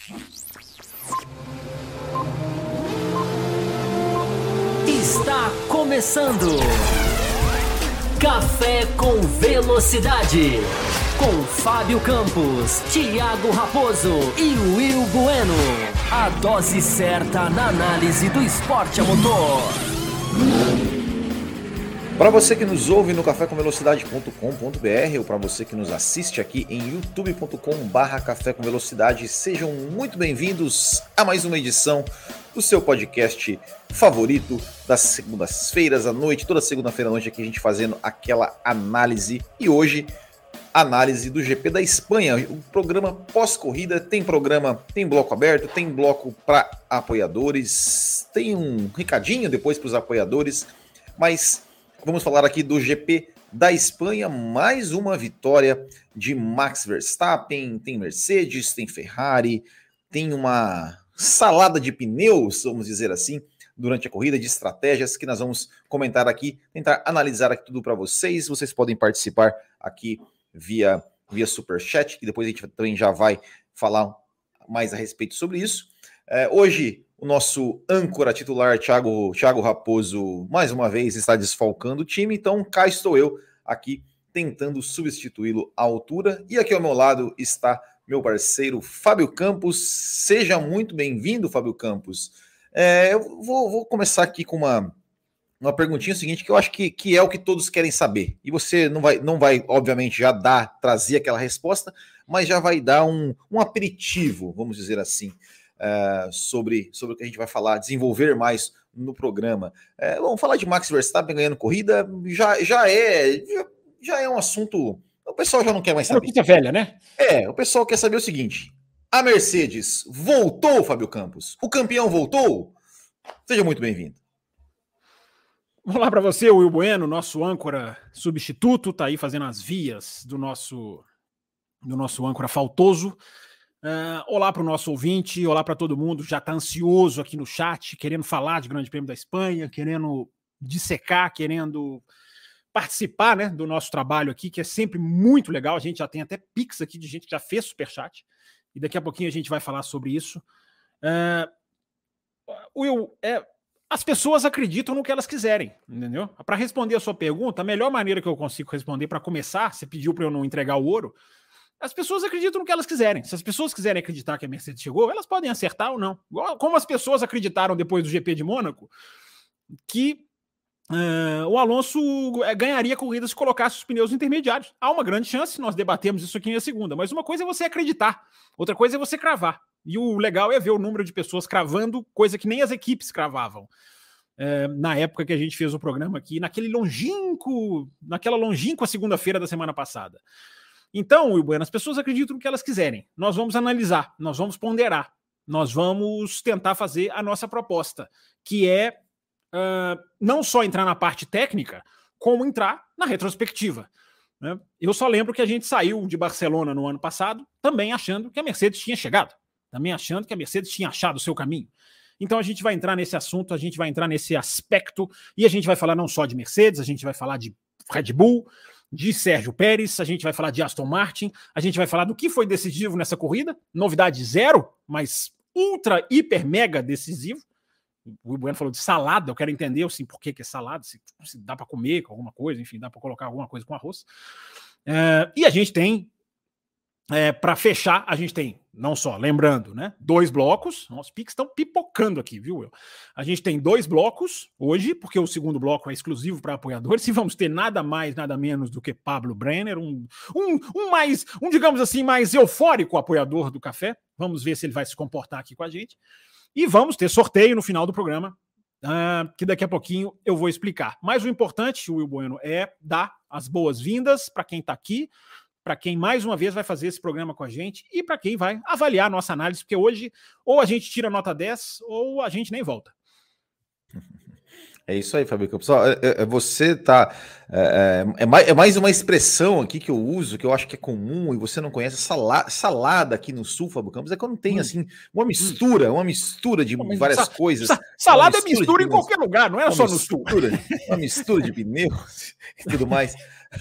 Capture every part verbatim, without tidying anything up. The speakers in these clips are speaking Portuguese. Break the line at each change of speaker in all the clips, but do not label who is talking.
Está começando Café com Velocidade, com Fábio Campos, Thiago Raposo e Will Bueno. A dose certa na análise do esporte a motor.
Para você que nos ouve no café com velocidade ponto com ponto b r ou para você que nos assiste aqui em youtube ponto com barra café com velocidade, sejam muito bem-vindos a mais uma edição do seu podcast favorito das segundas-feiras à noite. Toda segunda-feira à noite aqui a gente fazendo aquela análise. E hoje, análise do G P da Espanha. O programa pós-corrida tem programa, tem bloco aberto, tem bloco para apoiadores, tem um recadinho depois para os apoiadores, mas vamos falar aqui do G P da Espanha, mais uma vitória de Max Verstappen, tem Mercedes, tem Ferrari, tem uma salada de pneus, vamos dizer assim, durante a corrida, de estratégias que nós vamos comentar aqui, tentar analisar aqui tudo para vocês. Vocês podem participar aqui via, via Superchat, que depois a gente também já vai falar mais a respeito sobre isso. É, hoje, o nosso âncora titular, Thiago, Thiago Raposo, mais uma vez está desfalcando o time, então cá estou eu aqui tentando substituí-lo à altura. E aqui ao meu lado está meu parceiro Fábio Campos. Seja muito bem-vindo, Fábio Campos. É, eu vou, vou começar aqui com uma, uma perguntinha seguinte, que eu acho que, que é o que todos querem saber. E você não vai, não vai, obviamente, já dar, trazer aquela resposta, mas já vai dar um, um aperitivo, vamos dizer assim, é, sobre, sobre o que a gente vai falar, desenvolver mais no programa. É, vamos falar de Max Verstappen ganhando corrida, já, já, é, já, já é um assunto... O pessoal já não quer mais saber.
Notícia velha, né?
É, o pessoal quer saber o seguinte: a Mercedes voltou, Fábio Campos? O campeão voltou? Seja muito bem-vindo.
Olá para você, Will Bueno, nosso âncora substituto, tá aí fazendo as vias do nosso, do nosso âncora faltoso. Uh, olá para o nosso ouvinte, olá para todo mundo, já tá ansioso aqui no chat, querendo falar de Grande Prêmio da Espanha, querendo dissecar, querendo participar, né, do nosso trabalho aqui, que é sempre muito legal. A gente já tem até pix aqui de gente que já fez superchat, e daqui a pouquinho a gente vai falar sobre isso. Uh, Will, é, as pessoas acreditam no que elas quiserem, entendeu? Para responder a sua pergunta, a melhor maneira que eu consigo responder para começar, você pediu para eu não entregar o ouro, as pessoas acreditam no que elas quiserem. Se as pessoas quiserem acreditar que a Mercedes chegou, elas podem acertar ou não. Como as pessoas acreditaram depois do G P de Mônaco, que Uh, o Alonso ganharia corridas se colocasse os pneus intermediários. Há uma grande chance, nós debatemos isso aqui na segunda, mas uma coisa é você acreditar, outra coisa é você cravar. E o legal é ver o número de pessoas cravando, coisa que nem as equipes cravavam. Uh, na época que a gente fez o programa aqui, naquele longínquo, naquela longínqua segunda-feira da semana passada. Então, Will Bueno, as pessoas acreditam no que elas quiserem. Nós vamos analisar, nós vamos ponderar, nós vamos tentar fazer a nossa proposta, que é Uh, não só entrar na parte técnica, como entrar na retrospectiva. Né? Eu só lembro que a gente saiu de Barcelona no ano passado também achando que a Mercedes tinha chegado, também achando que a Mercedes tinha achado o seu caminho. Então a gente vai entrar nesse assunto, a gente vai entrar nesse aspecto, e a gente vai falar não só de Mercedes, a gente vai falar de Red Bull, de Sérgio Pérez, a gente vai falar de Aston Martin, a gente vai falar do que foi decisivo nessa corrida, novidade zero, mas ultra, hiper, mega decisivo. O Will Bueno falou de salada, eu quero entender assim, por que, que é salada, se, se dá para comer com alguma coisa, enfim, dá para colocar alguma coisa com arroz. É, e a gente tem, é, para fechar, a gente tem, não só, lembrando, né, dois blocos, nossos piques estão pipocando aqui, viu, Will? A gente tem dois blocos hoje, porque o segundo bloco é exclusivo para apoiadores, e vamos ter nada mais, nada menos do que Pablo Brenner, um, um, um mais, um, digamos assim, mais eufórico apoiador do café. Vamos ver se ele vai se comportar aqui com a gente. E vamos ter sorteio no final do programa, uh, que daqui a pouquinho eu vou explicar. Mas o importante, Will Bueno, é dar as boas-vindas para quem está aqui, para quem mais uma vez vai fazer esse programa com a gente e para quem vai avaliar a nossa análise, porque hoje ou a gente tira nota dez ou a gente nem volta.
É isso aí, Fábio Campos. Ó, é, é, você tá. É, é, mais, é mais uma expressão aqui que eu uso, que eu acho que é comum e você não conhece. Sala, salada aqui no sul, Fábio Campos, é quando tem hum. assim uma mistura, uma mistura de Mas, várias sa, coisas. Sa,
salada mistura é mistura em qualquer lugar, não é só
mistura, no sul. Uma mistura de pneus e tudo mais.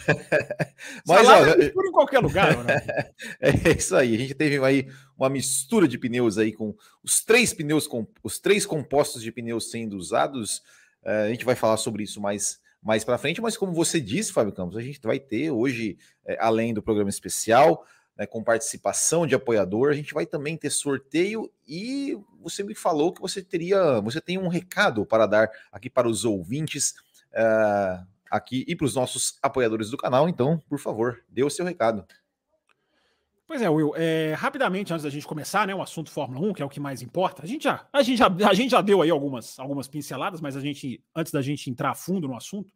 Mas salada ó, é mistura em qualquer lugar, né?
É isso aí. A gente teve aí uma mistura de pneus aí com os três pneus, com os três compostos de pneus sendo usados. Uh, a gente vai falar sobre isso mais, mais para frente, mas como você disse, Fábio Campos, a gente vai ter hoje, é, além do programa especial, né, com participação de apoiador, a gente vai também ter sorteio e você me falou que você teria, você tem um recado para dar aqui para os ouvintes uh, aqui e para os nossos apoiadores do canal, então, por favor, dê o seu recado.
Pois é, Will, é, rapidamente, antes da gente começar, né, o assunto Fórmula um, que é o que mais importa, a gente já, a gente já, a gente já deu aí algumas, algumas pinceladas, mas a gente, antes da gente entrar a fundo no assunto,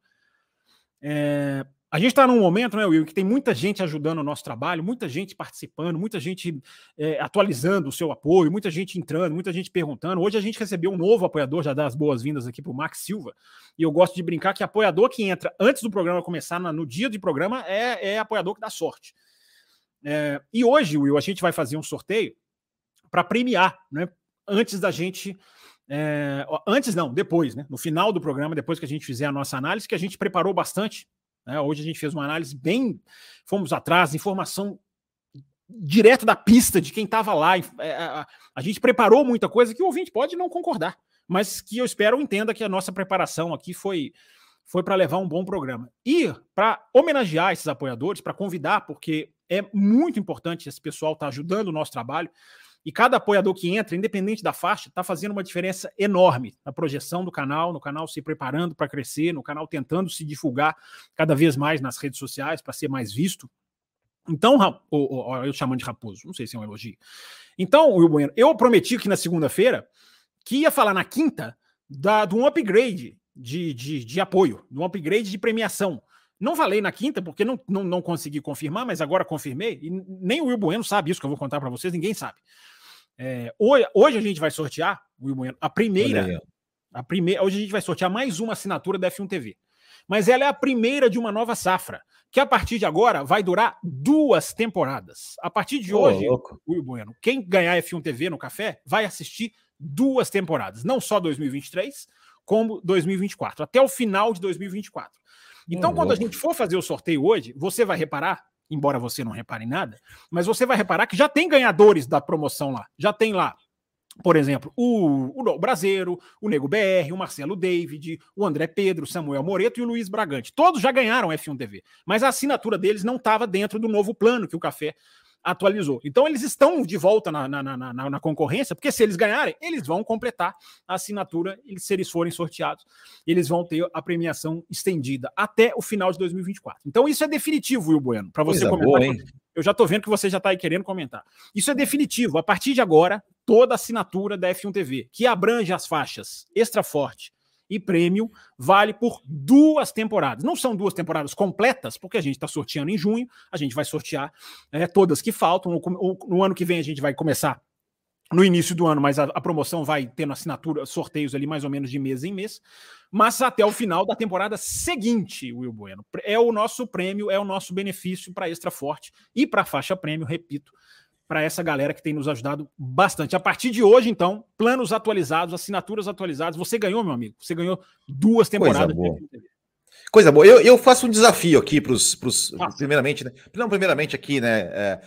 é, a gente está num momento, né, Will, que tem muita gente ajudando o nosso trabalho, muita gente participando, muita gente é, atualizando o seu apoio, muita gente entrando, muita gente perguntando. Hoje a gente recebeu um novo apoiador, já dá as boas-vindas aqui para o Max Silva, e eu gosto de brincar que apoiador que entra antes do programa começar, no dia de programa, é, é apoiador que dá sorte. É, e hoje, Will, a gente vai fazer um sorteio para premiar, né? Antes da gente. É, antes não, depois, né? No final do programa, depois que a gente fizer a nossa análise, que a gente preparou bastante. Né? Hoje a gente fez uma análise bem. Fomos atrás, informação direto da pista de quem estava lá. É, a, a gente preparou muita coisa que o ouvinte pode não concordar, mas que eu espero entenda que a nossa preparação aqui foi. Foi para levar um bom programa. E para homenagear esses apoiadores, para convidar, porque é muito importante esse pessoal estar tá ajudando o nosso trabalho. E cada apoiador que entra, independente da faixa, está fazendo uma diferença enorme na projeção do canal, no canal se preparando para crescer, no canal tentando se divulgar cada vez mais nas redes sociais para ser mais visto. Então, eu chamando de Raposo, não sei se é um elogio. Então, Will Bueno, eu prometi que na segunda-feira que ia falar na quinta da, de um upgrade De, de, de apoio, de um upgrade de premiação. Não falei na quinta, porque não, não, não consegui confirmar, mas agora confirmei, e nem o Will Bueno sabe isso que eu vou contar para vocês, ninguém sabe. É, hoje, hoje a gente vai sortear, Will Bueno, a primeira, a primeira, hoje a gente vai sortear mais uma assinatura da F um T V, mas ela é a primeira de uma nova safra, que a partir de agora vai durar duas temporadas. A partir de oh, hoje, louco. Will Bueno, quem ganhar F um T V no café vai assistir duas temporadas, não só dois mil e vinte e três, como dois mil e vinte e quatro, até o final de dois mil e vinte e quatro. Então, oh, quando louco. a gente for fazer o sorteio hoje, você vai reparar, embora você não repare em nada, mas você vai reparar que já tem ganhadores da promoção lá. Já tem lá, por exemplo, o, o Braseiro, o Nego B R, o Marcelo David, o André Pedro, o Samuel Moreto e o Luiz Bragante. Todos já ganharam F um T V, mas a assinatura deles não estava dentro do novo plano que o Café atualizou. Então eles estão de volta na, na, na, na, na concorrência, porque se eles ganharem, eles vão completar a assinatura, e se eles forem sorteados, eles vão ter a premiação estendida até o final de dois mil e vinte e quatro. Então isso é definitivo, Will Bueno, para você Coisa comentar. Boa, eu já estou vendo que você já está aí querendo comentar. Isso é definitivo. A partir de agora, toda a assinatura da F um T V, que abrange as faixas Extra Forte e Prêmio, vale por duas temporadas. Não são duas temporadas completas, porque a gente está sorteando em junho, a gente vai sortear é, todas que faltam. No, no ano que vem a gente vai começar no início do ano, mas a, a promoção vai tendo assinatura, sorteios ali mais ou menos de mês em mês, mas até o final da temporada seguinte, Will Bueno. É o nosso prêmio, é o nosso benefício para Extra Forte e para a faixa Prêmio, repito, para essa galera que tem nos ajudado bastante. A partir de hoje, então, planos atualizados, assinaturas atualizadas. Você ganhou, meu amigo. Você ganhou duas temporadas.
Coisa boa. Coisa boa. Eu, eu faço um desafio aqui para os... Primeiramente, né? Não, primeiramente aqui, né? É,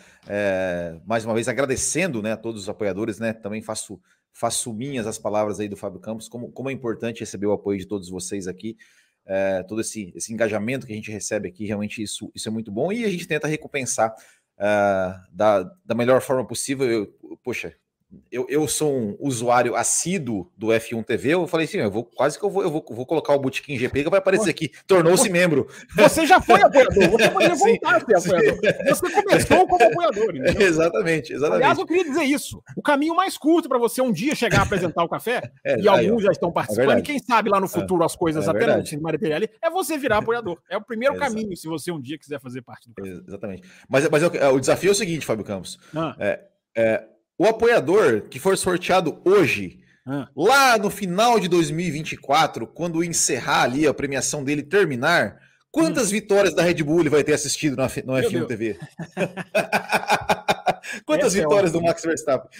é, mais uma vez, agradecendo, né, a todos os apoiadores, né? Também faço, faço minhas as palavras aí do Fábio Campos, como, como é importante receber o apoio de todos vocês aqui. É, todo esse, esse engajamento que a gente recebe aqui, realmente isso, isso é muito bom. E a gente tenta recompensar Uh, da, da melhor forma possível. Eu, poxa, eu, eu sou um usuário assíduo do F um T V, eu falei assim, eu vou, quase que eu vou, eu vou, vou colocar o Botequim G P que vai aparecer aqui, tornou-se membro.
Você já foi apoiador, você poderia voltar a ser apoiador. Você começou como apoiador. Entendeu?
Exatamente, exatamente.
Aliás, eu queria dizer isso, o caminho mais curto para você um dia chegar a apresentar o café, é, e aí, alguns ó, já estão participando, é e quem sabe lá no futuro é, as coisas é até não se materializam, é você virar apoiador. É o primeiro é, caminho, se você um dia quiser fazer parte do café.
Exatamente. Mas, mas eu, o desafio é o seguinte, Fábio Campos. Ah. É, é, o apoiador que for sorteado hoje Ah. Lá no final de dois mil e vinte e quatro, quando encerrar ali a premiação dele terminar, quantas hum. vitórias da Red Bull ele vai ter assistido no, no F um T V? Quantas Essa vitórias é do Max Verstappen?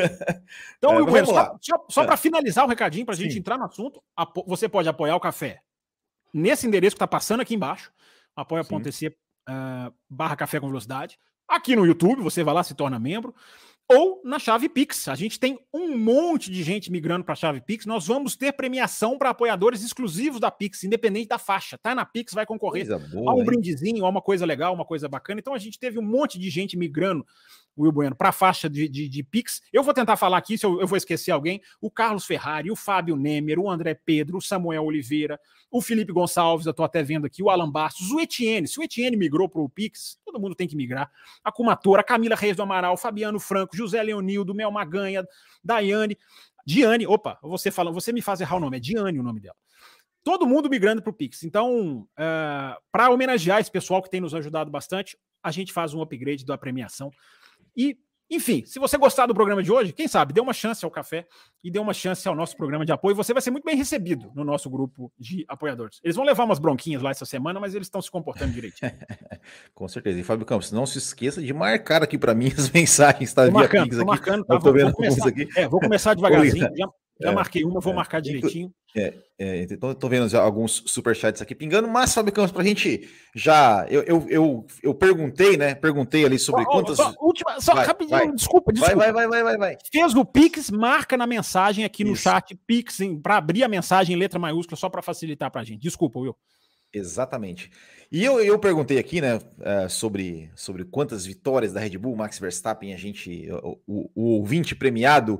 Então, é, Will, só, só, só para finalizar o recadinho, para a gente entrar no assunto, você pode apoiar o café nesse endereço que está passando aqui embaixo, apoia.se uh, barra café com velocidade. Aqui no YouTube, você vai lá, se torna membro. Ou na chave Pix. A gente tem um monte de gente migrando para a chave Pix. Nós vamos ter premiação para apoiadores exclusivos da Pix, independente da faixa. Tá na Pix, vai concorrer boa, a um hein? brindezinho, a uma coisa legal, uma coisa bacana. Então a gente teve um monte de gente migrando, Will Bueno, para a faixa de, de, de Pix. Eu vou tentar falar aqui, se eu, eu vou esquecer alguém. O Carlos Ferrari, o Fábio Nemer, o André Pedro, o Samuel Oliveira, o Felipe Gonçalves, eu estou até vendo aqui, o Alan Bastos, o Etienne. Se o Etienne migrou para o Pix, todo mundo tem que migrar. A Kumatora, a Camila Reis do Amaral, Fabiano Franco, José Leonildo, Mel Maganha, Daiane, Diane, opa, você fala, você me faz errar o nome, é Diane o nome dela. Todo mundo migrando para o Pix. Então, uh, para homenagear esse pessoal que tem nos ajudado bastante, a gente faz um upgrade da premiação. E, enfim, se você gostar do programa de hoje, quem sabe, dê uma chance ao café e dê uma chance ao nosso programa de apoio. Você vai ser muito bem recebido no nosso grupo de apoiadores. Eles vão levar umas bronquinhas lá essa semana, mas eles estão se comportando direitinho.
Com certeza. E, Fábio Campos, não se esqueça de marcar aqui para mim as mensagens. Tá?
Tô marcando, tô marcando. Tá? Vou, vou, começar, aqui. É, vou começar devagarzinho. Já, já é, marquei uma, vou é, marcar direitinho.
É, é, então, tô vendo já alguns superchats aqui pingando, mas, Fábio Campos, pra gente já. Eu, eu, eu, eu perguntei, né? Perguntei ali sobre oh, quantas.
Só, última, só vai, rapidinho, vai. desculpa, desculpa.
Vai, vai, vai, vai, vai.
Fez o Pix, marca na mensagem aqui no Isso. chat, Pix, para abrir a mensagem em letra maiúscula, só para facilitar pra gente. Desculpa, Will.
Exatamente. E eu, eu perguntei aqui, né, uh, sobre, sobre quantas vitórias da Red Bull, Max Verstappen, a gente, o, o, o ouvinte premiado.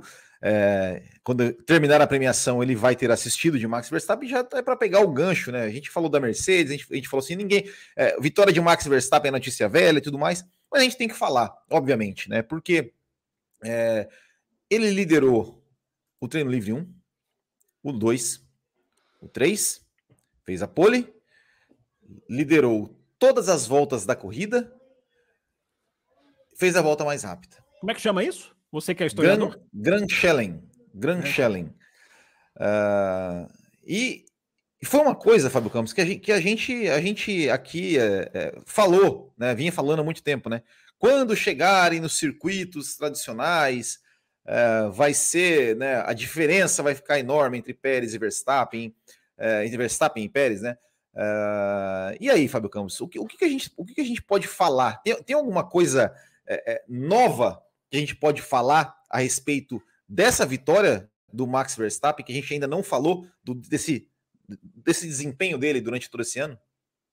É, quando terminar a premiação, ele vai ter assistido de Max Verstappen, já é para pegar o gancho, né? A gente falou da Mercedes, a gente, a gente falou assim: ninguém. É, vitória de Max Verstappen é notícia velha e tudo mais, mas a gente tem que falar, obviamente, né? Porque é, ele liderou o treino livre um, o dois, o três, fez a pole, liderou todas as voltas da corrida, fez a volta mais rápida.
Como é que chama isso? Você que é historiador?
Grand Schelling. Grand Schelling. Uh, e foi uma coisa, Fábio Campos, que a gente, que a gente, a gente aqui é, é, falou, né, vinha falando há muito tempo, né? Quando chegarem nos circuitos tradicionais, é, vai ser, né, a diferença vai ficar enorme entre Pérez e Verstappen, é, entre Verstappen e Pérez, né? Uh, e aí, Fábio Campos, o que, o que, a, gente, o que a gente pode falar? Tem, tem alguma coisa é, é, nova que a gente pode falar a respeito dessa vitória do Max Verstappen, que a gente ainda não falou do, desse, desse desempenho dele durante todo esse ano?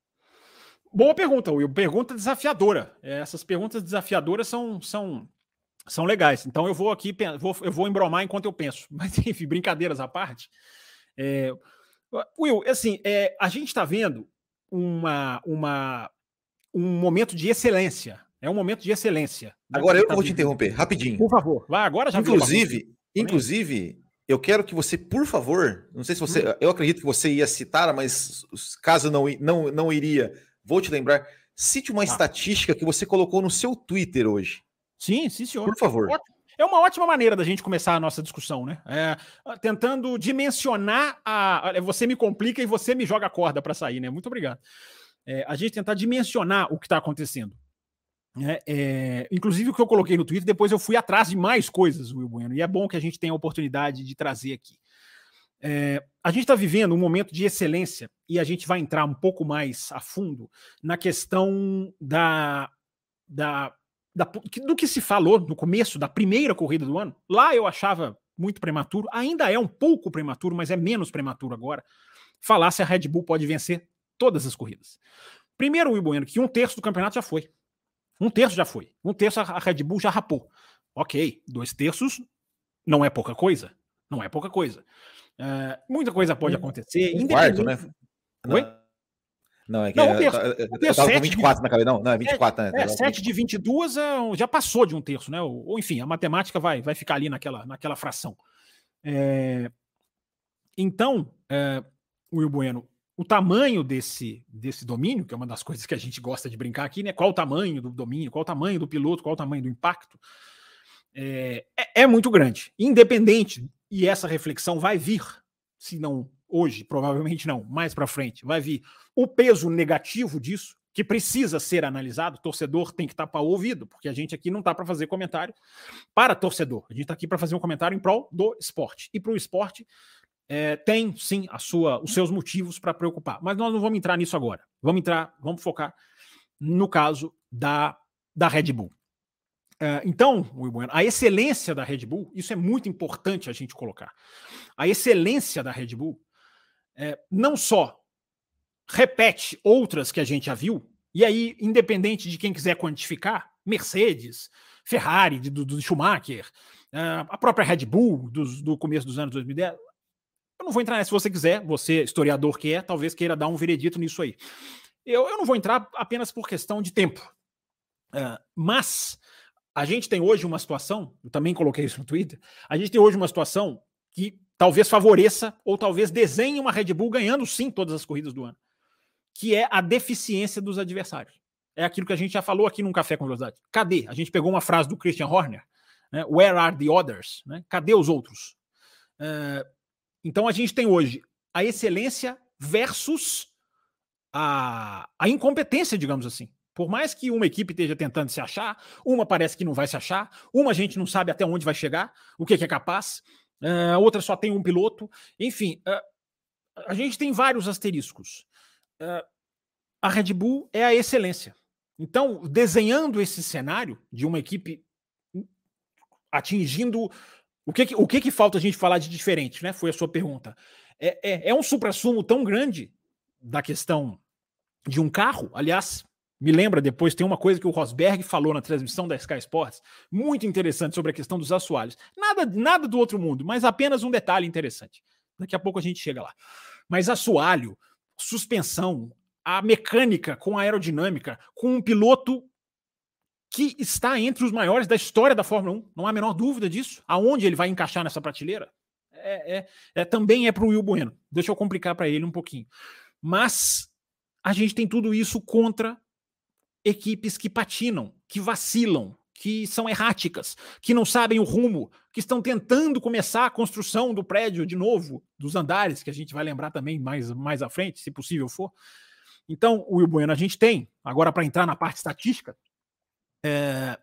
Boa pergunta, Will. Pergunta desafiadora. Essas perguntas desafiadoras são, são, são legais. Então eu vou aqui, vou, eu vou embromar enquanto eu penso. Mas, enfim, brincadeiras à parte. É, Will, assim, é, a gente está vendo uma, uma, um momento de excelência. É um momento de excelência.
Né? Agora eu tá vou te interromper, rapidinho.
Por favor, vai agora já.
Inclusive, inclusive, eu quero que você, por favor, não sei se você, hum. eu acredito que você ia citar, mas caso não, não, não iria, vou te lembrar, cite uma ah. estatística que você colocou no seu Twitter hoje.
Sim, sim, senhor.
Por favor.
É uma ótima maneira da gente começar a nossa discussão, né? É, tentando dimensionar a... Você me complica e você me joga a corda para sair, né? Muito obrigado. É, a gente tentar dimensionar o que está acontecendo. É, é, inclusive o que eu coloquei no Twitter, depois eu fui atrás de mais coisas, Will Bueno, e é bom que a gente tenha a oportunidade de trazer aqui. É, a gente está vivendo um momento de excelência e a gente vai entrar um pouco mais a fundo na questão da, da, da, do que se falou no começo da primeira corrida do ano. Lá eu achava muito prematuro, ainda é um pouco prematuro, mas é menos prematuro agora, falar se a Red Bull pode vencer todas as corridas. Primeiro, Will Bueno, que um terço do campeonato já foi. Um terço já foi. Um terço a Red Bull já rapou. Ok, dois terços não é pouca coisa. Não é pouca coisa. Uh, muita coisa pode acontecer.
Um quarto, né?
Oi?
Não, é que não, um terço, eu, um terço, eu tava com vinte e quatro de, na cabeça. Não, não, é vinte e quatro.
É,
né?
é, sete de vinte e dois já passou de um terço, né? Ou, ou enfim, a matemática vai, vai ficar ali naquela, naquela fração. É, então, é, Will Bueno, o tamanho desse, desse domínio, que é uma das coisas que a gente gosta de brincar aqui, né? Qual o tamanho do domínio, qual o tamanho do piloto, qual o tamanho do impacto. É, é, é, é muito grande. Independente, e essa reflexão vai vir, se não hoje, provavelmente não, mais para frente, vai vir o peso negativo disso, que precisa ser analisado. O torcedor tem que tapar o ouvido, porque a gente aqui não está para fazer comentário para torcedor. A gente está aqui para fazer um comentário em prol do esporte. E para o esporte é, tem, sim, a sua, os seus motivos para preocupar. Mas nós não vamos entrar nisso agora. Vamos entrar, vamos focar no caso da, da Red Bull. É, então, Will Bueno, a excelência da Red Bull, isso é muito importante a gente colocar. A excelência da Red Bull é, não só repete outras que a gente já viu, e aí, independente de quem quiser quantificar, Mercedes, Ferrari, do, do Schumacher, uh, a própria Red Bull do, do começo dos anos dois mil e dez, eu não vou entrar nessa. Se você quiser, você, historiador que é, talvez queira dar um veredito nisso aí. Eu, eu não vou entrar apenas por questão de tempo. Uh, mas a gente tem hoje uma situação, eu também coloquei isso no Twitter, a gente tem hoje uma situação que talvez favoreça ou talvez desenhe uma Red Bull ganhando sim todas as corridas do ano, que é a deficiência dos adversários. É aquilo que a gente já falou aqui num Café com Velocidade. Cadê? A gente pegou uma frase do Christian Horner, né? Where are the others? Né? Cadê os outros? Uh, então a gente tem hoje a excelência versus a, a incompetência, digamos assim. Por mais que uma equipe esteja tentando se achar, uma parece que não vai se achar, uma a gente não sabe até onde vai chegar, o que, que é capaz, uh, outra só tem um piloto. Enfim, uh, a gente tem vários asteriscos. Uh, a Red Bull é a excelência. Então, desenhando esse cenário de uma equipe atingindo... O que, que, o que, que falta a gente falar de diferente, né? Foi a sua pergunta. É, é, é um suprassumo tão grande da questão de um carro. Aliás, me lembra depois, tem uma coisa que o Rosberg falou na transmissão da Sky Sports, muito interessante sobre a questão dos assoalhos. Nada, nada do outro mundo, mas apenas um detalhe interessante. Daqui a pouco a gente chega lá. Mas assoalho, suspensão, a mecânica com a aerodinâmica, com um piloto que está entre os maiores da história da Fórmula um, não há a menor dúvida disso. Aonde ele vai encaixar nessa prateleira é, é, é, também é para o Will Bueno. Deixa eu complicar para ele um pouquinho. Mas a gente tem tudo isso contra equipes que patinam, que vacilam, que são erráticas, que não sabem o rumo, que estão tentando começar a construção do prédio de novo, dos andares, que a gente vai lembrar também mais, mais à frente, se possível for. Então, Will Bueno, a gente tem, agora para entrar na parte estatística, é...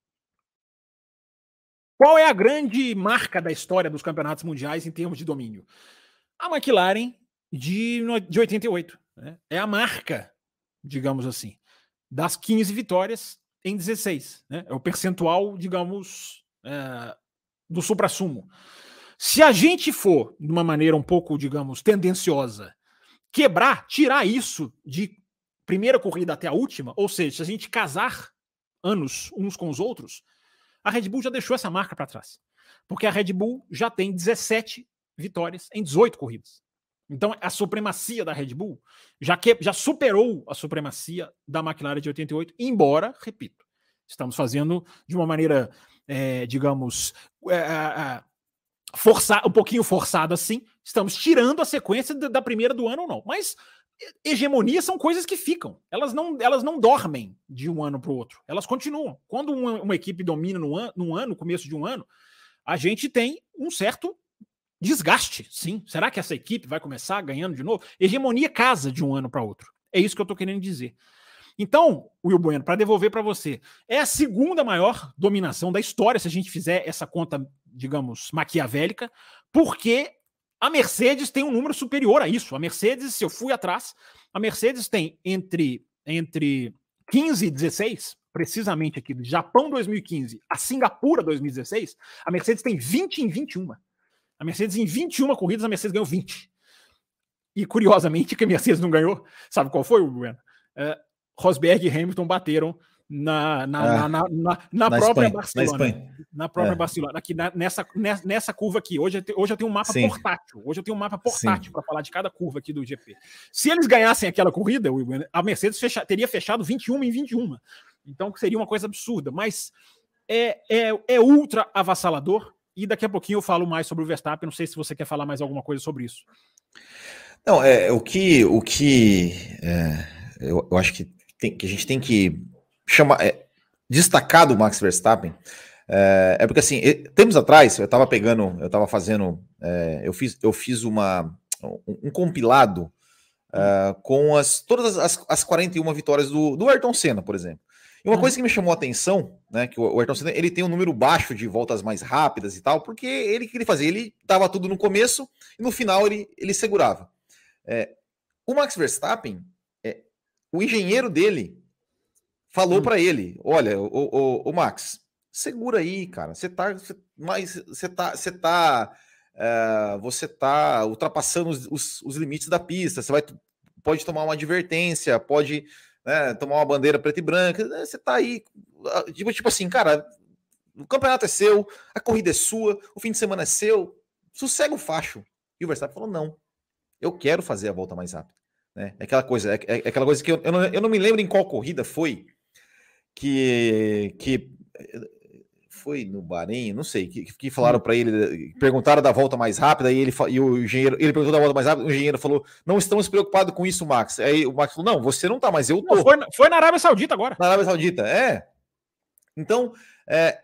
qual é a grande marca da história dos campeonatos mundiais em termos de domínio? A McLaren de, de oitenta e oito. Né? É a marca, digamos assim, das quinze vitórias em dezesseis. Né? É o percentual, digamos, é, do suprassumo. Se a gente for, de uma maneira um pouco, digamos, tendenciosa, quebrar, tirar isso de primeira corrida até a última, ou seja, se a gente casar anos uns com os outros, a Red Bull já deixou essa marca para trás. Porque a Red Bull já tem dezessete vitórias em dezoito corridas. Então, a supremacia da Red Bull já, que, já superou a supremacia da McLaren de oitenta e oito, embora, repito, estamos fazendo de uma maneira, é, digamos, é, é, forçar, um pouquinho forçada assim, estamos tirando a sequência da, da primeira do ano ou não. Mas hegemonia são coisas que ficam. Elas não, elas não dormem de um ano para o outro. Elas continuam. Quando uma, uma equipe domina num ano, num ano, começo de um ano, a gente tem um certo desgaste, sim. Será que essa equipe vai começar ganhando de novo? Hegemonia casa de um ano para outro. É isso que eu estou querendo dizer. Então, Will Bueno, para devolver para você, é a segunda maior dominação da história, se a gente fizer essa conta, digamos, maquiavélica, porque a Mercedes tem um número superior a isso. A Mercedes, se eu fui atrás, a Mercedes tem entre, entre quinze e dezesseis, precisamente aqui, do Japão dois mil e quinze a Singapura dois mil e dezesseis, a Mercedes tem vinte em vinte e um. A Mercedes, em vinte e uma corridas, a Mercedes ganhou vinte. E, curiosamente, que a Mercedes não ganhou, sabe qual foi, Bueno? Uh, Rosberg e Hamilton bateram na, na, ah, na, na, na, na, na própria Espanha, Barcelona. Na, Espanha. na própria é. Barcelona. Aqui, na, nessa, nessa curva aqui. Hoje eu, te, hoje eu tenho um mapa Sim. portátil. Hoje eu tenho um mapa portátil para falar de cada curva aqui do G P. Se eles ganhassem aquela corrida, a Mercedes fecha, teria fechado vinte e um em vinte e um. Então seria uma coisa absurda. Mas é, é, é ultra avassalador. E daqui a pouquinho eu falo mais sobre o Verstappen. Não sei se você quer falar mais alguma coisa sobre isso.
Não, é o que, o que é, eu, eu acho que, tem, que a gente tem que chamar, é, destacar do Max Verstappen É, é porque assim, tempos atrás, eu estava pegando, eu estava fazendo, é, eu, fiz, eu fiz uma, um, um compilado uh, com as, todas as, as quarenta e uma vitórias do, do Ayrton Senna, por exemplo. E uma uhum. coisa que me chamou a atenção, né, que o Ayrton Senna, ele tem um número baixo de voltas mais rápidas e tal, porque ele que ele fazia, ele dava tudo no começo e no final ele, ele segurava. É, o Max Verstappen, é, o engenheiro dele falou uhum. para ele, olha, o, o, o Max, segura aí, cara. Você tá, mas você tá, você tá, uh, você tá ultrapassando os, os, os limites da pista. Você vai, pode tomar uma advertência, pode, né, tomar uma bandeira preta e branca. Você tá aí, tipo, tipo assim, cara. O campeonato é seu, a corrida é sua, o fim de semana é seu. Sossega o facho. E o Verstappen falou não. Eu quero fazer a volta mais rápida, né? É aquela coisa, é, é aquela coisa que eu, eu, não, eu não me lembro em qual corrida foi que que foi no Bahrein, não sei, que, que falaram para ele, perguntaram da volta mais rápida, e, ele, e o engenheiro, ele perguntou da volta mais rápida, o engenheiro falou, não estamos preocupados com isso, Max. Aí o Max falou, não, você não tá, mas eu tô.
Não, foi, foi na Arábia Saudita agora.
Na Arábia Saudita, é. Então, é,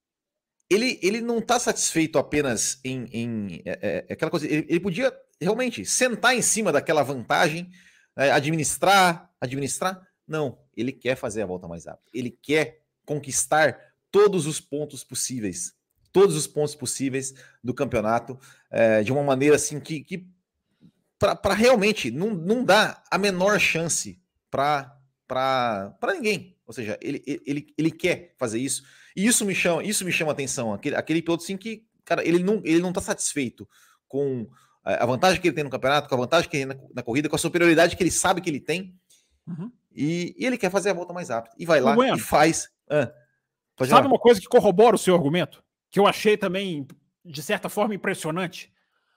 ele, ele não tá satisfeito apenas em, em é, é, aquela coisa, ele, ele podia realmente sentar em cima daquela vantagem, é, administrar, administrar, não, ele quer fazer a volta mais rápida, ele quer conquistar todos os pontos possíveis, todos os pontos possíveis do campeonato, é, de uma maneira assim que, que para realmente não, não dá a menor chance para ninguém. Ou seja, ele, ele, ele quer fazer isso, e isso me chama, isso me chama atenção, aquele, aquele piloto assim que, cara, ele não, ele não tá satisfeito com a vantagem que ele tem no campeonato, com a vantagem que ele tem na, na corrida, com a superioridade que ele sabe que ele tem, uhum. e, e ele quer fazer a volta mais rápida, e vai lá bueno. e faz... Ah,
Sabe uma coisa que corrobora o seu argumento? Que eu achei também, de certa forma, impressionante?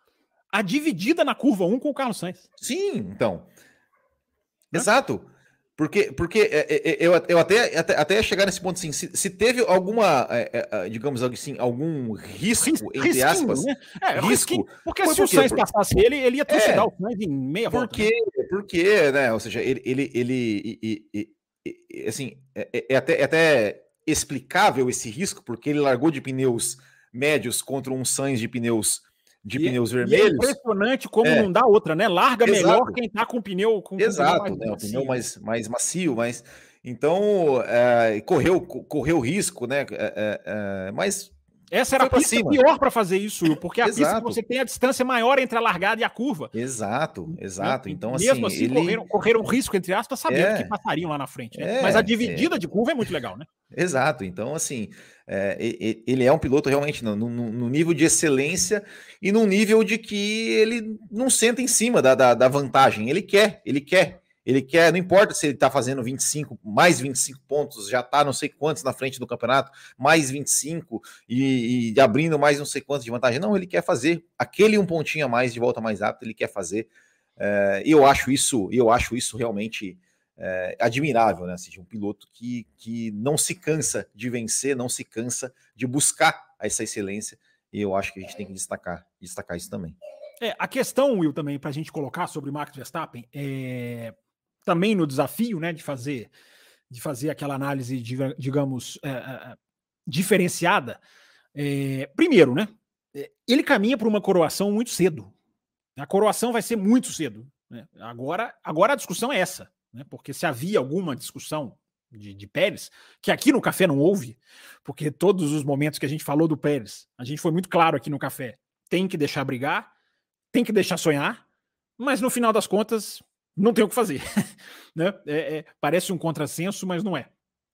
A dividida na curva um com o Carlos Sainz.
Sim, então. Hã? Exato. Porque, porque é, é, eu, eu até, até, até ia chegar nesse ponto assim, se, se teve alguma, é, é, digamos assim, algum risco, Ris, entre risquinho, aspas,
né? É, risco. Risquinho, porque se por o Sainz passasse ele, ele ia trucidar é, o Sainz em meia
porque,
volta. Né?
Porque, né, ou seja, ele, ele, ele, ele, ele, ele assim, é, é, até, é até explicável esse risco, porque ele largou de pneus médios contra um Sainz de pneus de e, pneus vermelhos.
E é impressionante como é. não dá outra, né? Larga Exato. melhor quem tá com pneu com
Exato,
com
pneu né? O pneu mais, mais macio, mas então é, correu, correu risco, né? É, é, mas
essa era a pista cima. pior para fazer isso, porque a Exato. pista que você tem a distância maior entre a largada e a curva.
Exato, exato.
Né?
Então,
mesmo
assim,
assim,
ele...
correram, correram risco, entre aspas, sabendo é. que passariam lá na frente. Né?
É,
mas a dividida é. de curva é muito legal, né?
Exato. Então, assim, é, ele é um piloto realmente no, no, no nível de excelência e no nível de que ele não senta em cima da, da, da vantagem. Ele quer, ele quer. Ele quer, não importa se ele está fazendo vinte e cinco, mais vinte e cinco pontos, já está não sei quantos na frente do campeonato, mais vinte e cinco e, e abrindo mais não sei quantos de vantagem. Não, ele quer fazer aquele um pontinho a mais de volta mais rápido, ele quer fazer. É, e eu acho isso, eu acho isso realmente é, admirável, né? Assim, um piloto que, que não se cansa de vencer, não se cansa de buscar essa excelência. E eu acho que a gente tem que destacar, destacar isso também.
É, a questão, Will, também, para a gente colocar sobre Max Verstappen, é... também no desafio, né, de fazer, de fazer aquela análise, digamos, é, é, diferenciada. É, primeiro, né, ele caminha para uma coroação muito cedo. A coroação vai ser muito cedo. Né? Agora, agora a discussão é essa, né, porque se havia alguma discussão de, de Pérez, que aqui no Café não houve, porque todos os momentos que a gente falou do Pérez, a gente foi muito claro aqui no Café, tem que deixar brigar, tem que deixar sonhar, mas no final das contas não tem o que fazer. né? é, é, parece um contrassenso, mas não é.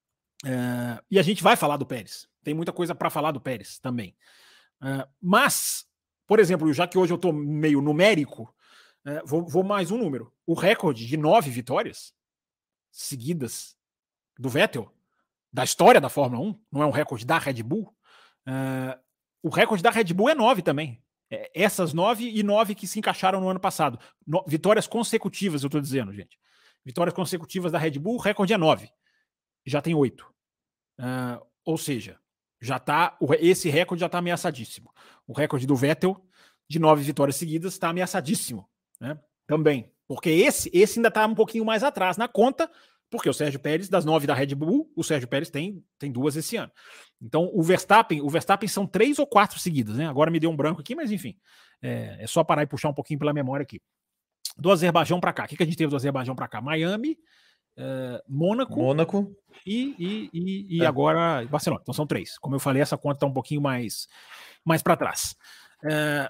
é. E a gente vai falar do Pérez. Tem muita coisa para falar do Pérez também. É, mas, por exemplo, já que hoje eu estou meio numérico, é, vou, vou mais um número. O recorde de nove vitórias seguidas do Vettel, da história da Fórmula um, não é um recorde da Red Bull. É, o recorde da Red Bull é nove também. Essas nove e nove que se encaixaram no ano passado. No, vitórias consecutivas, eu estou dizendo, gente. Vitórias consecutivas da Red Bull, o recorde é nove. Já tem oito. Uh, ou seja, já tá, esse recorde já está ameaçadíssimo. O recorde do Vettel, de nove vitórias seguidas, está ameaçadíssimo. Né? Também. Porque esse, esse ainda está um pouquinho mais atrás na conta, Porque o Sérgio Pérez, das nove da Red Bull, o Sérgio Pérez tem, tem duas esse ano. Então, o Verstappen, o Verstappen são três ou quatro seguidas, né? Agora me deu um branco aqui, mas enfim. É, é só parar e puxar um pouquinho pela memória aqui. Do Azerbaijão para cá. O que, que a gente teve do Azerbaijão para cá? Miami, uh, Mônaco,
Mônaco
e, e, e, e
é.
agora Barcelona. Então são três. Como eu falei, essa conta está um pouquinho mais, mais para trás. Uh,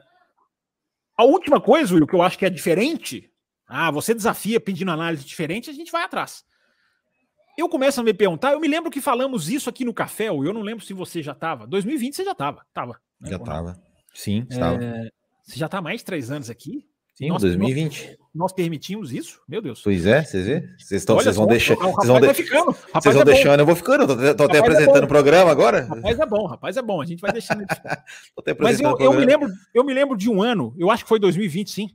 a última coisa, Will, que eu acho que é diferente, ah, você desafia pedindo análise diferente, a gente vai atrás. Eu começo a me perguntar, eu me lembro que falamos isso aqui no café, ou eu não lembro se você já estava. dois mil e vinte você já estava. Tava, né?
Já estava. Sim, estava.
É, você já está há mais de três anos aqui?
Sim,
nós,
dois mil e vinte.
Nós, nós permitimos isso? Meu Deus.
Pois é, vocês vê? Vocês estão, vocês vão deixando.
O rapaz
vão
vai
de...
ficando. Rapaz
vocês vão
é
deixando,
bom.
eu vou ficando. Eu tô, tô até
Rapaz
apresentando
é
o programa agora.
Rapaz é bom, rapaz é bom. A gente vai deixando.
Tô até
Mas eu,
apresentando o
eu, me
programa.
lembro, eu me lembro de um ano, eu acho que foi dois mil e vinte, sim,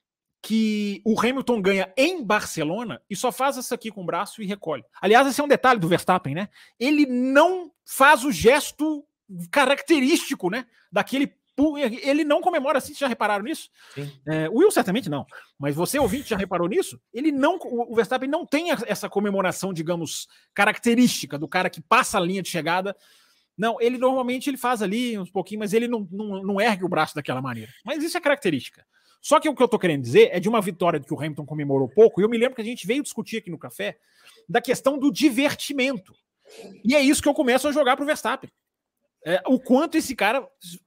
que o Hamilton ganha em Barcelona e só faz isso aqui com o braço e recolhe. Aliás, esse é um detalhe do Verstappen, né? Ele não faz o gesto característico, né? Daquele. Ele não comemora assim, vocês já repararam nisso? É, o Will certamente não, mas você ouvinte já reparou nisso? Ele não, o Verstappen não tem essa comemoração, digamos, característica do cara que passa a linha de chegada. Não, ele normalmente ele faz ali uns pouquinho, mas ele não, não, não ergue o braço daquela maneira. Mas isso é característica. Só que o que eu tô querendo dizer é de uma vitória que o Hamilton comemorou pouco, e eu me lembro que a gente veio discutir aqui no café da questão do divertimento. E é isso que eu começo a jogar pro Verstappen. É, o quanto esse cara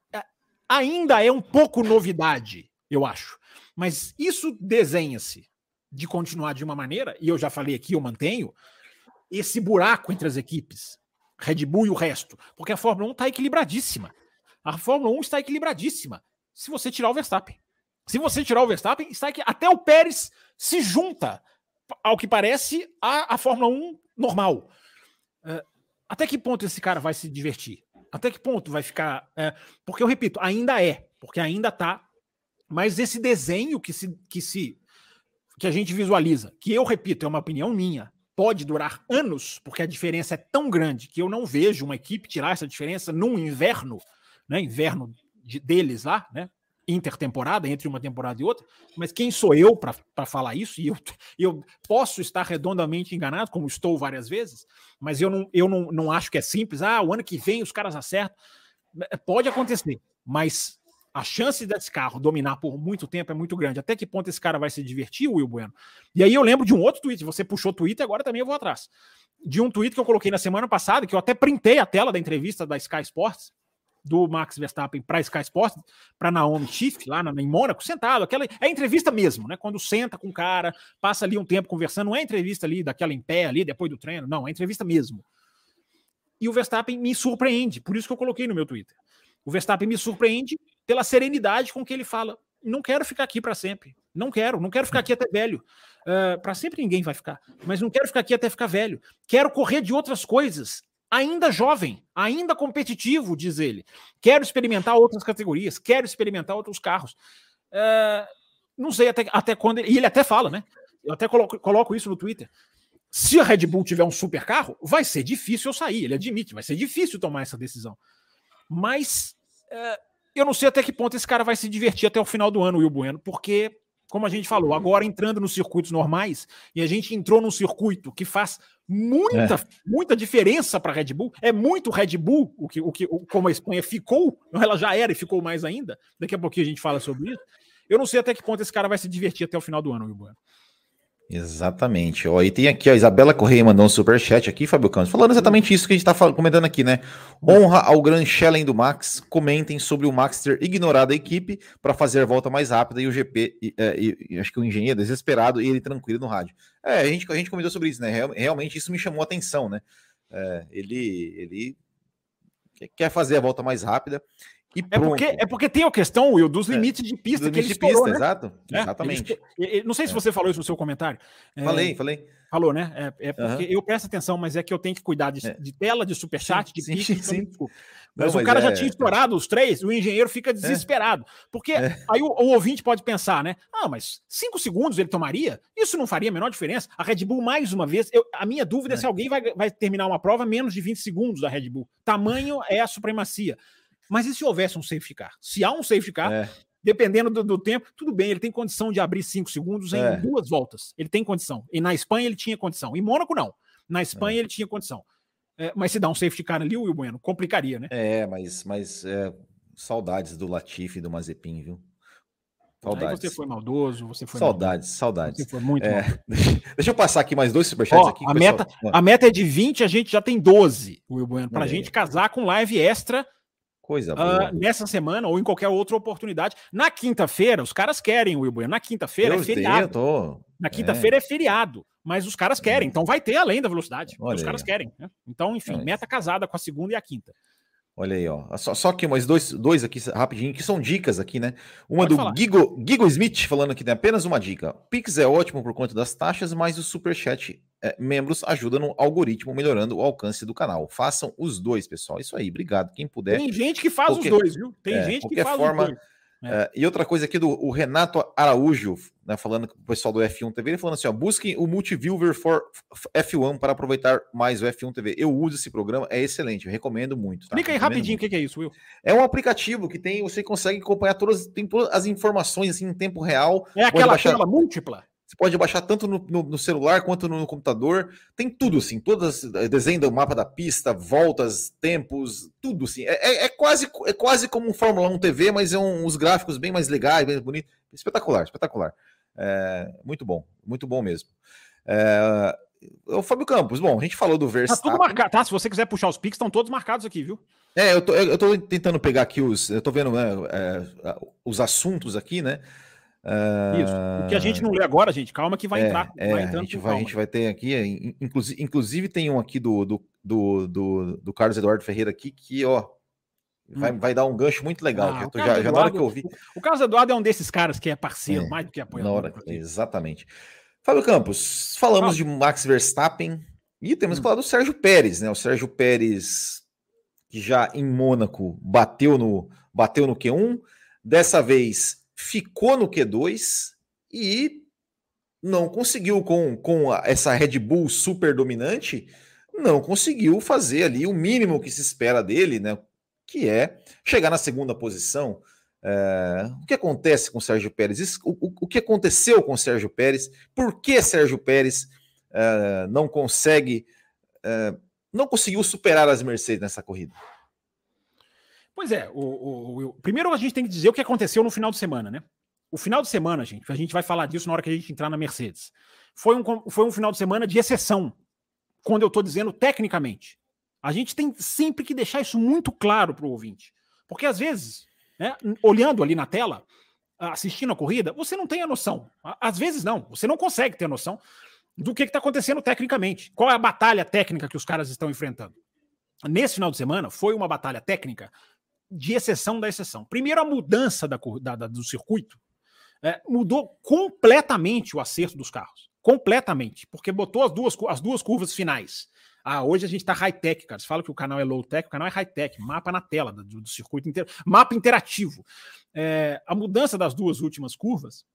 ainda é um pouco novidade, eu acho. Mas isso desenha-se de continuar de uma maneira, e eu já falei aqui, eu mantenho, esse buraco entre as equipes, Red Bull e o resto. Porque a Fórmula um está equilibradíssima. A Fórmula um está equilibradíssima se você tirar o Verstappen. Se você tirar o Verstappen, está aqui. Até o Pérez se junta, ao que parece, à, à Fórmula um normal. Uh, até que ponto esse cara vai se divertir? Até que ponto vai ficar... É, porque eu repito, ainda é, porque ainda tá, mas esse desenho que se, que se que a gente visualiza, que eu repito, é uma opinião minha, pode durar anos, porque a diferença é tão grande que eu não vejo uma equipe tirar essa diferença num inverno, né, inverno de, deles lá, né, intertemporada, entre uma temporada e outra, mas quem sou eu para falar isso? E eu, eu posso estar redondamente enganado, como estou várias vezes, mas eu, não, eu não, não acho que é simples. Ah, o ano que vem os caras acertam. Pode acontecer, mas a chance desse carro dominar por muito tempo é muito grande. Até que ponto esse cara vai se divertir, Will Bueno? E aí eu lembro de um outro tweet, você puxou o Twitter, agora também eu vou atrás. De um tweet que eu coloquei na semana passada, que eu até printei a tela da entrevista da Sky Sports, do Max Verstappen para Sky Sports, para Naomi Schiff, lá na, em Mônaco, sentado. Aquela, é entrevista mesmo, né? Quando senta com o cara, passa ali um tempo conversando, não é entrevista ali, daquela em pé ali, depois do treino, não, é entrevista mesmo. E o Verstappen me surpreende, por isso que eu coloquei no meu Twitter. O Verstappen me surpreende pela serenidade com que ele fala, não quero ficar aqui para sempre, não quero, não quero ficar aqui até velho. Uh, para sempre ninguém vai ficar, mas não quero ficar aqui até ficar velho. Quero correr de outras coisas. Ainda jovem, ainda competitivo, diz ele. Quero experimentar outras categorias, quero experimentar outros carros. Uh, não sei até, até quando... Ele, e ele até fala, né? Eu até coloco, coloco isso no Twitter. Se a Red Bull tiver um super carro, vai ser difícil eu sair. Ele admite, vai ser difícil tomar essa decisão. Mas uh, eu não sei até que ponto esse cara vai se divertir até o final do ano, Will Bueno, porque, como a gente falou, agora entrando nos circuitos normais, e a gente entrou num circuito que faz muita, é. muita diferença para a Red Bull, é muito Red Bull, o que, o que, como a Espanha ficou, ela já era e ficou mais ainda, daqui a pouquinho a gente fala sobre isso, eu não sei até que ponto esse cara vai se divertir até o final do ano, Will Bueno.
Exatamente. Ó, e tem aqui a Isabela Correia mandou um superchat aqui, Fábio Campos, falando exatamente isso que a gente está comentando aqui, né? Honra ao Grand Chelem do Max. Comentem sobre o Max ter ignorado a equipe para fazer a volta mais rápida e o G P, e, e, e, acho que o engenheiro desesperado e ele tranquilo no rádio. É, a gente, a gente comentou sobre isso, né? Real, realmente isso me chamou a atenção, né? É, ele, ele quer fazer a volta mais rápida. E
é, porque, é porque tem a questão, Will, dos limites é, de pista que ele estourou, né?
Exato,
é,
exatamente.
Ele, não sei se você falou isso no seu comentário.
Falei,
é,
falei.
Falou, né? É, é porque uhum. eu presto atenção, mas é que eu tenho que cuidar de, é. de tela, de superchat,
sim,
de
sim,
pista.
Sim,
sim. Mas não, o mas cara é... já tinha estourado os três, o engenheiro fica desesperado. Porque é. aí o, o ouvinte pode pensar, né? Ah, mas cinco segundos ele tomaria? Isso não faria a menor diferença. A Red Bull, mais uma vez, eu, a minha dúvida é, é se alguém vai, vai terminar uma prova menos de vinte segundos da Red Bull. Tamanho é a supremacia. Mas e se houvesse um safety car? Se há um safety car, é. dependendo do, do tempo, tudo bem, ele tem condição de abrir cinco segundos em
É.
duas voltas. Ele tem condição. E na Espanha ele tinha condição. Em Mônaco, não. Na Espanha
É.
ele tinha condição. É, mas se dá um safety car ali, o Will Bueno, complicaria, né?
É, mas, mas é, saudades do Latifi e do Mazepin, viu? Saudades.
Aí você foi maldoso, você foi
Saudades,
maldoso.
saudades.
Você foi muito
É,
maldoso.
deixa eu passar aqui mais dois superchats
Ó,
aqui.
a,
pessoal-
meta, a meta é de vinte, a gente já tem doze, Will Bueno, pra
Olha aí.
gente casar com live extra
Coisa
ah,
boa.
nessa semana ou em qualquer outra oportunidade. Na quinta-feira, os caras querem, Will Bueno. Na quinta-feira é
eu
feriado.
eu tô.
Na quinta-feira é. é feriado, mas os caras querem, então vai ter além da velocidade.
Olha
Os
aí,
caras
ó.
querem. Né? Então, enfim,
Mas-
meta casada com a segunda e a quinta.
Olha aí, ó. Só, só que mais dois, dois aqui rapidinho, que são dicas aqui, né? Uma
Pode
do
falar.
Gigo, Gigo Smith falando que tem apenas uma dica. Pix é ótimo por conta das taxas, mas o Superchat é, membros ajuda no algoritmo, melhorando o alcance do canal. Façam os dois, pessoal. Isso aí, obrigado. Quem puder.
Tem gente que faz
qualquer-
os dois, viu? Tem
é,
gente que
qualquer
faz
forma,
os dois.
É, e outra coisa aqui do o Renato Araújo, né, falando com o pessoal do F um T V, ele falando assim, ó, busquem o Multiviewer for F um para aproveitar mais o F um T V. Eu uso esse programa, é excelente, eu recomendo muito. Tá?
Explica aí
Recomendo
rapidinho o
muito.
que, que é isso, Will.
É um aplicativo que tem, você consegue acompanhar todas, tem todas as informações assim em tempo real.
É
Pode
aquela
baixar-
tela múltipla?
Você pode baixar tanto no, no- no celular quanto no, no computador. Tem tudo, assim, todas, eh, desenho do mapa da pista, voltas, tempos, tudo, assim. É, é- é quase, é quase como um Fórmula um T V, mas é um, uns gráficos bem mais legais, bem bonitos. Espetacular, espetacular. É, muito bom, muito bom mesmo. É, o Fábio Campos, bom, a gente falou do
Tá
Verstappen.
tudo marcado, tá? Se você quiser puxar os pics, estão todos marcados aqui, viu?
É, eu tô, eu tô tentando pegar aqui os. Eu tô vendo, né, é, os assuntos aqui, né?
Isso. O que a gente não lê agora, gente, calma que vai
É,
entrar.
é,
vai
a,
entrando
gente
com
vai, a
calma.
gente vai ter aqui, é, in- inclusive, inclusive tem um aqui do, do, do, do, do Carlos Eduardo Ferreira aqui que, ó, vai,
Hum.
vai dar um gancho muito legal.
Ah,
que eu
o
tô-
Carlos
já, já na hora
Eduardo-
que eu vi.
O Carlos Eduardo é um desses caras que é parceiro,
É,
mais do que
Na
apoiador.
hora,
inclusive.
exatamente. Fábio Campos, falamos de Max Verstappen e temos
Hum.
que falar do Sérgio Pérez, né? O Sérgio Pérez, que já em Mônaco bateu no, bateu no Q um, dessa vez ficou no Q dois e não conseguiu, com, com a- essa Red Bull super dominante, não conseguiu fazer ali o mínimo que se espera dele, né? Que é chegar na segunda posição. É, o que acontece com o Sérgio Pérez? Isso- o, o- o que aconteceu com o Sérgio Pérez? Por que Sérgio Pérez é, não consegue, é, não conseguiu superar as Mercedes nessa corrida?
Pois é, o, o- o- primeiro a gente tem que dizer o que aconteceu no final de semana, né? O final de semana, gente, a gente vai falar disso na hora que a gente entrar na Mercedes. Foi um, com- foi um final de semana de exceção, quando eu estou dizendo tecnicamente. A gente tem sempre que deixar isso muito claro para o ouvinte. Porque às vezes, né, olhando ali na tela, assistindo a corrida, você não tem a noção. Á- Às vezes não, você não consegue ter a noção do que está acontecendo tecnicamente. Qual é a batalha técnica que os caras estão enfrentando. Nesse final de semana, foi uma batalha técnica de exceção da exceção. Primeiro, a mudança da, cor- da- da- do circuito é, mudou completamente o acerto dos carros. Completamente. Porque botou as duas, cu- as duas curvas finais. Ah, hoje a gente tá high-tech, cara. Você fala que o canal é low-tech, o canal é high-tech. Mapa na tela do, do circuito inteiro. Mapa interativo. É, a mudança das duas últimas curvas.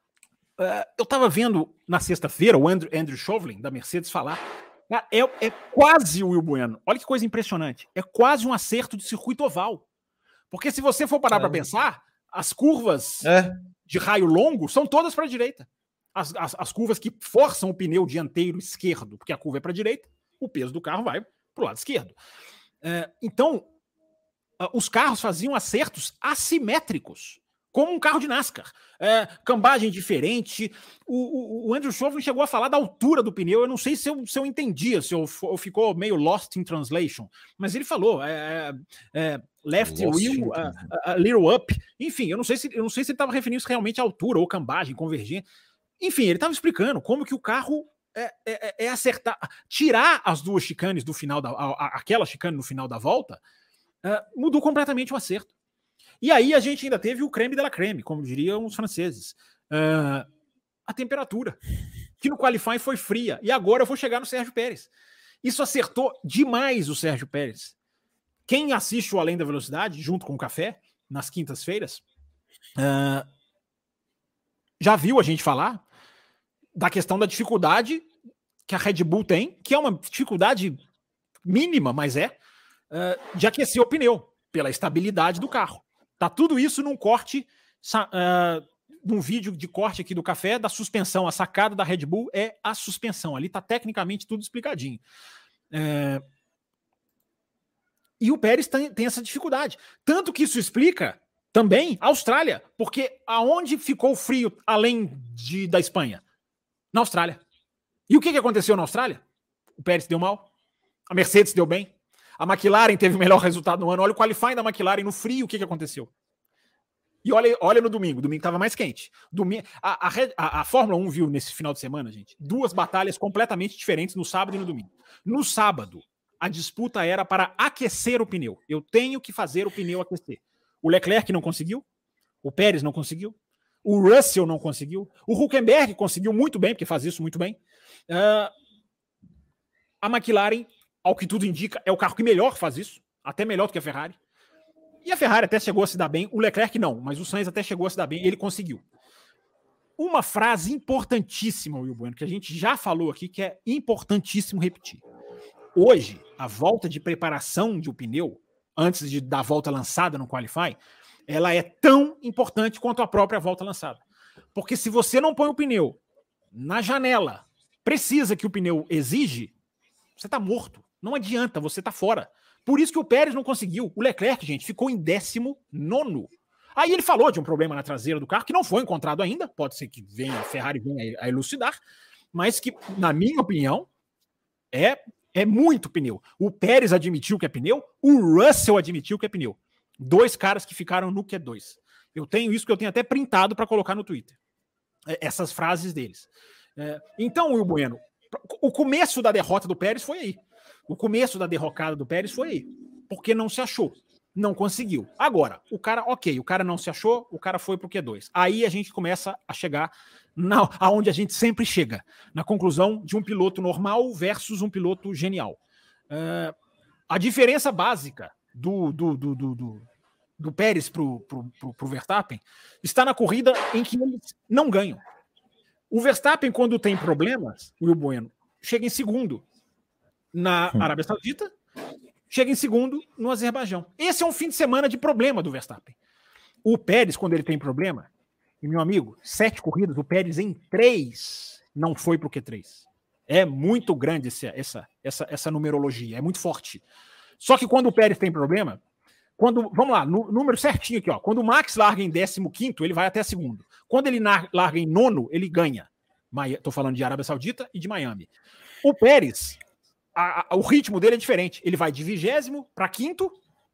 é, eu tava vendo na sexta-feira o Andrew, Andrew Chauvelin, da Mercedes, falar. Cara, é, é quase o Will Bueno. Olha que coisa impressionante. É quase um acerto de circuito oval. Porque se você for parar para
Caramba.
pensar, as curvas
É,
de raio longo são todas para a direita. As, as, as curvas que forçam o pneu dianteiro esquerdo, porque a curva é para a direita, o peso do carro vai para o lado esquerdo. É, então, ah, os carros faziam acertos assimétricos, como um carro de NASCAR. É, cambagem diferente. O, o, o Andrew Chauvelin chegou a falar da altura do pneu. Eu não sei se eu, se eu entendia, se eu, eu ficou meio lost in translation, mas ele falou é, é, left
Lost
wheel,
in
a, a, a little up. Enfim, eu não sei se eu não sei se ele estava referindo realmente à altura ou cambagem, convergência. Enfim, ele estava explicando como que o carro é, é, é acertar, tirar as duas chicanes do final da, a, a, aquela chicane no final da volta, uh, mudou completamente o acerto. E aí a gente ainda teve o creme de la creme, como diriam os franceses. Uh, a temperatura, que no qualifying foi fria. E agora eu vou chegar no Sérgio Pérez. Isso acertou demais o Sérgio Pérez. Quem assiste o Além da Velocidade, junto com o Café, nas quintas-feiras, uh, já viu a gente falar da questão da dificuldade que a Red Bull tem, que é uma dificuldade mínima, mas é, uh, de aquecer o pneu, pela estabilidade do carro. Tá tudo isso num corte uh, num vídeo de corte aqui do café, da suspensão, a sacada da Red Bull é a suspensão. Ali está tecnicamente tudo explicadinho. É... E o Pérez tem, tem essa dificuldade. Tanto que isso explica também a Austrália, porque aonde ficou o frio além de, da Espanha? Na Austrália. E o que, que aconteceu na Austrália? O Pérez deu mal, a Mercedes deu bem, a McLaren teve o melhor resultado no ano. Olha o qualifying da McLaren no frio, o que, que aconteceu? E olha, olha no domingo, domingo estava mais quente. Domingo, a, a, a, a Fórmula um viu nesse final de semana, gente, duas batalhas completamente diferentes no sábado e no domingo. No sábado, a disputa era para aquecer o pneu. Eu tenho que fazer o pneu aquecer. O Leclerc não conseguiu, o Pérez não conseguiu, o Russell não conseguiu, o Hülkenberg conseguiu muito bem, porque faz isso muito bem. Uh, a McLaren, ao que tudo indica, é o carro que melhor faz isso, até melhor do que a Ferrari. E a Ferrari até chegou a se dar bem, o Leclerc não, mas o Sainz até chegou a se dar bem e ele conseguiu. Uma frase importantíssima, Will Bueno, que a gente já falou aqui, que é importantíssimo repetir. Hoje, a volta de preparação de um pneu, antes de, da volta lançada no Qualify, ela é tão importante quanto a própria volta lançada. Porque se você não põe o pneu na janela, precisa que o pneu exige, você está morto. Não adianta, você está fora. Por isso que o Pérez não conseguiu. O Leclerc, gente, ficou em décimo nono. Aí ele falou de um problema na traseira do carro, que não foi encontrado ainda, pode ser que venha, a Ferrari venha a elucidar, mas que, na minha opinião, é, é muito pneu. O Pérez admitiu que é pneu, o Russell admitiu que é pneu. Dois caras que ficaram no Q dois. Eu tenho isso que eu tenho até printado para colocar no Twitter. Essas frases deles. É, então, Will Bueno, o começo da derrota do Pérez foi aí. O começo da derrocada do Pérez foi aí. Porque não se achou. Não conseguiu. Agora, o cara, ok, o cara não se achou, o cara foi pro Q dois. Aí a gente começa a chegar na, aonde a gente sempre chega, na conclusão de um piloto normal versus um piloto genial. Uh, a diferença básica do, do, do, do, do, do Pérez pro, pro, pro, pro Verstappen está na corrida em que eles não ganham. O Verstappen, quando tem problemas, o Will Bueno, chega em segundo na Arábia Saudita, chega em segundo no Azerbaijão. Esse é um fim de semana de problema do Verstappen. O Pérez, quando ele tem problema, e meu amigo, sete corridas, o Pérez em três não foi pro Q três. É muito grande esse, essa, essa, essa numerologia, é muito forte. Só que quando o Pérez tem problema, quando, vamos lá, no, número certinho aqui, ó, quando o Max larga em décimo quinto, ele vai até segundo. Quando ele larga em nono, ele ganha. Estou falando de Arábia Saudita e de Miami. O Pérez, A, a, o ritmo dele é diferente. Ele vai de vigésimo para quinto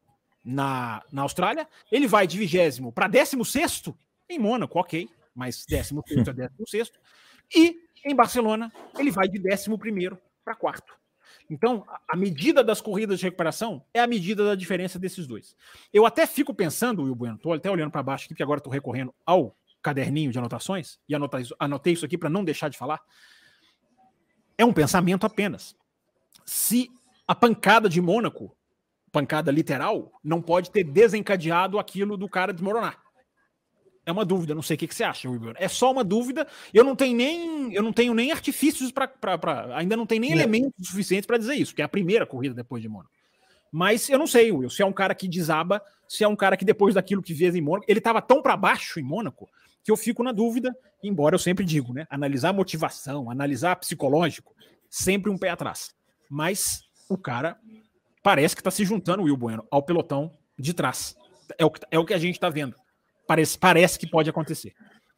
na, na Austrália. Ele vai de vigésimo para décimo sexto em Mônaco, ok. Mas décimo quinto a décimo sexto. E em Barcelona, ele vai de décimo primeiro para quarto. Então, a, a medida das corridas de recuperação é a medida da diferença desses dois. Eu até fico pensando, Will Bueno, estou até olhando para baixo aqui, porque agora estou recorrendo ao caderninho de anotações, e anotei, anotei isso aqui para não deixar de falar. É um pensamento apenas. Se a pancada de Mônaco, pancada literal, não pode ter desencadeado aquilo do cara desmoronar. É uma dúvida, não sei o que, que você acha, Will. É só uma dúvida, eu não tenho nem, eu não tenho nem artifícios para, ainda não tenho nem é. elementos suficientes para dizer isso, que é a primeira corrida depois de Mônaco. Mas eu não sei, Will, se é um cara que desaba, se é um cara que depois daquilo que fez em Mônaco, ele estava tão para baixo em Mônaco, que eu fico na dúvida, embora eu sempre digo, né, analisar motivação, analisar psicológico, sempre um pé atrás. Mas o cara parece que está se juntando, Will Bueno, ao pelotão de trás. É o que, é o que a gente está vendo. Parece, parece que pode acontecer.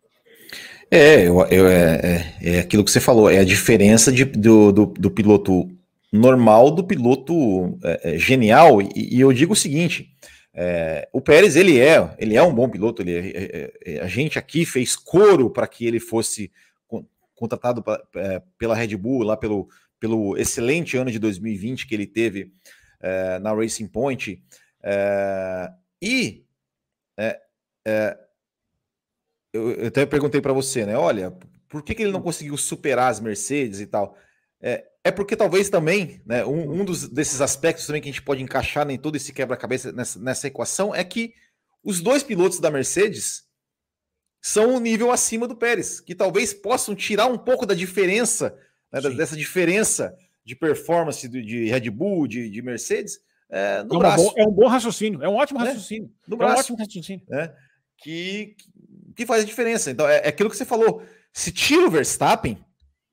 É, eu, eu, é, é aquilo que você falou, é a diferença de, do, do, do piloto normal do piloto é, é, genial. E, e eu digo o seguinte, é, o Pérez, ele é, ele é um bom piloto, ele é, é, a gente aqui fez coro para que ele fosse contratado pra, é, pela Red Bull, lá pelo pelo excelente ano de dois mil e vinte que ele teve é, na Racing Point. É, e é, é, eu, eu até perguntei para você, né? Olha, por que, que ele não conseguiu superar as Mercedes e tal? É, é porque talvez também, né, um, um dos, desses aspectos também que a gente pode encaixar em todo esse quebra-cabeça nessa, nessa equação é que os dois pilotos da Mercedes são um nível acima do Pérez, que talvez possam tirar um pouco da diferença, né, dessa diferença de performance de, de Red Bull, de, de Mercedes, é, no
é,
braço.
Bo- é um bom raciocínio, é um ótimo raciocínio.
É, no
é
braço.
um ótimo raciocínio.
É, que, que faz a diferença. Então, é, é aquilo que você falou. Se tira o Verstappen,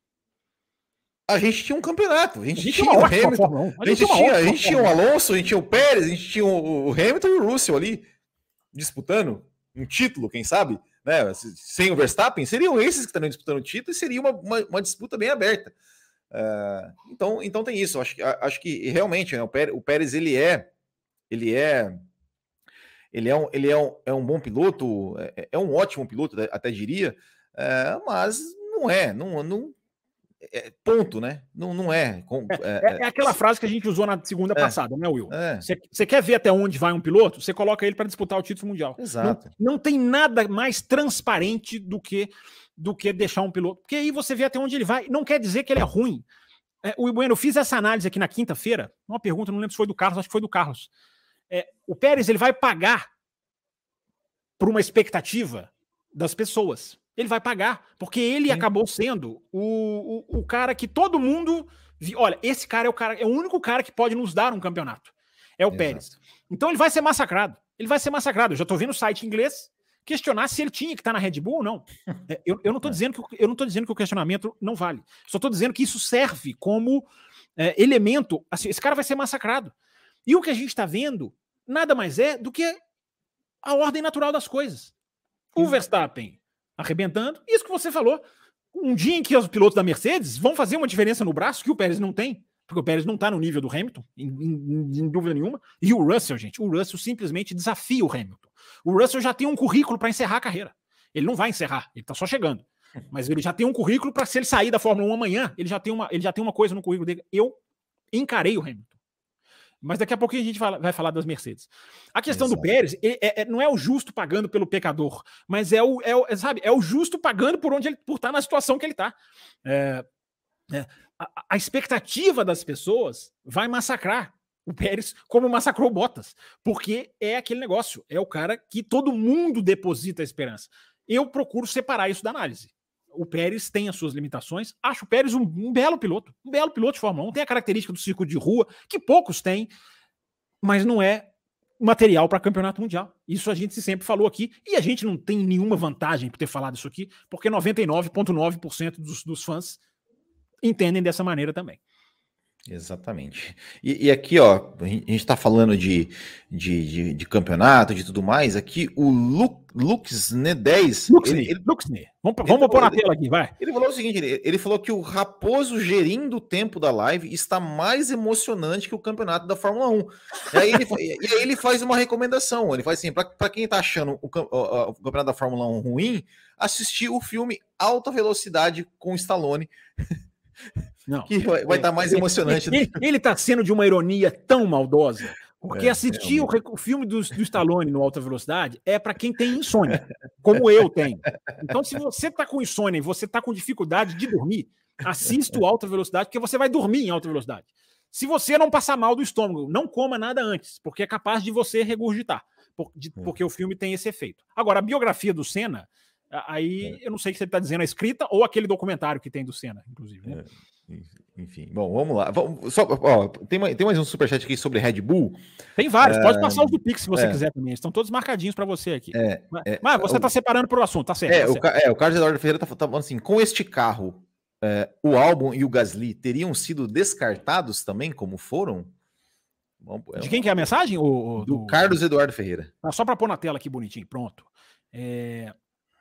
a gente tinha um campeonato. A gente, a gente tinha o Hamilton, a gente, a gente tinha, a gente tinha o Alonso, a gente tinha o Pérez, a gente tinha o Hamilton e o Russell ali disputando um título, quem sabe, né? Sem o Verstappen, seriam esses que estariam disputando o título e seria uma, uma, uma disputa bem aberta. Uh, então, então tem isso. Acho que, acho que realmente, né, o, Pérez, o Pérez ele é, ele é, ele é um, ele é um, é um bom piloto, é, é um ótimo piloto, até diria, uh, mas não é, não, não É, ponto, né? Não, não é.
É, é, é aquela frase que a gente usou na segunda é, passada, né, Will? Você é. quer ver até onde vai um piloto? Você coloca ele para disputar o título mundial.
Exato.
Não, não tem nada mais transparente do que, do que deixar um piloto. Porque aí você vê até onde ele vai. Não quer dizer que ele é ruim. É, o Bueno, eu fiz essa análise aqui na quinta-feira. Uma pergunta, não lembro se foi do Carlos, acho que foi do Carlos. É, o Pérez ele vai pagar por uma expectativa das pessoas. Ele vai pagar, porque ele Sim. acabou sendo o, o, o cara que todo mundo... Vi, olha, esse cara é o cara, é o único cara que pode nos dar um campeonato. É o Exato. Pérez. Então ele vai ser massacrado. Ele vai ser massacrado. Eu já tô vendo o site inglês questionar se ele tinha que estar na Red Bull ou não. Eu, eu, não tô é. dizendo que, eu não tô dizendo que o questionamento não vale. Só tô dizendo que isso serve como é, elemento. Assim, esse cara vai ser massacrado. E o que a gente tá vendo nada mais é do que a ordem natural das coisas. O Verstappen arrebentando, isso que você falou, um dia em que os pilotos da Mercedes vão fazer uma diferença no braço que o Pérez não tem, porque o Pérez não tá no nível do Hamilton, em, em, em dúvida nenhuma, e o Russell, gente, o Russell simplesmente desafia o Hamilton. O Russell já tem um currículo para encerrar a carreira. Ele não vai encerrar, ele tá só chegando, mas ele já tem um currículo para se ele sair da Fórmula um amanhã, ele já tem uma, ele já tem uma coisa no currículo dele. Eu encarei o Hamilton. Mas daqui a pouquinho a gente fala, vai falar das Mercedes. A questão Exato. do Pérez é, é, não é o justo pagando pelo pecador, mas é o, é o, sabe, é o justo pagando por onde ele por estar na situação que ele está. É, é, a, a expectativa das pessoas vai massacrar o Pérez como massacrou o Bottas, porque é aquele negócio, é o cara que todo mundo deposita a esperança. Eu procuro separar isso da análise. O Pérez tem as suas limitações. Acho o Pérez um, um belo piloto. Um belo piloto de Fórmula um. Tem a característica do circuito de rua, que poucos têm, mas não é material para campeonato mundial. Isso a gente sempre falou aqui. E a gente não tem nenhuma vantagem por ter falado isso aqui, porque noventa e nove vírgula nove por cento dos, dos fãs entendem dessa maneira também.
Exatamente. E, e aqui, ó, a gente está falando de, de, de, de campeonato, de tudo mais. Aqui o Lu, Luxne dez.
Luxne, ele, ele, Luxne. Vamos, ele vamos pôr na tela aqui, vai.
Ele falou o seguinte: ele, ele falou que o Raposo gerindo o tempo da live está mais emocionante que o campeonato da Fórmula um. E aí ele, e aí ele faz uma recomendação. Ele faz assim: para quem está achando o, o, o campeonato da Fórmula um ruim, assistir o filme Alta Velocidade com Stallone.
Não,
que vai estar tá mais emocionante.
Ele está sendo de uma ironia tão maldosa, porque é, assistir é, o, o filme do, do Stallone no Alta Velocidade é para quem tem insônia, como eu tenho. Então, se você está com insônia e você está com dificuldade de dormir, assista o Alta Velocidade, porque você vai dormir em alta velocidade. Se você não passar mal do estômago, não coma nada antes, porque é capaz de você regurgitar, porque o filme tem esse efeito. Agora, a biografia do Senna, aí eu não sei se ele está dizendo a escrita ou aquele documentário que tem do Senna, inclusive, né?
É. Enfim, bom, vamos lá. Vamos, só, ó, tem, mais, tem mais um superchat aqui sobre Red Bull.
Tem vários, é, pode passar os do Pix se você é, quiser também. Estão todos marcadinhos para você aqui.
É,
mas,
é,
mas você está separando para o assunto, tá certo.
É,
tá
o,
certo.
é o Carlos Eduardo Ferreira está tá falando assim: com este carro, é, o Albon e o Gasly teriam sido descartados também, como foram? Bom, é
De quem
uma...
que é a mensagem? O,
do, do Carlos Eduardo Ferreira.
Ah, só para pôr na tela aqui bonitinho, pronto. É...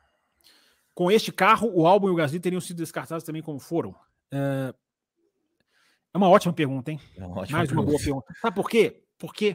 Com este carro, o Albon e o Gasly teriam sido descartados também, como foram? É... É uma ótima pergunta, hein?
É uma ótima
Mais
pergunta.
uma boa pergunta. Sabe por quê? Porque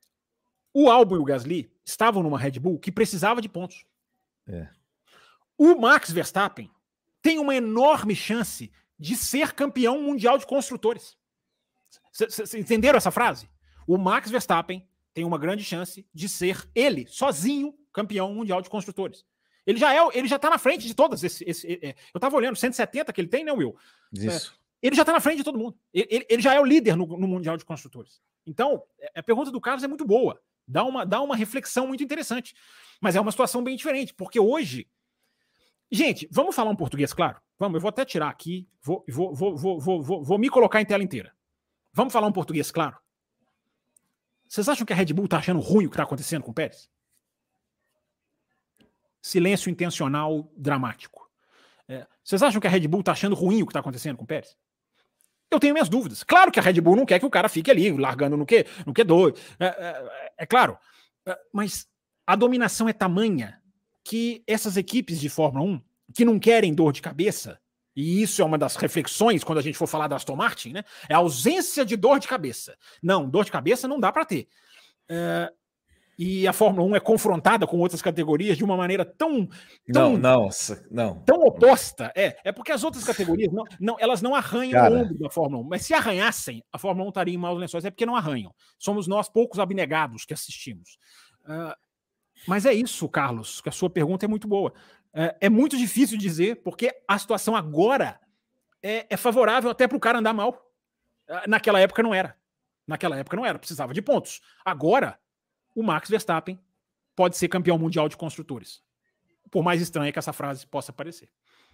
o Albon e o Gasly estavam numa Red Bull que precisava de pontos.
É.
O Max Verstappen tem uma enorme chance de ser campeão mundial de construtores. Vocês entenderam essa frase? O Max Verstappen tem uma grande chance de ser ele, sozinho, campeão mundial de construtores. Ele já é, ele já tá na frente de todas. Esse, esse, é, eu tava olhando, cento e setenta que ele tem, né, Will?
Isso.
É, ele já está na frente de todo mundo. Ele, ele já é o líder no, no Mundial de Construtores. Então, a pergunta do Carlos é muito boa. Dá uma, dá uma reflexão muito interessante. Mas é uma situação bem diferente, porque hoje... Gente, vamos falar um português, claro? Vamos, eu vou até tirar aqui, vou, vou, vou, vou, vou, vou, vou me colocar em tela inteira. Vamos falar um português, claro? Vocês acham que a Red Bull está achando ruim o que está acontecendo com o Pérez? silêncio intencional dramático. É, vocês acham que a Red Bull está achando ruim o que está acontecendo com o Pérez? Eu tenho minhas dúvidas. Claro que a Red Bull não quer que o cara fique ali, largando no Q, no Q dois. É, é, é claro. É, mas a dominação é tamanha que essas equipes de Fórmula um, que não querem dor de cabeça, e isso é uma das reflexões quando a gente for falar da Aston Martin, né? É a ausência de dor de cabeça. Não, dor de cabeça não dá para ter. É, e a Fórmula um é confrontada com outras categorias de uma maneira tão... tão
não, não, não.
Tão oposta. É, é porque as outras categorias, não, não, elas não arranham
Cara.
o ombro da Fórmula um. Mas se arranhassem, a Fórmula um estaria em maus lençóis. É porque não arranham. Somos nós poucos abnegados que assistimos. Uh, mas é isso, Carlos, que a sua pergunta é muito boa. Uh, é muito difícil dizer, porque a situação agora é, é favorável até para o cara andar mal. Uh, naquela época não era. Naquela época não era. Precisava de pontos. Agora, o Max Verstappen pode ser campeão mundial de construtores. Por mais estranha que essa frase possa parecer.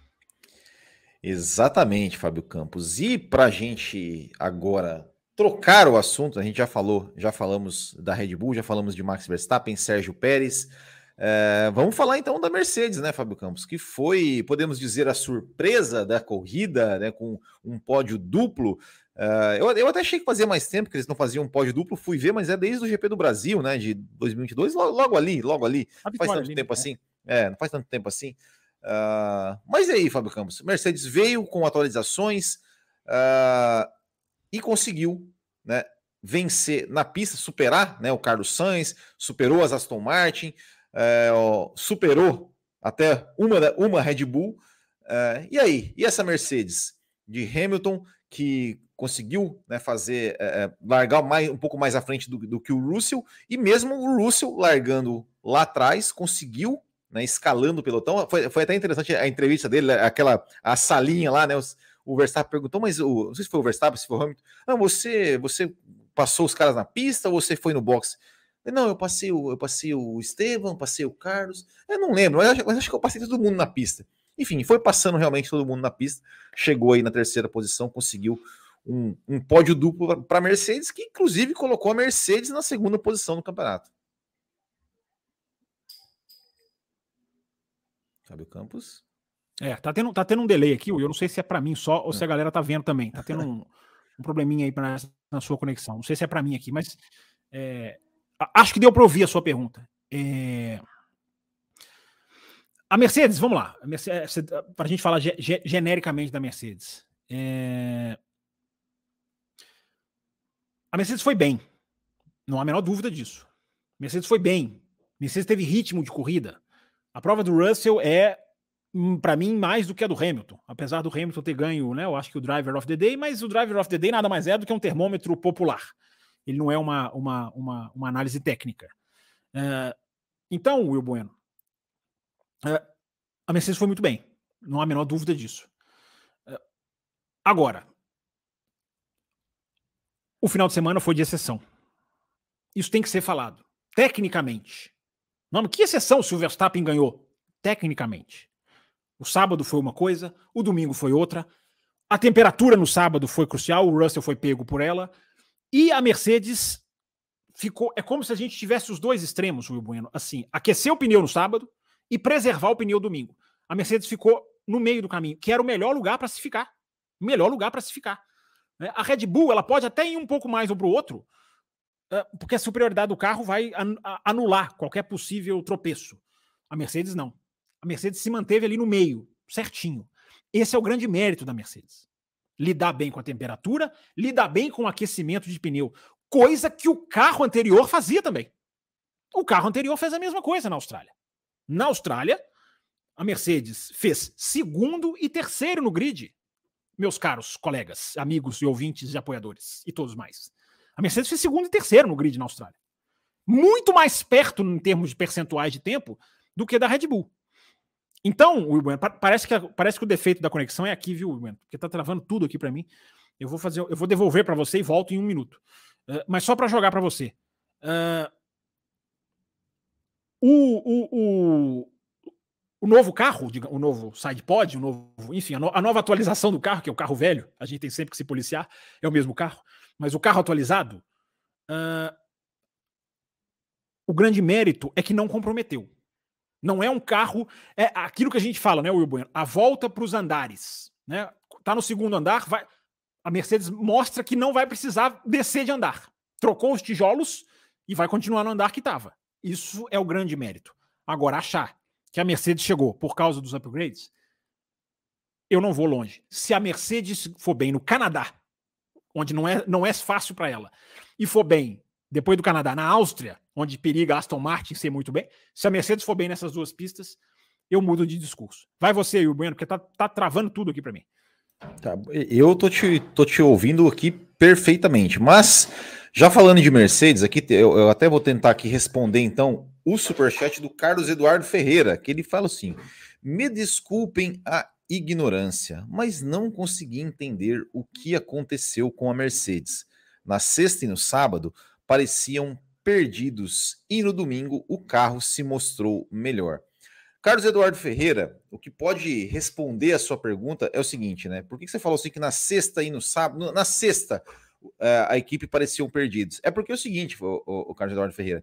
Exatamente, Fábio Campos. E para a gente agora trocar o assunto, a gente já falou, já falamos da Red Bull, já falamos de Max Verstappen, Sérgio Pérez. É, vamos falar então da Mercedes, né, Fábio Campos? Que foi, podemos dizer, a surpresa da corrida, né, com um pódio duplo. Uh, eu, eu até achei que fazia mais tempo que eles não faziam um pódio duplo, fui ver, mas é desde o G P do Brasil, né, de dois mil e vinte e dois, logo, logo ali, logo ali, não faz tanto ali, tempo né? assim, é, não faz tanto tempo assim, uh, mas e aí, Fábio Campos, Mercedes veio com atualizações uh, e conseguiu, né, vencer na pista, superar, né, o Carlos Sainz, superou as Aston Martin, uh, superou até uma, uma Red Bull, uh, e aí, e essa Mercedes de Hamilton, que conseguiu, né, fazer, é, largar mais, um pouco mais à frente do, do que o Russell, e mesmo o Russell largando lá atrás, conseguiu, né, escalando o pelotão. Foi, foi até interessante a entrevista dele, aquela a salinha lá, né, os, o Verstappen perguntou, mas o, não sei se foi o Verstappen, se foi o Hamilton, não, você, você passou os caras na pista ou você foi no boxe? Não, eu passei o, eu passei o Esteban, passei o Carlos, eu não lembro, mas acho, mas acho que eu passei todo mundo na pista. Enfim, foi passando realmente todo mundo na pista, chegou aí na terceira posição, conseguiu um, um pódio duplo para a Mercedes, que inclusive colocou a Mercedes na segunda posição no campeonato. Fábio Campos?
É, tá tendo, tá tendo um delay aqui, eu não sei se é para mim só ou se a galera tá vendo também. Tá tendo um, um probleminha aí pra, na sua conexão. Não sei se é para mim aqui, mas é, acho que deu para ouvir a sua pergunta. É... A Mercedes, vamos lá, para a gente falar ge ge genericamente da Mercedes. É... A Mercedes foi bem, não há a menor dúvida disso. A Mercedes foi bem, a Mercedes teve ritmo de corrida. A prova do Russell é, para mim, mais do que a do Hamilton. Apesar do Hamilton ter ganho, né, eu acho que o Driver of the Day, mas o Driver of the Day nada mais é do que um termômetro popular. Ele não é uma, uma, uma, uma análise técnica. É... Então, Will Bueno, a Mercedes foi muito bem, não há a menor dúvida disso. Agora, o final de semana foi de exceção. Isso tem que ser falado. Tecnicamente. Não, que exceção se o Verstappen ganhou? Tecnicamente. O sábado foi uma coisa, o domingo foi outra. A temperatura no sábado foi crucial, o Russell foi pego por ela. E a Mercedes ficou... É como se a gente tivesse os dois extremos, Will Bueno. Assim, aquecer o pneu no sábado e preservar o pneu domingo. A Mercedes ficou no meio do caminho, que era o melhor lugar para se ficar. O melhor lugar para se ficar. A Red Bull, ela pode até ir um pouco mais ou para o outro, porque a superioridade do carro vai anular qualquer possível tropeço. A Mercedes não. A Mercedes se manteve ali no meio, certinho. Esse é o grande mérito da Mercedes. Lidar bem com a temperatura, lidar bem com o aquecimento de pneu, coisa que o carro anterior fazia também. O carro anterior fez a mesma coisa na Austrália. Na Austrália, a Mercedes fez segundo e terceiro no grid, meus caros colegas, amigos e ouvintes e apoiadores e todos mais. A Mercedes fez segundo e terceiro no grid na Austrália. Muito mais perto em termos de percentuais de tempo do que da Red Bull. Então, Will Bueno, parece que, parece que o defeito da conexão é aqui, viu, Will Bueno? Porque tá travando tudo aqui para mim. Eu vou fazer, eu vou devolver para você e volto em um minuto. Uh, mas só para jogar para você. Uh, o, o, o, o novo carro, o novo sidepod, o novo, enfim, a, no, a nova atualização do carro, que é o carro velho, a gente tem sempre que se policiar, é o mesmo carro, mas o carro atualizado, uh, o grande mérito é que não comprometeu. Não é um carro, é aquilo que a gente fala, né, Will Bueno? A volta para os andares, né? Tá no segundo andar, vai, a Mercedes mostra que não vai precisar descer de andar. Trocou os tijolos e vai continuar no andar que estava. Isso é o grande mérito. Agora, achar que a Mercedes chegou por causa dos upgrades, eu não vou longe. Se a Mercedes for bem no Canadá, onde não é, não é fácil para ela, e for bem depois do Canadá, na Áustria, onde periga a Aston Martin ser muito bem, se a Mercedes for bem nessas duas pistas, eu mudo de discurso. Vai você, Will Bueno, porque tá, tá travando tudo aqui para mim.
Tá, eu tô te, tô te ouvindo aqui perfeitamente, mas já falando de Mercedes aqui, eu, eu até vou tentar aqui responder então o superchat do Carlos Eduardo Ferreira, que ele fala assim: me desculpem a ignorância, mas não consegui entender o que aconteceu com a Mercedes. Na sexta e no sábado pareciam perdidos e no domingo o carro se mostrou melhor. Carlos Eduardo Ferreira, o que pode responder a sua pergunta é o seguinte, né? Por que você falou assim que na sexta e no sábado, na sexta a equipe pareciam perdidos? É porque é o seguinte, o, o, o Carlos Eduardo Ferreira,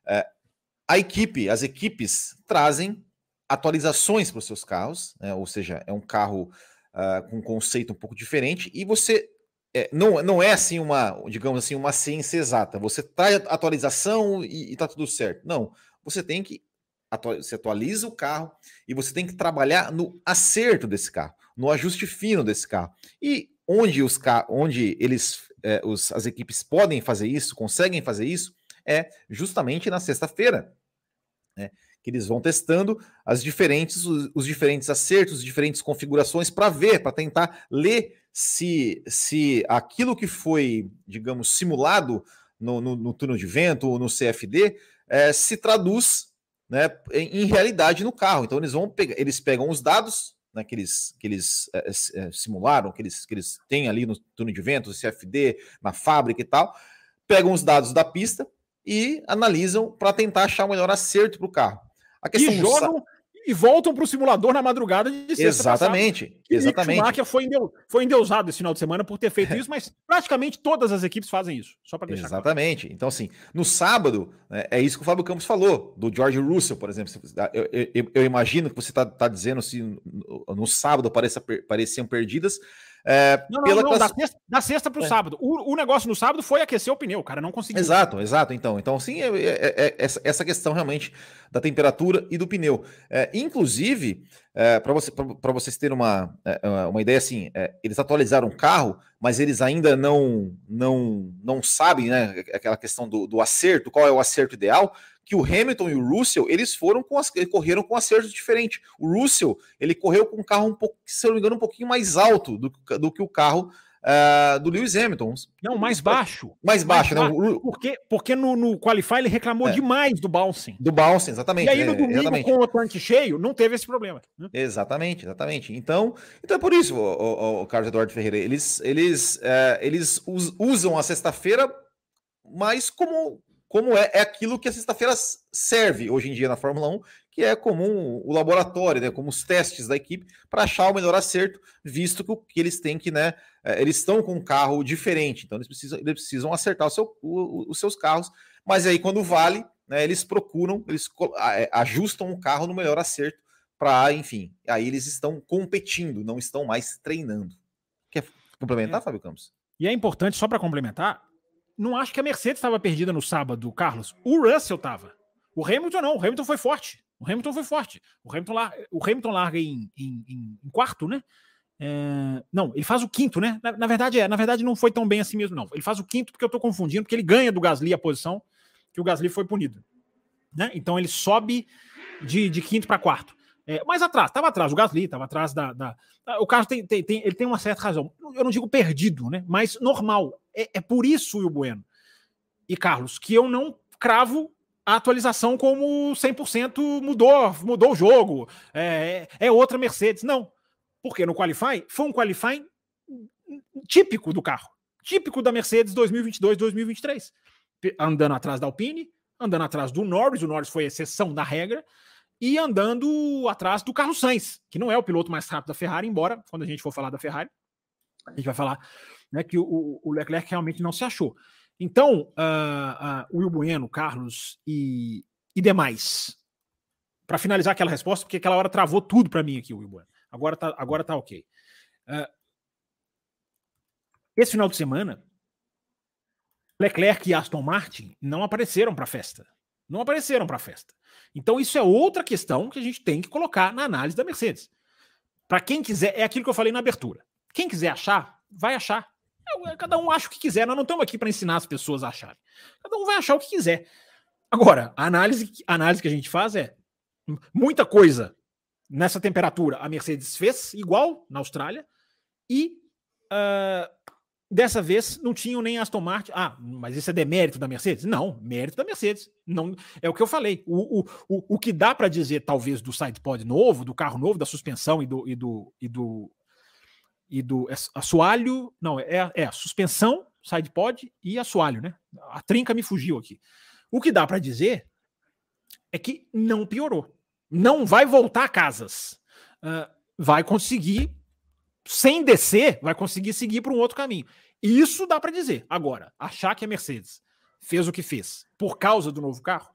a equipe, as equipes trazem atualizações para os seus carros, né? Ou seja, é um carro uh, com um conceito um pouco diferente e você É, não, não é assim uma, digamos assim, uma ciência exata. Você traz atualização e está tudo certo. Não, você tem que atualiza, você atualiza o carro e você tem que trabalhar no acerto desse carro, no ajuste fino desse carro. E onde os onde eles, é, os, as equipes podem fazer isso, conseguem fazer isso, é justamente na sexta-feira, né? Que eles vão testando as diferentes, os, os diferentes acertos, as diferentes configurações para ver, para tentar ler se, se aquilo que foi, digamos, simulado no, no, no túnel de vento ou no C F D é, se traduz, né, em, em realidade no carro. Então eles vão pegar, eles pegam os dados, né, que eles, que eles é, é, simularam, que eles, que eles têm ali no túnel de vento, no C F D, na fábrica e tal, pegam os dados da pista e analisam para tentar achar o melhor acerto para o carro. A questão
e jogam e voltam para o simulador na madrugada de sexta.
Exatamente,
passada.
exatamente.
O Schumacher foi, endeu, foi endeusado esse final de semana por ter feito isso, mas praticamente todas as equipes fazem isso, só para deixar
Exatamente. Claro. Então, assim, no sábado, é, é isso que o Fábio Campos falou, do George Russell, por exemplo. Eu, eu, eu imagino que você está tá dizendo se no, no sábado pareça, pareciam perdidas. É,
não, não,
pela
não,
class...
da sexta, da sexta para o é. sábado. O, o negócio no sábado foi aquecer o pneu, o cara não conseguiu.
Exato, exato. Então, então sim, é, é, é essa, essa questão realmente da temperatura e do pneu. É, inclusive, é, para você, vocês terem uma, uma ideia, assim, é, eles atualizaram o carro, mas eles ainda não, não, não sabem, né, aquela questão do, do acerto, qual é o acerto ideal, que o Hamilton e o Russell, eles foram com as, correram com acertos diferentes. O Russell, ele correu com um carro um pouco, se eu não me engano, um pouquinho mais alto do, do que o carro uh, do Lewis Hamilton.
Não, mais baixo.
Mais baixo,
mais
né?
Baixo. Porque, porque no, no Qualify ele reclamou é. demais do bouncing.
Do bouncing, exatamente.
E aí no
é,
domingo,
exatamente.
com o tanque cheio, não teve esse problema. Né?
Exatamente, exatamente. Então, então é por isso, o, o, o Carlos Eduardo Ferreira, eles, eles, é, eles usam a sexta-feira, mas como... como é, é aquilo que a sexta-feira serve hoje em dia na Fórmula um, que é comum o laboratório, né, como os testes da equipe, para achar o melhor acerto, visto que, que eles têm que, né, eles estão com um carro diferente, então eles precisam, eles precisam acertar o seu, o, os seus carros, mas aí quando vale, né, eles procuram, eles ajustam o carro no melhor acerto, para, enfim, aí eles estão competindo, não estão mais treinando. Quer complementar, é. Fábio Campos?
E é importante, só para complementar, não acho que a Mercedes estava perdida no sábado, Carlos. O Russell estava. O Hamilton não. O Hamilton foi forte. O Hamilton foi forte. O Hamilton, lar... o Hamilton larga em, em, em quarto, né? É... Não, ele faz o quinto, né? Na, na verdade, é. Na verdade, não foi tão bem assim mesmo, não. Ele faz o quinto porque eu estou confundindo, porque ele ganha do Gasly a posição que o Gasly foi punido. Né? Então ele sobe de, de quinto para quarto. É, mais atrás, estava atrás, o Gasly estava atrás da, da... O Carlos tem, tem, tem, ele tem uma certa razão. Eu não digo perdido, né? Mas normal. É, é por isso, Will Bueno e Carlos, que eu não cravo a atualização como cem por cento mudou, mudou o jogo, é, é outra Mercedes. Não, porque no Qualify foi um Qualify típico do carro, típico da Mercedes dois mil e vinte e dois, dois mil e vinte e três. Andando atrás da Alpine, andando atrás do Norris, o Norris foi exceção da regra, e andando atrás do Carlos Sainz, que não é o piloto mais rápido da Ferrari, embora, quando a gente for falar da Ferrari, a gente vai falar, né, que o, o Leclerc realmente não se achou. Então, uh, uh, o Will Bueno, Carlos e, e demais, para finalizar aquela resposta, porque aquela hora travou tudo para mim aqui, Will Bueno. Agora tá, agora tá ok. Uh, esse final de semana, Leclerc e Aston Martin não apareceram para a festa. Não apareceram para a festa. Então isso é outra questão que a gente tem que colocar na análise da Mercedes. Para quem quiser, é aquilo que eu falei na abertura. Quem quiser achar, vai achar. Cada um acha o que quiser. Nós não estamos aqui para ensinar as pessoas a acharem. Cada um vai achar o que quiser. Agora, a análise, a análise que a gente faz é muita coisa nessa temperatura a Mercedes fez, igual na Austrália, e uh, dessa vez não tinham nem Aston Martin. Ah, mas isso é demérito da Mercedes? Não, mérito da Mercedes. Não, é o que eu falei. O, o, o, o que dá para dizer, talvez, do sidepod novo, do carro novo, da suspensão e do, e do, e do, e do assoalho. Não, é, é a suspensão, sidepod e assoalho, né? A trinca me fugiu aqui. O que dá para dizer é que não piorou. Não vai voltar a casas. Uh, vai conseguir, sem descer, vai conseguir seguir para um outro caminho. Isso dá para dizer. Agora, achar que a Mercedes fez o que fez por causa do novo carro,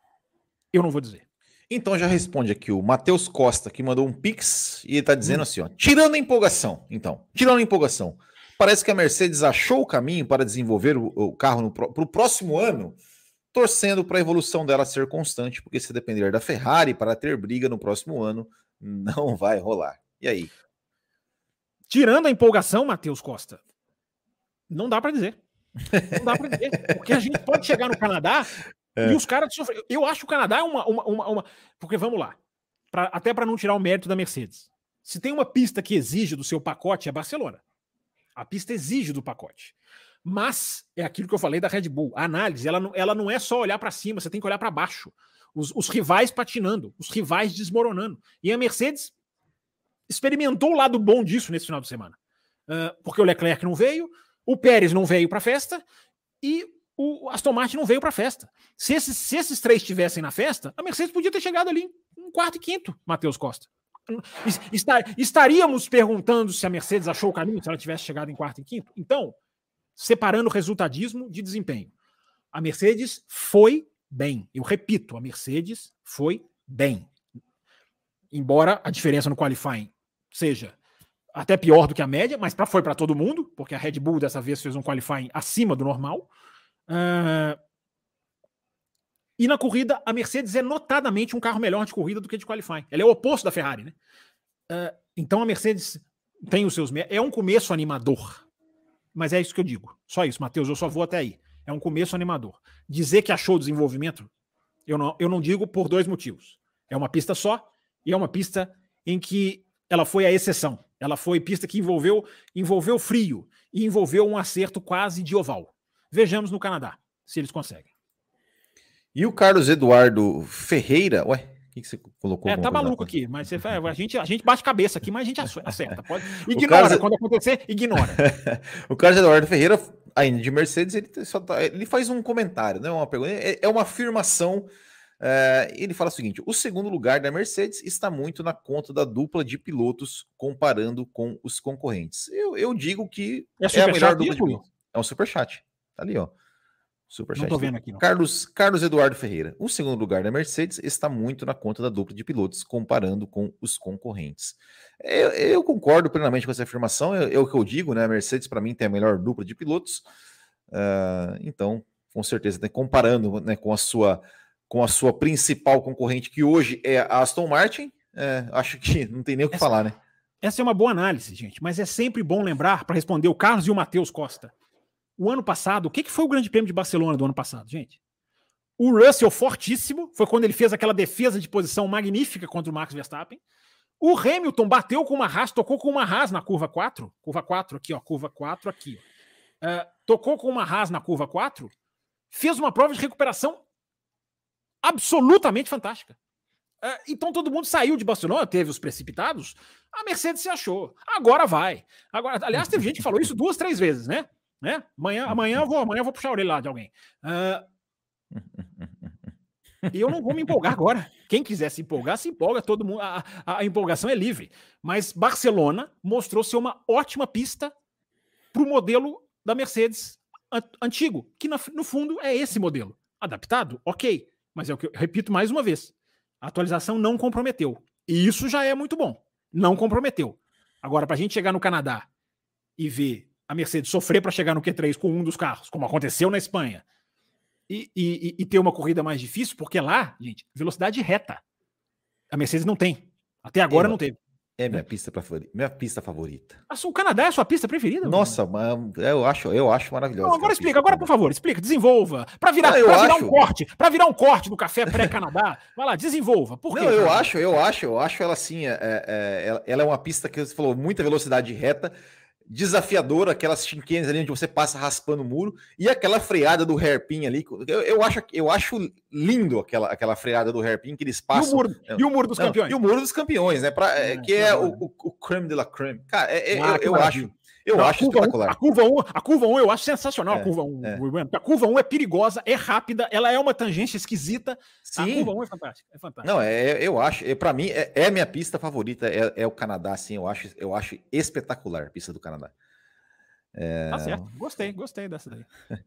eu não vou dizer.
Então já responde aqui o Matheus Costa, que mandou um pix e está dizendo hum. assim, ó, tirando a empolgação, então, tirando a empolgação, parece que a Mercedes achou o caminho para desenvolver o, o carro para o próximo ano, torcendo para a evolução dela ser constante, porque se depender da Ferrari para ter briga no próximo ano, não vai rolar. E aí?
Tirando a empolgação, Matheus Costa, não dá para dizer. Não dá para dizer. Porque a gente pode chegar no Canadá é. e os caras sofrem. Eu acho que o Canadá é uma... uma, uma, uma... Porque vamos lá, pra, até para não tirar o mérito da Mercedes. Se tem uma pista que exige do seu pacote, é Barcelona. A pista exige do pacote. Mas é aquilo que eu falei da Red Bull. A análise, ela não, ela não é só olhar para cima, você tem que olhar para baixo. Os, os rivais patinando, os rivais desmoronando. E a Mercedes experimentou o lado bom disso nesse final de semana. Uh, porque o Leclerc não veio, o Pérez não veio para a festa e o Aston Martin não veio para a festa. Se esses, se esses três estivessem na festa, a Mercedes podia ter chegado ali em quarto e quinto, Matheus Costa. Estar, estaríamos perguntando se a Mercedes achou o caminho se ela tivesse chegado em quarto e quinto? Então, separando resultadismo de desempenho. A Mercedes foi bem. Eu repito, a Mercedes foi bem. Embora a diferença no qualifying seja até pior do que a média, mas pra, foi para todo mundo, porque a Red Bull dessa vez fez um qualifying acima do normal. Uh, e na corrida, a Mercedes é notadamente um carro melhor de corrida do que de qualifying. Ela é o oposto da Ferrari, né? Uh, então a Mercedes tem os seus... É um começo animador. Mas é isso que eu digo. Só isso, Matheus, eu só vou até aí. É um começo animador. Dizer que achou desenvolvimento, eu não, eu não digo por dois motivos. É uma pista só e é uma pista em que ela foi a exceção. Ela foi pista que envolveu, envolveu frio e envolveu um acerto quase de oval. Vejamos no Canadá, se eles conseguem.
E o Carlos Eduardo Ferreira... Ué? O que, que você colocou?
É, tá maluco aqui, mas você, a, gente, a gente bate cabeça aqui, mas a gente acerta. Pode. Ignora, Carlos... quando acontecer, ignora.
O Carlos Eduardo Ferreira, ainda de Mercedes, ele, só tá, ele faz um comentário, não é uma pergunta, é, é uma afirmação. É, ele fala o seguinte: o segundo lugar da Mercedes está muito na conta da dupla de pilotos comparando com os concorrentes. Eu, eu digo que
é,
é a melhor dupla de pilotos. É um superchat. Tá ali, ó. Superchat.
Não tô vendo aqui, não.
Carlos, Carlos Eduardo Ferreira. O segundo lugar da Mercedes está muito na conta da dupla de pilotos, comparando com os concorrentes. Eu, eu concordo plenamente com essa afirmação. É, é o que eu digo, né? A Mercedes, para mim, tem a melhor dupla de pilotos. Uh, então, com certeza, né, comparando, né, com, a sua, com a sua principal concorrente, que hoje é a Aston Martin, é, acho que não tem nem o que
essa,
falar, né?
Essa é uma boa análise, gente. Mas é sempre bom lembrar, para responder o Carlos e o Matheus Costa. O ano passado, o que, que foi o Grande Prêmio de Barcelona do ano passado, gente? O Russell fortíssimo, foi quando ele fez aquela defesa de posição magnífica contra o Max Verstappen. O Hamilton bateu com uma Haas, tocou com uma Haas na curva quatro, curva quatro aqui, ó, curva quatro aqui. Ó. Uh, tocou com uma Haas na curva quatro, fez uma prova de recuperação absolutamente fantástica. Uh, então todo mundo saiu de Barcelona, teve os precipitados, a Mercedes se achou. Agora vai. Agora, aliás, teve gente que falou isso duas, três vezes, né? Né? Amanhã, amanhã, eu vou, amanhã eu vou puxar a orelha lá de alguém. Uh, e eu não vou me empolgar agora. Quem quiser se empolgar, se empolga. Todo mundo, a, a, a empolgação é livre. Mas Barcelona mostrou ser uma ótima pista para o modelo da Mercedes antigo, que no, no fundo é esse modelo. Adaptado? Ok. Mas é o que eu repito mais uma vez. A atualização não comprometeu. E isso já é muito bom. Não comprometeu. Agora, para a gente chegar no Canadá e ver a Mercedes sofrer para chegar no Q três com um dos carros, como aconteceu na Espanha, e, e, e ter uma corrida mais difícil, porque lá, gente, velocidade reta. A Mercedes não tem. Até agora
é,
não teve.
É minha pista favorita. Minha pista favorita.
O Canadá é a sua pista preferida?
Nossa, mano? Eu acho, eu acho maravilhosa.
Não, agora explica, agora por favor, explica, desenvolva. Para virar,
não,
pra virar
acho...
um corte, para virar um corte do café pré-Canadá, vai lá, desenvolva. Por quê?
Não, eu acho, eu acho, eu acho ela assim, é, é, ela, ela é uma pista que você falou, muita velocidade reta, desafiadora, aquelas chinquenes ali onde você passa raspando o muro, e aquela freada do hairpin ali, eu, eu, acho, eu acho lindo aquela, aquela freada do hairpin que eles passam.
E o muro, e o muro dos
não,
campeões?
E o muro dos campeões, né? Pra, é, que é o, o, o creme de la creme. Cara, é, é, ah, eu, eu acho... Eu não, acho
a
espetacular.
Um, a curva um, a curva um eu acho sensacional.
É,
a curva um,
é.
A curva um é perigosa, é rápida, ela é uma tangência esquisita.
Sim.
A curva um é fantástica. É fantástica.
Não, é, eu acho, é, para mim, é, é a minha pista favorita, é, é o Canadá, assim, eu acho, eu acho espetacular a pista do Canadá.
É... Tá certo, gostei, gostei dessa daí.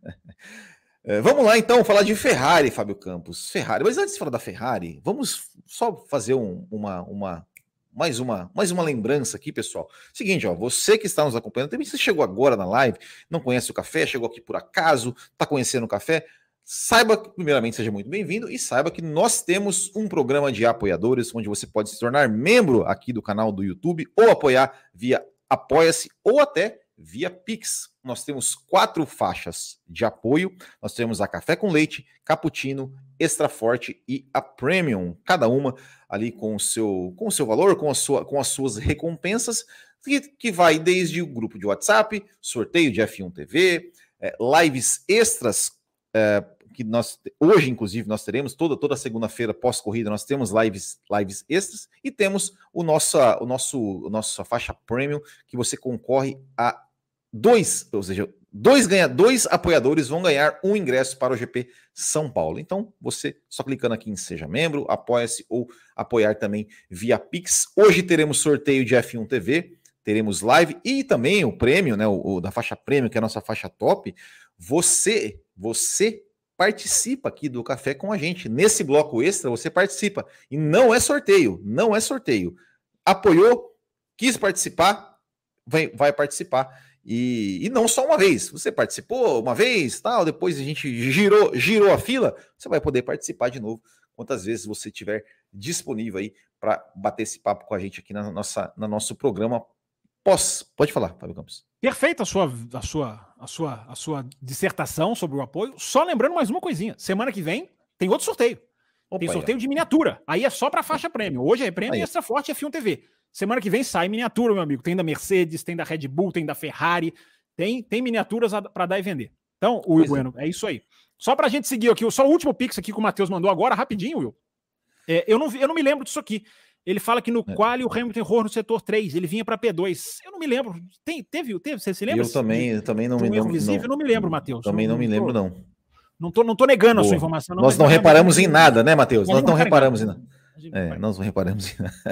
é, vamos lá, então, falar de Ferrari, Fábio Campos. Ferrari, mas antes de falar da Ferrari, vamos só fazer um, uma... uma Mais uma, mais uma lembrança aqui, pessoal. Seguinte, ó, você que está nos acompanhando, também você chegou agora na live, não conhece o café, chegou aqui por acaso, está conhecendo o café, saiba que, primeiramente, seja muito bem-vindo e saiba que nós temos um programa de apoiadores, onde você pode se tornar membro aqui do canal do YouTube ou apoiar via Apoia-se ou até via Pix. Nós temos quatro faixas de apoio, nós temos a Café com Leite, Cappuccino, Extra Forte e a Premium, cada uma ali com o seu, com o seu valor, com, a sua, com as suas recompensas, que, que vai desde o grupo de WhatsApp, sorteio de F um T V, é, lives extras, é, que nós, hoje inclusive nós teremos, toda, toda segunda-feira pós-corrida nós temos lives, lives extras, e temos o nosso, o nosso, o nossa faixa Premium, que você concorre a dois, ou seja, dois, ganha, dois apoiadores vão ganhar um ingresso para o G P São Paulo. Então, você só clicando aqui em Seja Membro, apoia-se ou apoiar também via Pix. Hoje teremos sorteio de F um T V, teremos live e também o prêmio, né, o, o da faixa Prêmio, que é a nossa faixa top. Você, você participa aqui do Café com a gente. Nesse bloco extra, você participa. E não é sorteio, não é sorteio. Apoiou, quis participar, vai, vai participar. E, e não só uma vez, você participou uma vez, tal, depois a gente girou, girou a fila, você vai poder participar de novo, quantas vezes você tiver disponível aí para bater esse papo com a gente aqui na nossa, no nosso programa pós. Pode falar, Fábio Campos.
Perfeita a sua, a, sua, a, sua, a sua dissertação sobre o apoio, só lembrando mais uma coisinha, semana que vem tem outro sorteio, Opa, tem sorteio aí, de miniatura, aí é só para faixa prêmio, hoje é prêmio e Extra Forte F um T V. Semana que vem sai miniatura, meu amigo. Tem da Mercedes, tem da Red Bull, tem da Ferrari. Tem, tem miniaturas para dar e vender. Então, o Will Bueno, é. é isso aí. Só para a gente seguir aqui, só o último pix aqui que o Matheus mandou agora, rapidinho, Will. É, eu, não, eu não me lembro disso aqui. Ele fala que no é. qual o Hamilton errou no setor três, ele vinha para P dois. Eu não me lembro. Tem, teve, teve? Você se lembra?
Eu também, eu também não me lembro.
Visível? Eu não me lembro, Matheus.
Também não, não me lembro, tô, não.
Não tô, não tô negando Boa. a sua informação. Não,
Nós não reparamos em nada, né, Matheus? Nós não reparamos em nada.
É,
nós não reparamos em nada.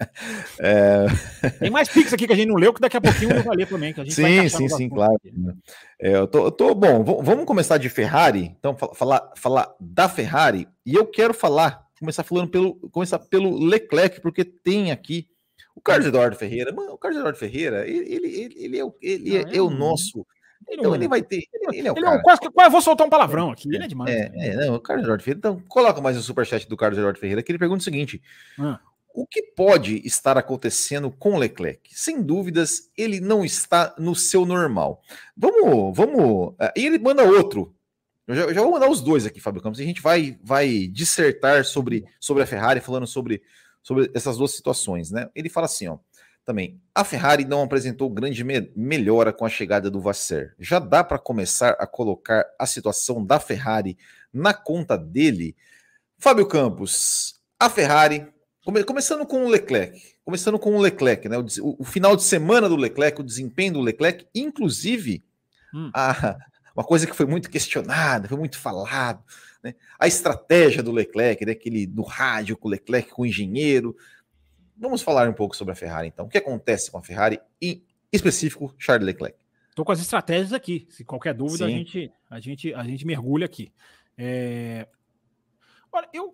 É...
Tem mais pix aqui que a gente não leu, que daqui a pouquinho eu vou ler também. Que a gente
sim,
vai
sim, sim, claro. É, eu, tô, eu tô, bom, vamos começar de Ferrari. Então, falar, falar da Ferrari. E eu quero falar, começar falando pelo, começar pelo Leclerc, porque tem aqui o Carlos Eduardo Ferreira. Mano, o Carlos Eduardo Ferreira, ele, ele, ele, ele, é, o, ele é, é o nosso. Então ele vai ter. Ele, ele é o
ele
cara.
É, quase, quase vou soltar um palavrão aqui. Ele é demais.
É, é não, o Carlos Eduardo Ferreira. Então, coloca mais o superchat do Carlos Eduardo Ferreira, que ele pergunta o seguinte: ah. o que pode estar acontecendo com o Leclerc? Sem dúvidas, ele não está no seu normal. Vamos, vamos. E ele manda outro. Eu já, eu já vou mandar os dois aqui, Fábio Campos. E a gente vai, vai dissertar sobre, sobre a Ferrari, falando sobre, sobre essas duas situações, né? Ele fala assim, ó. Também, a Ferrari não apresentou grande me- melhora com a chegada do Vasseur. Já dá para começar a colocar a situação da Ferrari na conta dele? Fábio Campos, a Ferrari, come- começando com o Leclerc, começando com o Leclerc, né? O, o, o final de semana do Leclerc, o desempenho do Leclerc, inclusive, hum. a, uma coisa que foi muito questionada, foi muito falado, né? A estratégia do Leclerc, né? Aquele do rádio com o Leclerc, com o engenheiro. Vamos falar um pouco sobre a Ferrari, então. O que acontece com a Ferrari, em específico, Charles Leclerc?
Estou com as estratégias aqui. Se qualquer dúvida, a gente, a, gente, a gente mergulha aqui. É... Olha, eu,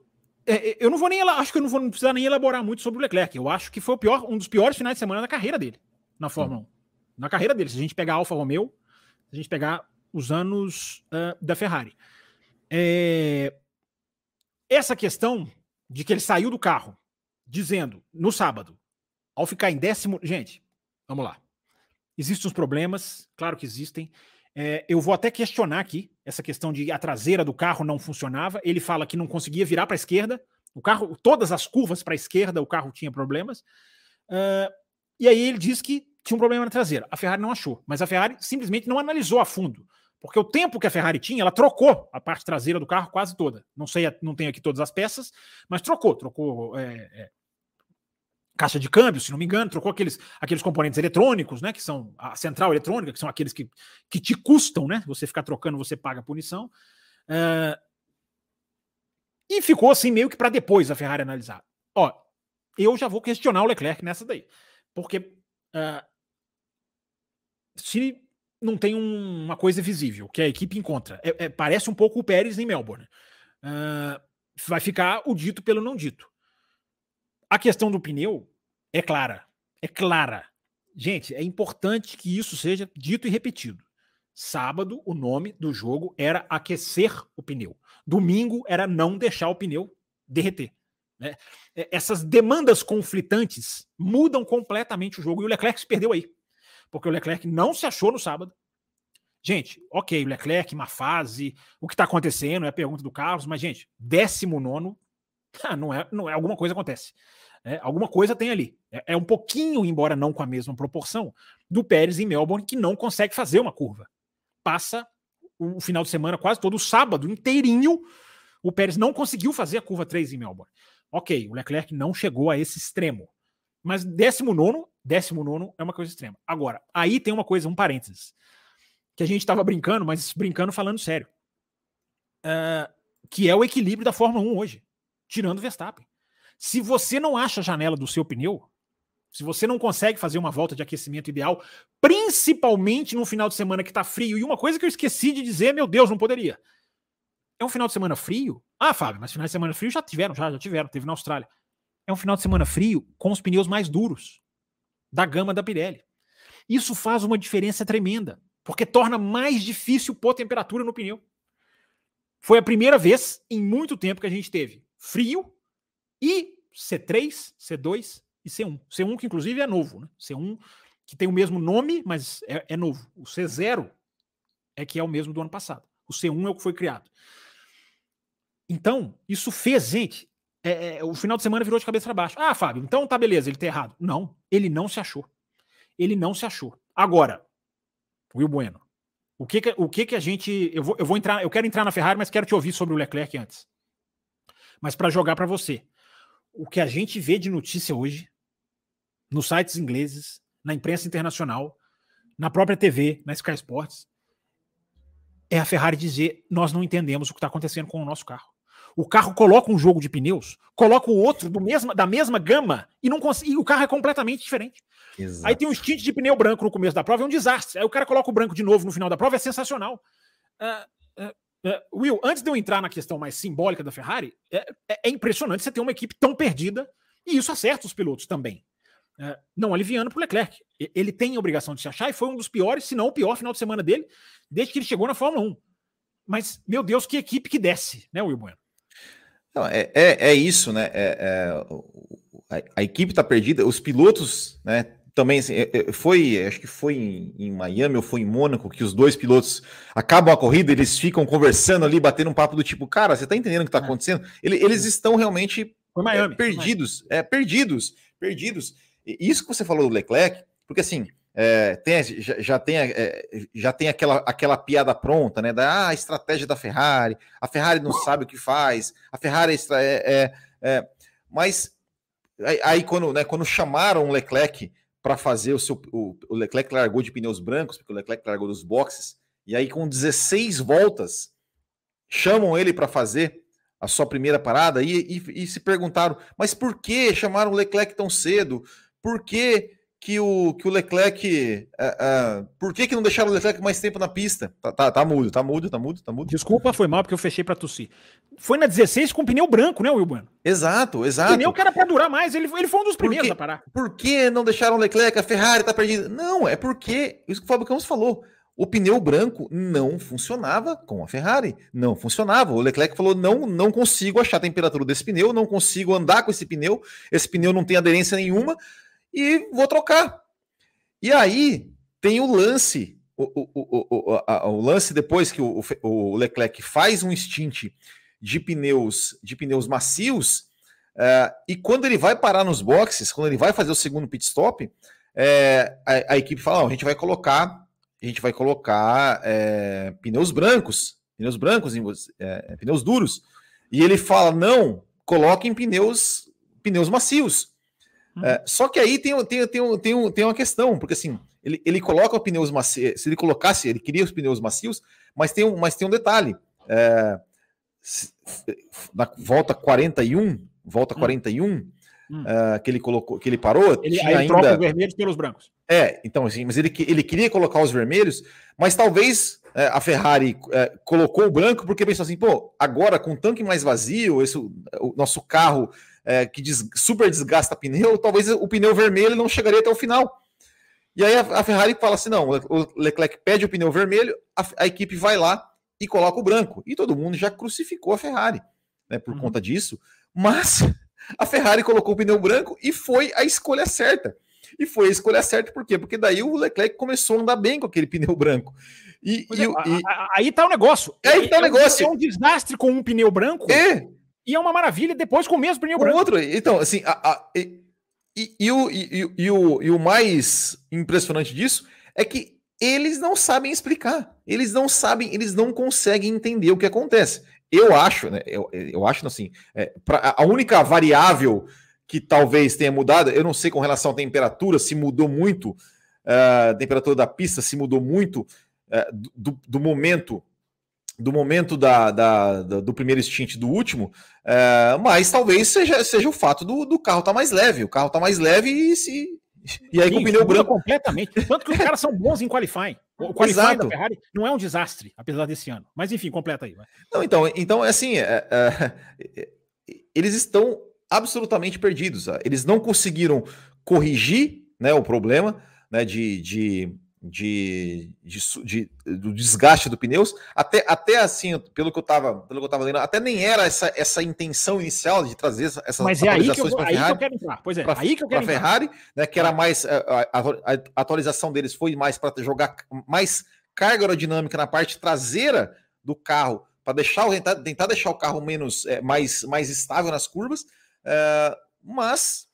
é, eu não vou nem, acho que eu não vou precisar nem elaborar muito sobre o Leclerc. Eu acho que foi o pior, um dos piores finais de semana da carreira dele, na Fórmula hum. um. Na carreira dele, se a gente pegar a Alfa Romeo, se a gente pegar os anos uh, da Ferrari. É... Essa questão de que ele saiu do carro dizendo, no sábado, ao ficar em décimo... Gente, vamos lá. Existem os problemas, claro que existem. É, eu vou até questionar aqui essa questão de a traseira do carro não funcionava. Ele fala que não conseguia virar para a esquerda. O carro, todas as curvas para a esquerda, o carro tinha problemas. Uh, e aí ele diz que tinha um problema na traseira. A Ferrari não achou, mas a Ferrari simplesmente não analisou a fundo. Porque o tempo que a Ferrari tinha, ela trocou a parte traseira do carro quase toda. Não sei, não tenho aqui todas as peças, mas trocou. Trocou é, é, caixa de câmbio, se não me engano, trocou aqueles, aqueles componentes eletrônicos, né, que são a central eletrônica, que são aqueles que, que te custam, né? Você ficar trocando, você paga a punição. Uh, e ficou assim meio que para depois a Ferrari analisar. Ó, eu já vou questionar o Leclerc nessa daí. Porque uh, se não tem um, uma coisa visível que a equipe encontra, é, é, parece um pouco o Pérez em Melbourne. Uh, vai ficar o dito pelo não dito. A questão do pneu é clara. É clara. Gente, é importante que isso seja dito e repetido. Sábado, o nome do jogo era aquecer o pneu. Domingo era não deixar o pneu derreter. Né? Essas demandas conflitantes mudam completamente o jogo. E o Leclerc se perdeu aí. Porque o Leclerc não se achou no sábado. Gente, ok, o Leclerc, uma fase, o que está acontecendo é a pergunta do Carlos, mas, gente, décimo nono, não é, não é, alguma coisa acontece. É, alguma coisa tem ali. É, é um pouquinho, embora não com a mesma proporção, do Pérez em Melbourne, que não consegue fazer uma curva. Passa o final de semana, quase todo o sábado inteirinho, o Pérez não conseguiu fazer a curva três em Melbourne. Ok, o Leclerc não chegou a esse extremo. Mas décimo nono, décimo nono é uma coisa extrema. Agora, aí tem uma coisa, um parênteses, que a gente estava brincando, mas brincando falando sério. Uh, que é o equilíbrio da Fórmula um hoje, tirando o Verstappen. Se você não acha a janela do seu pneu, se você não consegue fazer uma volta de aquecimento ideal, principalmente num final de semana que está frio, e uma coisa que eu esqueci de dizer, meu Deus, não poderia. É um final de semana frio? Ah, Fábio, mas finais de semana frio já tiveram, já, já tiveram, teve na Austrália. É um final de semana frio com os pneus mais duros da gama da Pirelli. Isso faz uma diferença tremenda, porque torna mais difícil pôr temperatura no pneu. Foi a primeira vez em muito tempo que a gente teve frio e C três, C dois e C um. C um que inclusive é novo, né? C um que tem o mesmo nome, mas é, é novo. O C zero é que é o mesmo do ano passado. O C um é o que foi criado. Então, isso fez, gente... É, é, o final de semana virou de cabeça para baixo. Ah, Fábio, então tá beleza, ele tá errado. Não, ele não se achou. Ele não se achou. Agora, Will Bueno, o que que, o que, que a gente... Eu vou, eu vou entrar, eu quero entrar na Ferrari, mas quero te ouvir sobre o Leclerc antes. Mas para jogar para você, o que a gente vê de notícia hoje, nos sites ingleses, na imprensa internacional, na própria T V, na Sky Sports, é a Ferrari dizer, nós não entendemos o que está acontecendo com o nosso carro. O carro coloca um jogo de pneus, coloca o outro do mesma, da mesma gama e, não cons- e o carro é completamente diferente. Exato. Aí tem um stint de pneu branco no começo da prova, é um desastre. Aí o cara coloca o branco de novo no final da prova, é sensacional. Uh, uh, uh, Will, antes de eu entrar na questão mais simbólica da Ferrari, é, é impressionante você ter uma equipe tão perdida, e isso acerta os pilotos também. Uh, não aliviando para o Leclerc. Ele tem a obrigação de se achar e foi um dos piores, se não o pior final de semana dele, desde que ele chegou na Fórmula um. Mas, meu Deus, que equipe que desce, né, Will Bueno?
Não, é, é, é isso, né? É, é, a, a equipe está perdida, os pilotos, né? Também assim, foi, acho que foi em, em Miami ou foi em Mônaco que os dois pilotos acabam a corrida, eles ficam conversando ali, batendo um papo do tipo, cara, você tá entendendo o que tá acontecendo? Ele, eles estão realmente
foi Miami,
é, perdidos,
foi Miami.
é, perdidos, perdidos. E isso que você falou do Leclerc, porque assim, é, tem, já, já, tem, é, já tem aquela, aquela piada pronta, né? Da ah, estratégia da Ferrari, a Ferrari não sabe o que faz, a Ferrari é, é, é mas aí, aí quando, né, quando chamaram o Leclerc para fazer o seu, o, o Leclerc largou de pneus brancos, porque o Leclerc largou dos boxes, e aí com dezesseis voltas chamam ele para fazer a sua primeira parada e, e, e se perguntaram, mas por que chamaram o Leclerc tão cedo? Por que que o, que o Leclerc... Uh, uh, por que, que não deixaram o Leclerc mais tempo na pista? Tá, tá, tá mudo, tá mudo, tá mudo, tá mudo.
Desculpa, foi mal porque eu fechei pra tossir. Foi na dezesseis com pneu branco, né, Will Bueno?
Exato, exato.
O pneu que era pra durar mais, ele, ele foi um dos primeiros
que,
a parar.
Por que não deixaram o Leclerc? A Ferrari tá perdida. Não, é porque, isso que o Fábio Campos falou, o pneu branco não funcionava com a Ferrari. Não funcionava. O Leclerc falou, não, não consigo achar a temperatura desse pneu, não consigo andar com esse pneu, esse pneu não tem aderência nenhuma e vou trocar. E aí tem o lance, o, o, o, o, a, o lance depois que o, o Leclerc faz um stint de pneus, de pneus macios, uh, e quando ele vai parar nos boxes, quando ele vai fazer o segundo pit stop, é, a, a equipe fala, não, a gente vai colocar, a gente vai colocar é, pneus brancos, pneus brancos, é, pneus duros, e ele fala, não, coloquem pneus, pneus macios. Uhum. É, só que aí tem, tem, tem, tem, tem uma questão, porque assim, ele, ele coloca pneus macios, se ele colocasse, ele queria os pneus macios, mas tem um, mas tem um detalhe, é, na volta quarenta e um, volta hum. quarenta e um, hum. uh, que ele colocou, que ele parou,
ele, tinha aí ainda troca os vermelhos pelos brancos.
É, então assim, mas ele, ele queria colocar os vermelhos, mas talvez é, a Ferrari é, colocou o branco porque pensou assim, pô, agora com o tanque mais vazio, esse, o nosso carro é, que des, super desgasta pneu, talvez o pneu vermelho não chegaria até o final. E aí a, a Ferrari fala assim, não, o Leclerc pede o pneu vermelho, a, a equipe vai lá e coloca o branco. E todo mundo já crucificou a Ferrari, né, por uhum. conta disso. Mas a Ferrari colocou o pneu branco e foi a escolha certa. E foi a escolha certa por quê? Porque daí o Leclerc começou a andar bem com aquele pneu branco. E, e,
é,
e...
Aí tá o negócio.
Aí tá o negócio.
É um desastre com um pneu branco
é.
e é uma maravilha depois com o mesmo pneu
com
branco.
Outro. Então, assim, a, a, e, e, e, o, e, e, o, e o mais impressionante disso é que eles não sabem explicar, eles não sabem, eles não conseguem entender o que acontece. Eu acho, né? Eu, eu acho assim, é, pra, a única variável que talvez tenha mudado, eu não sei com relação à temperatura, se mudou muito, uh, a temperatura da pista se mudou muito uh, do, do momento, do momento da, da, da, do primeiro stint do último, uh, mas talvez seja, seja o fato do, do carro estar tá mais leve, o carro está mais leve e se E aí, sim, com o pneu branco.
Completamente. Tanto que os caras são bons em qualifying. O qualifying Exato. da Ferrari não é um desastre, apesar desse ano. Mas enfim, completa aí. Vai.
Não, então, então, assim, é, é, eles estão absolutamente perdidos. Eles não conseguiram corrigir, né, o problema, né, de, de, de, de, de, do desgaste do pneus. Até, até assim, pelo que eu estava pelo que eu tava lendo, até nem era essa, essa intenção inicial de trazer essas
Mas é aí que, eu vou, aí que eu quero entrar. Pois é,
pra,
aí que eu quero
entrar. Ferrari, né, que era mais a, a, a atualização deles foi mais para jogar mais carga aerodinâmica na parte traseira do carro, para deixar tentar, tentar deixar o carro menos é, mais, mais estável nas curvas, é, mas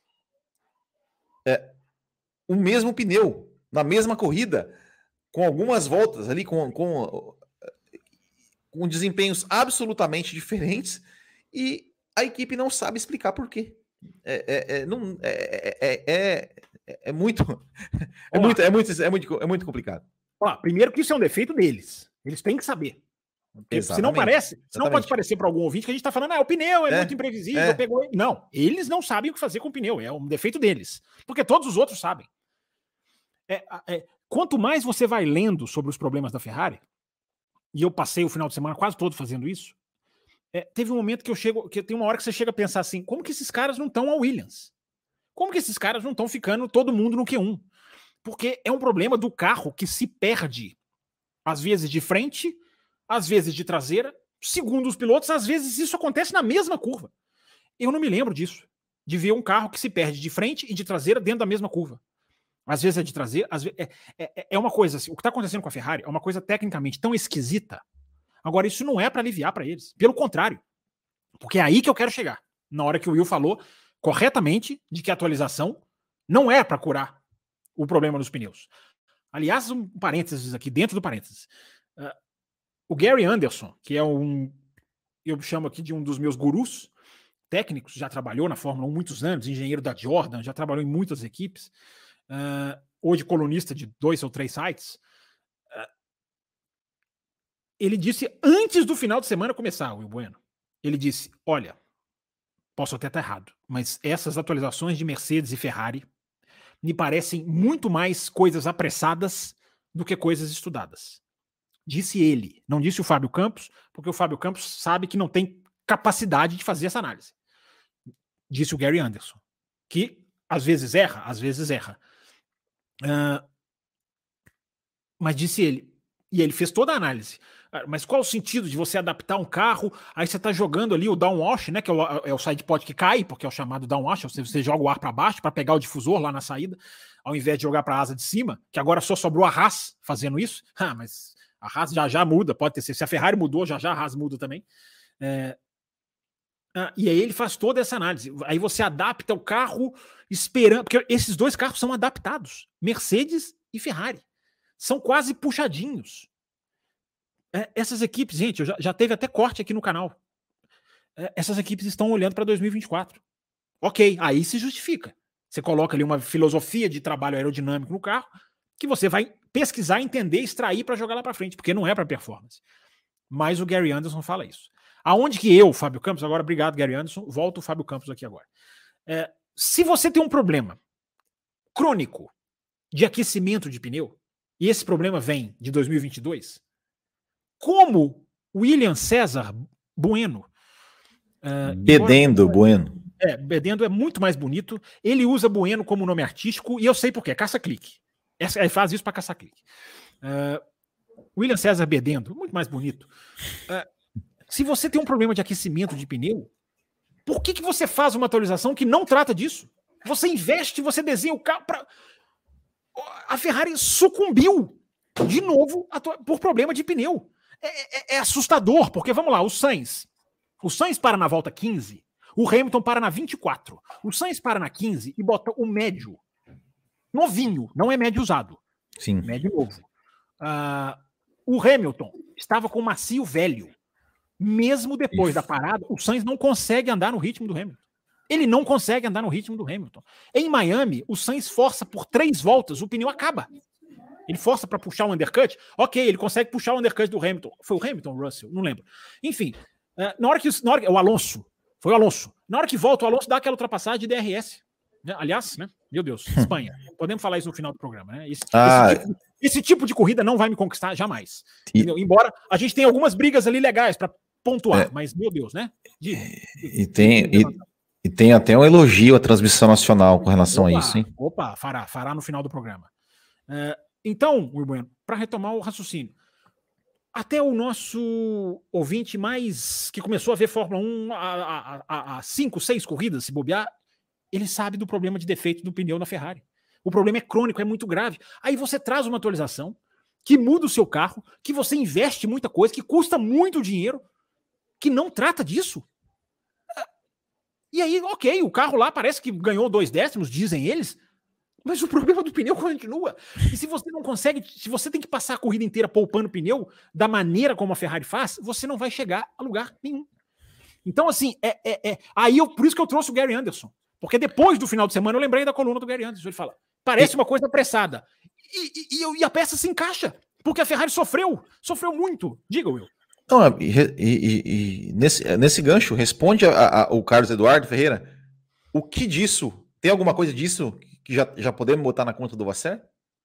é, o mesmo pneu na mesma corrida, com algumas voltas ali, com, com, com desempenhos absolutamente diferentes, e a equipe não sabe explicar por quê. É, é, é, não, é, é, é, é, muito, é, muito, é, muito, é, muito, é muito complicado.
Ó, primeiro que isso é um defeito deles. Eles têm que saber. Se não parece, se não pode parecer para algum ouvinte que a gente está falando, ah, o pneu é, é muito imprevisível, é. pegou. Não, eles não sabem o que fazer com o pneu, é um defeito deles. Porque todos os outros sabem. É, é, quanto mais você vai lendo sobre os problemas da Ferrari, e eu passei o final de semana quase todo fazendo isso, é, teve um momento que eu chego, que tem uma hora que você chega a pensar assim, como que esses caras não estão ao Williams? Como que esses caras não estão ficando todo mundo no Q um? Porque é um problema do carro que se perde, às vezes de frente, às vezes de traseira, segundo os pilotos, às vezes isso acontece na mesma curva. Eu não me lembro disso, de ver um carro que se perde de frente e de traseira dentro da mesma curva. Às vezes é de traseira, às vezes é, é, é uma coisa assim, o que está acontecendo com a Ferrari é uma coisa tecnicamente tão esquisita. Agora, isso não é para aliviar para eles, pelo contrário, porque é aí que eu quero chegar, na hora que o Will falou corretamente de que a atualização não é para curar o problema dos pneus. Aliás, um parênteses aqui, dentro do parênteses, uh, o Gary Anderson, que é um, eu chamo aqui de um dos meus gurus técnicos, já trabalhou na Fórmula um há muitos anos, engenheiro da Jordan, já trabalhou em muitas equipes, Uh, hoje colunista de dois ou três sites, uh, ele disse antes do final de semana começar, Will Bueno, ele disse, olha, posso até estar errado, mas essas atualizações de Mercedes e Ferrari me parecem muito mais coisas apressadas do que coisas estudadas. Disse ele, não disse o Fábio Campos, porque o Fábio Campos sabe que não tem capacidade de fazer essa análise. Disse o Gary Anderson, que às vezes erra, às vezes erra. Uh, mas disse ele, e ele fez toda a análise. Mas qual o sentido de você adaptar um carro, aí você está jogando ali o downwash, né, que é o, é o sidepod que cai, porque é o chamado downwash, você, você joga o ar para baixo para pegar o difusor lá na saída, ao invés de jogar para a asa de cima, que agora só sobrou a Haas fazendo isso. Ah, mas a Haas já já muda, pode ter sido. Se a Ferrari mudou, já já a Haas muda também. É... Ah, e aí ele faz toda essa análise. Aí você adapta o carro esperando, porque esses dois carros são adaptados, Mercedes e Ferrari. São quase puxadinhos. É, essas equipes, gente, já, já teve até corte aqui no canal. É, essas equipes estão olhando para dois mil e vinte e quatro. Ok, aí se justifica. Você coloca ali uma filosofia de trabalho aerodinâmico no carro que você vai pesquisar, entender, extrair para jogar lá para frente, porque não é para performance. Mas o Gary Anderson fala isso. Aonde que eu, Fábio Campos, agora obrigado, Gary Anderson, volto o Fábio Campos aqui agora. É, se você tem um problema crônico de aquecimento de pneu, e esse problema vem de dois mil e vinte e dois, como William César Bueno. Uh,
Bedendo
embora,
Bueno.
É, Bedendo é muito mais bonito. Ele usa Bueno como nome artístico e eu sei por quê. Caça-clique. Ele faz isso para caça-clique. Uh, William César Bedendo, muito mais bonito. Uh, se você tem um problema de aquecimento de pneu, por que, que você faz uma atualização que não trata disso? Você investe, você desenha o carro para... A Ferrari sucumbiu de novo por problema de pneu. É, é, é assustador, porque vamos lá, o Sainz. O Sainz para na volta quinze, o Hamilton para na vinte e quatro. O Sainz para na quinze e bota o médio. Novinho, não é médio usado.
Sim.
Médio novo. Uh, o Hamilton estava com o macio velho. Mesmo depois Isso. da parada, o Sainz não consegue andar no ritmo do Hamilton. Ele não consegue andar no ritmo do Hamilton. Em Miami, o Sainz força por três voltas, o pneu acaba. Ele força para puxar o undercut. Ok, ele consegue puxar o undercut do Hamilton. Foi o Hamilton, o Russell? Não lembro. Enfim, uh, na hora que... Na hora que o Alonso. Foi o Alonso. Na hora que volta, o Alonso dá aquela ultrapassagem de D R S. Né? Aliás, né? Meu Deus, Espanha. Podemos falar isso no final do programa. Né? Esse, ah. esse, tipo, esse tipo de corrida não vai me conquistar jamais. E... Embora a gente tenha algumas brigas ali legais para pontuar. É. Mas, meu Deus, né? De, de,
e tem... De, de, E tem até um elogio à transmissão nacional com relação
opa,
a isso, hein?
Opa, fará, fará no final do programa. Uh, então, Bueno, para retomar o raciocínio, até o nosso ouvinte mais que começou a ver Fórmula um há cinco, seis corridas, se bobear, ele sabe do problema de defeito do pneu na Ferrari. O problema é crônico, é muito grave. Aí você traz uma atualização que muda o seu carro, que você investe muita coisa, que custa muito dinheiro, que não trata disso. E aí, ok, o carro lá parece que ganhou dois décimos, dizem eles, mas o problema do pneu continua. E se você não consegue, se você tem que passar a corrida inteira poupando pneu da maneira como a Ferrari faz, você não vai chegar a lugar nenhum. Então, assim, é, é, é aí eu, por isso que eu trouxe o Gary Anderson. Porque depois do final de semana eu lembrei da coluna do Gary Anderson. Ele fala, parece uma coisa apressada. E, e, e a peça se encaixa, porque a Ferrari sofreu, sofreu muito. Diga, Will.
Não, e, e, e nesse, nesse gancho, responde a, a, o Carlos Eduardo Ferreira, o que disso, tem alguma coisa disso que já, já podemos botar na conta do Vasser?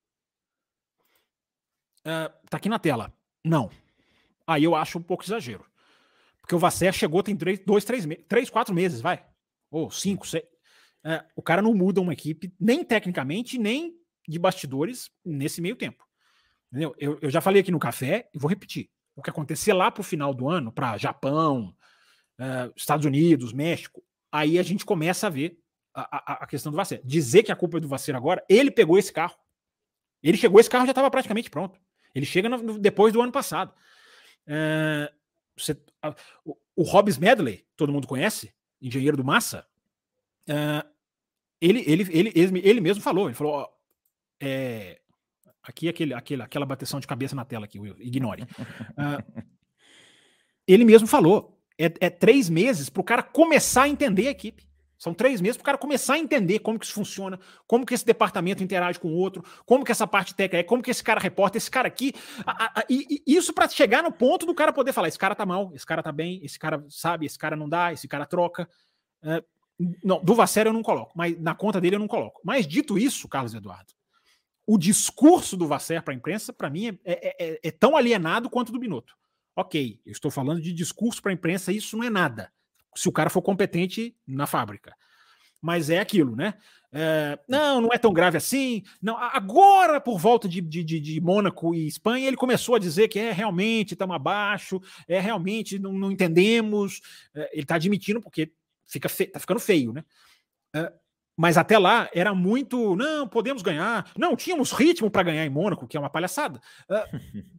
Uh, tá aqui na tela. Não. Aí eu acho um pouco exagero. Porque o Vasser chegou tem três, dois, três, três quatro meses, vai. Ou cinco, seis. Uh, o cara não muda uma equipe, nem tecnicamente, nem de bastidores, nesse meio tempo. Entendeu? Eu, eu já falei aqui no café e vou repetir. O que acontecer lá para o final do ano, para Japão, uh, Estados Unidos, México, aí a gente começa a ver a, a, a questão do Vasser. Dizer que a culpa é do Vasser agora, ele pegou esse carro. Ele chegou, esse carro já estava praticamente pronto. Ele chega no, no, depois do ano passado. Uh, você, uh, o, o Hobbs Medley, todo mundo conhece, engenheiro do Massa, uh, ele, ele, ele, ele, ele mesmo falou, ele falou, ó, é... Aqui, aquele, aquele, aquela bateção de cabeça na tela aqui, Will, ignore. Uh, ele mesmo falou, é, é três meses para o cara começar a entender a equipe. São três meses para o cara começar a entender como que isso funciona, como que esse departamento interage com o outro, como que essa parte técnica é, como que esse cara reporta, esse cara aqui. A, a, e, e isso para chegar no ponto do cara poder falar, esse cara tá mal, esse cara tá bem, esse cara sabe, esse cara não dá, esse cara troca. Uh, Não, do Vasser eu não coloco, mas na conta dele eu não coloco. Mas dito isso, Carlos Eduardo, o discurso do Vasser para a imprensa, para mim, é, é, é, é tão alienado quanto do Binotto. Ok, eu estou falando de discurso para a imprensa, isso não é nada, se o cara for competente na fábrica. Mas é aquilo, né? É, não, não é tão grave assim. Não, agora, por volta de, de, de Mônaco e Espanha, ele começou a dizer que é realmente estamos abaixo, é realmente não, não entendemos. É, ele está admitindo porque fica fe, tá ficando feio, né? É, mas até lá era muito, não, podemos ganhar. Não, tínhamos ritmo para ganhar em Mônaco, que é uma palhaçada. É,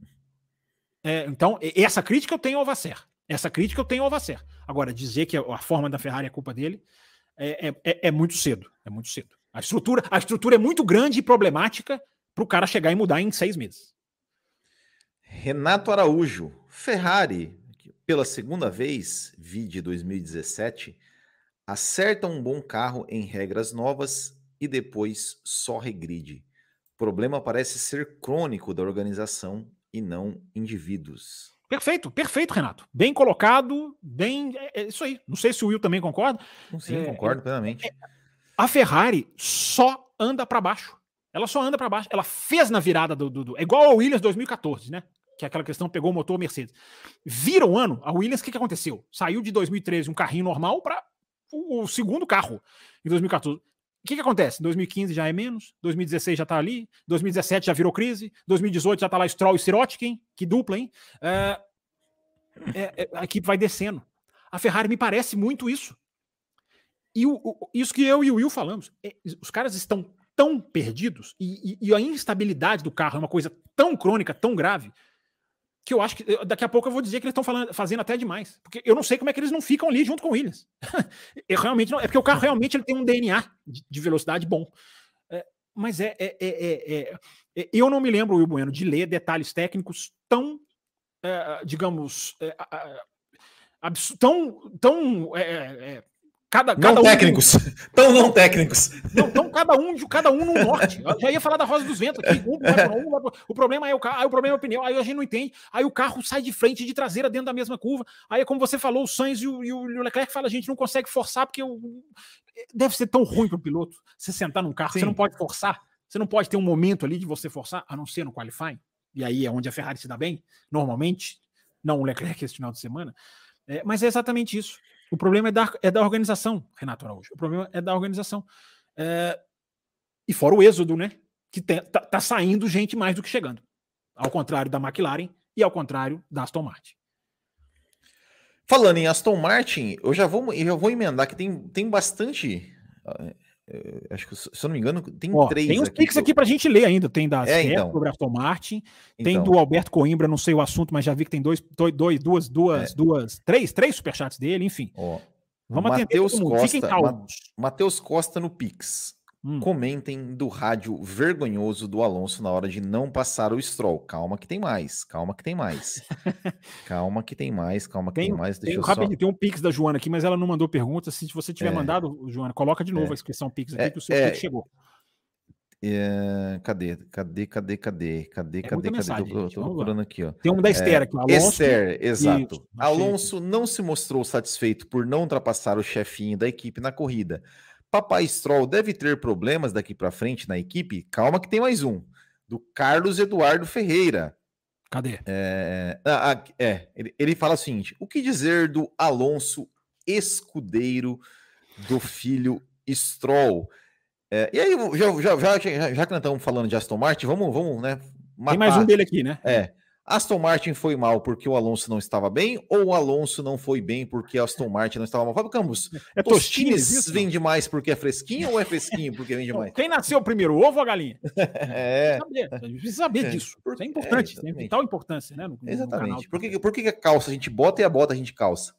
é, então, essa crítica eu tenho ao Vasser. Essa crítica eu tenho ao Vasser. Agora, dizer que a forma da Ferrari é culpa dele É, é, é muito cedo, é muito cedo. A estrutura, a estrutura é muito grande e problemática para o cara chegar e mudar em seis meses.
Renato Araújo, Ferrari, pela segunda vez, vide dois mil e dezessete, acerta um bom carro em regras novas e depois só regride. O problema parece ser crônico da organização e não indivíduos.
Perfeito, perfeito, Renato. Bem colocado, bem. É, é isso aí. Não sei se o Will também concorda.
Sim,
é,
concordo plenamente.
É, a Ferrari só anda para baixo. Ela só anda para baixo. Ela fez na virada do, do, do. É igual a Williams dois mil e catorze, né? Que é aquela questão, pegou o motor Mercedes. Vira o ano, a Williams, o que, que aconteceu? Saiu de dois mil e treze um carrinho normal para o, o segundo carro em dois mil e catorze. O que, que acontece? dois mil e quinze já é menos, dois mil e dezesseis já tá ali, dois mil e dezessete já virou crise, dois mil e dezoito já tá lá Stroll e Sirotkin, que dupla, hein? É, é, é, a equipe vai descendo. A Ferrari me parece muito isso. E o, o, isso que eu e o Will falamos, é, os caras estão tão perdidos e, e, e a instabilidade do carro é uma coisa tão crônica, tão grave, que eu acho que daqui a pouco eu vou dizer que eles estão fazendo até demais. Porque eu não sei como é que eles não ficam ali junto com o Williams. eu realmente não, é porque o carro realmente ele tem um D N A de, de velocidade bom. É, mas é, é, é, é, é. Eu não me lembro, Will Bueno, de ler detalhes técnicos tão, é, digamos, é, abs, tão. tão é, é, Cada,
não
cada
técnicos,
um,
tão não técnicos.
Não, então cada um, cada um no norte. Eu já ia falar da Rosa dos Ventos aqui. Um, um, um, o problema é o carro, aí o problema é o pneu, aí a gente não entende. Aí o carro sai de frente e de traseira dentro da mesma curva. Aí, como você falou, o Sainz e o, e o Leclerc falam, a gente não consegue forçar porque eu... deve ser tão ruim para o piloto você sentar num carro. Sim. Você não pode forçar. Você não pode ter um momento ali de você forçar, a não ser no qualifying. E aí é onde a Ferrari se dá bem, normalmente. Não o Leclerc esse final de semana. É, mas é exatamente isso. O problema é da, é da organização, Renato Araújo. O problema é da organização. É, e fora o êxodo, né? Que tem, tá, tá saindo gente mais do que chegando. Ao contrário da McLaren e ao contrário da Aston Martin.
Falando em Aston Martin, eu já vou, eu já vou emendar que tem, tem bastante... Acho que, se eu não me engano, tem
Ó,
três
tem uns
aqui.
Tem aqui pra gente ler ainda. Tem da
é, então.
sobre a Aston Martin, tem
então.
do Alberto Coimbra, não sei o assunto, mas já vi que tem dois, dois, duas, duas, é. duas, três, três superchats dele, enfim.
Ó,
vamos atender todo mundo.
Costa,
Fiquem calmos.
Matheus Costa no Pix. Hum. Comentem do rádio vergonhoso do Alonso na hora de não passar o Stroll. Calma que tem mais, calma que tem mais. calma que tem mais, calma que tem, tem mais. Deixa
tem,
eu
só...
só...
tem um Pix da Joana aqui, mas ela não mandou pergunta. Se você tiver é. mandado, Joana, coloca de novo é. a inscrição Pix aqui,
é.
que o seu
é.
Pix chegou.
É... Cadê? Cadê? Cadê? Cadê? Cadê?
É
cadê?
Mensagem,
cadê? Tô, tô procurando aqui, ó.
Tem um da Esther aqui, o Alonso.
Esther, exato. Isso, Alonso não se mostrou satisfeito por não ultrapassar o chefinho da equipe na corrida. Papai Stroll deve ter problemas daqui para frente na equipe? Calma que tem mais um. Do Carlos Eduardo Ferreira.
Cadê?
É, ah, é ele, ele fala o seguinte: o que dizer do Alonso escudeiro do filho Stroll? É, e aí, já, já, já, já que nós estamos falando de Aston Martin, vamos, vamos né,
matar. Tem mais um dele aqui, né?
É. Aston Martin foi mal porque o Alonso não estava bem, ou o Alonso não foi bem porque a Aston Martin não estava mal? Fábio Campos,
é
Tostines vende mais porque é fresquinho ou é fresquinho porque vende mais?
Quem nasceu primeiro, o ovo ou a galinha?
É.
Saber, a gente precisa saber disso. Isso é importante, é, tem vital importância, né? No,
exatamente. No por, que, por que a calça a gente bota e a bota a gente calça?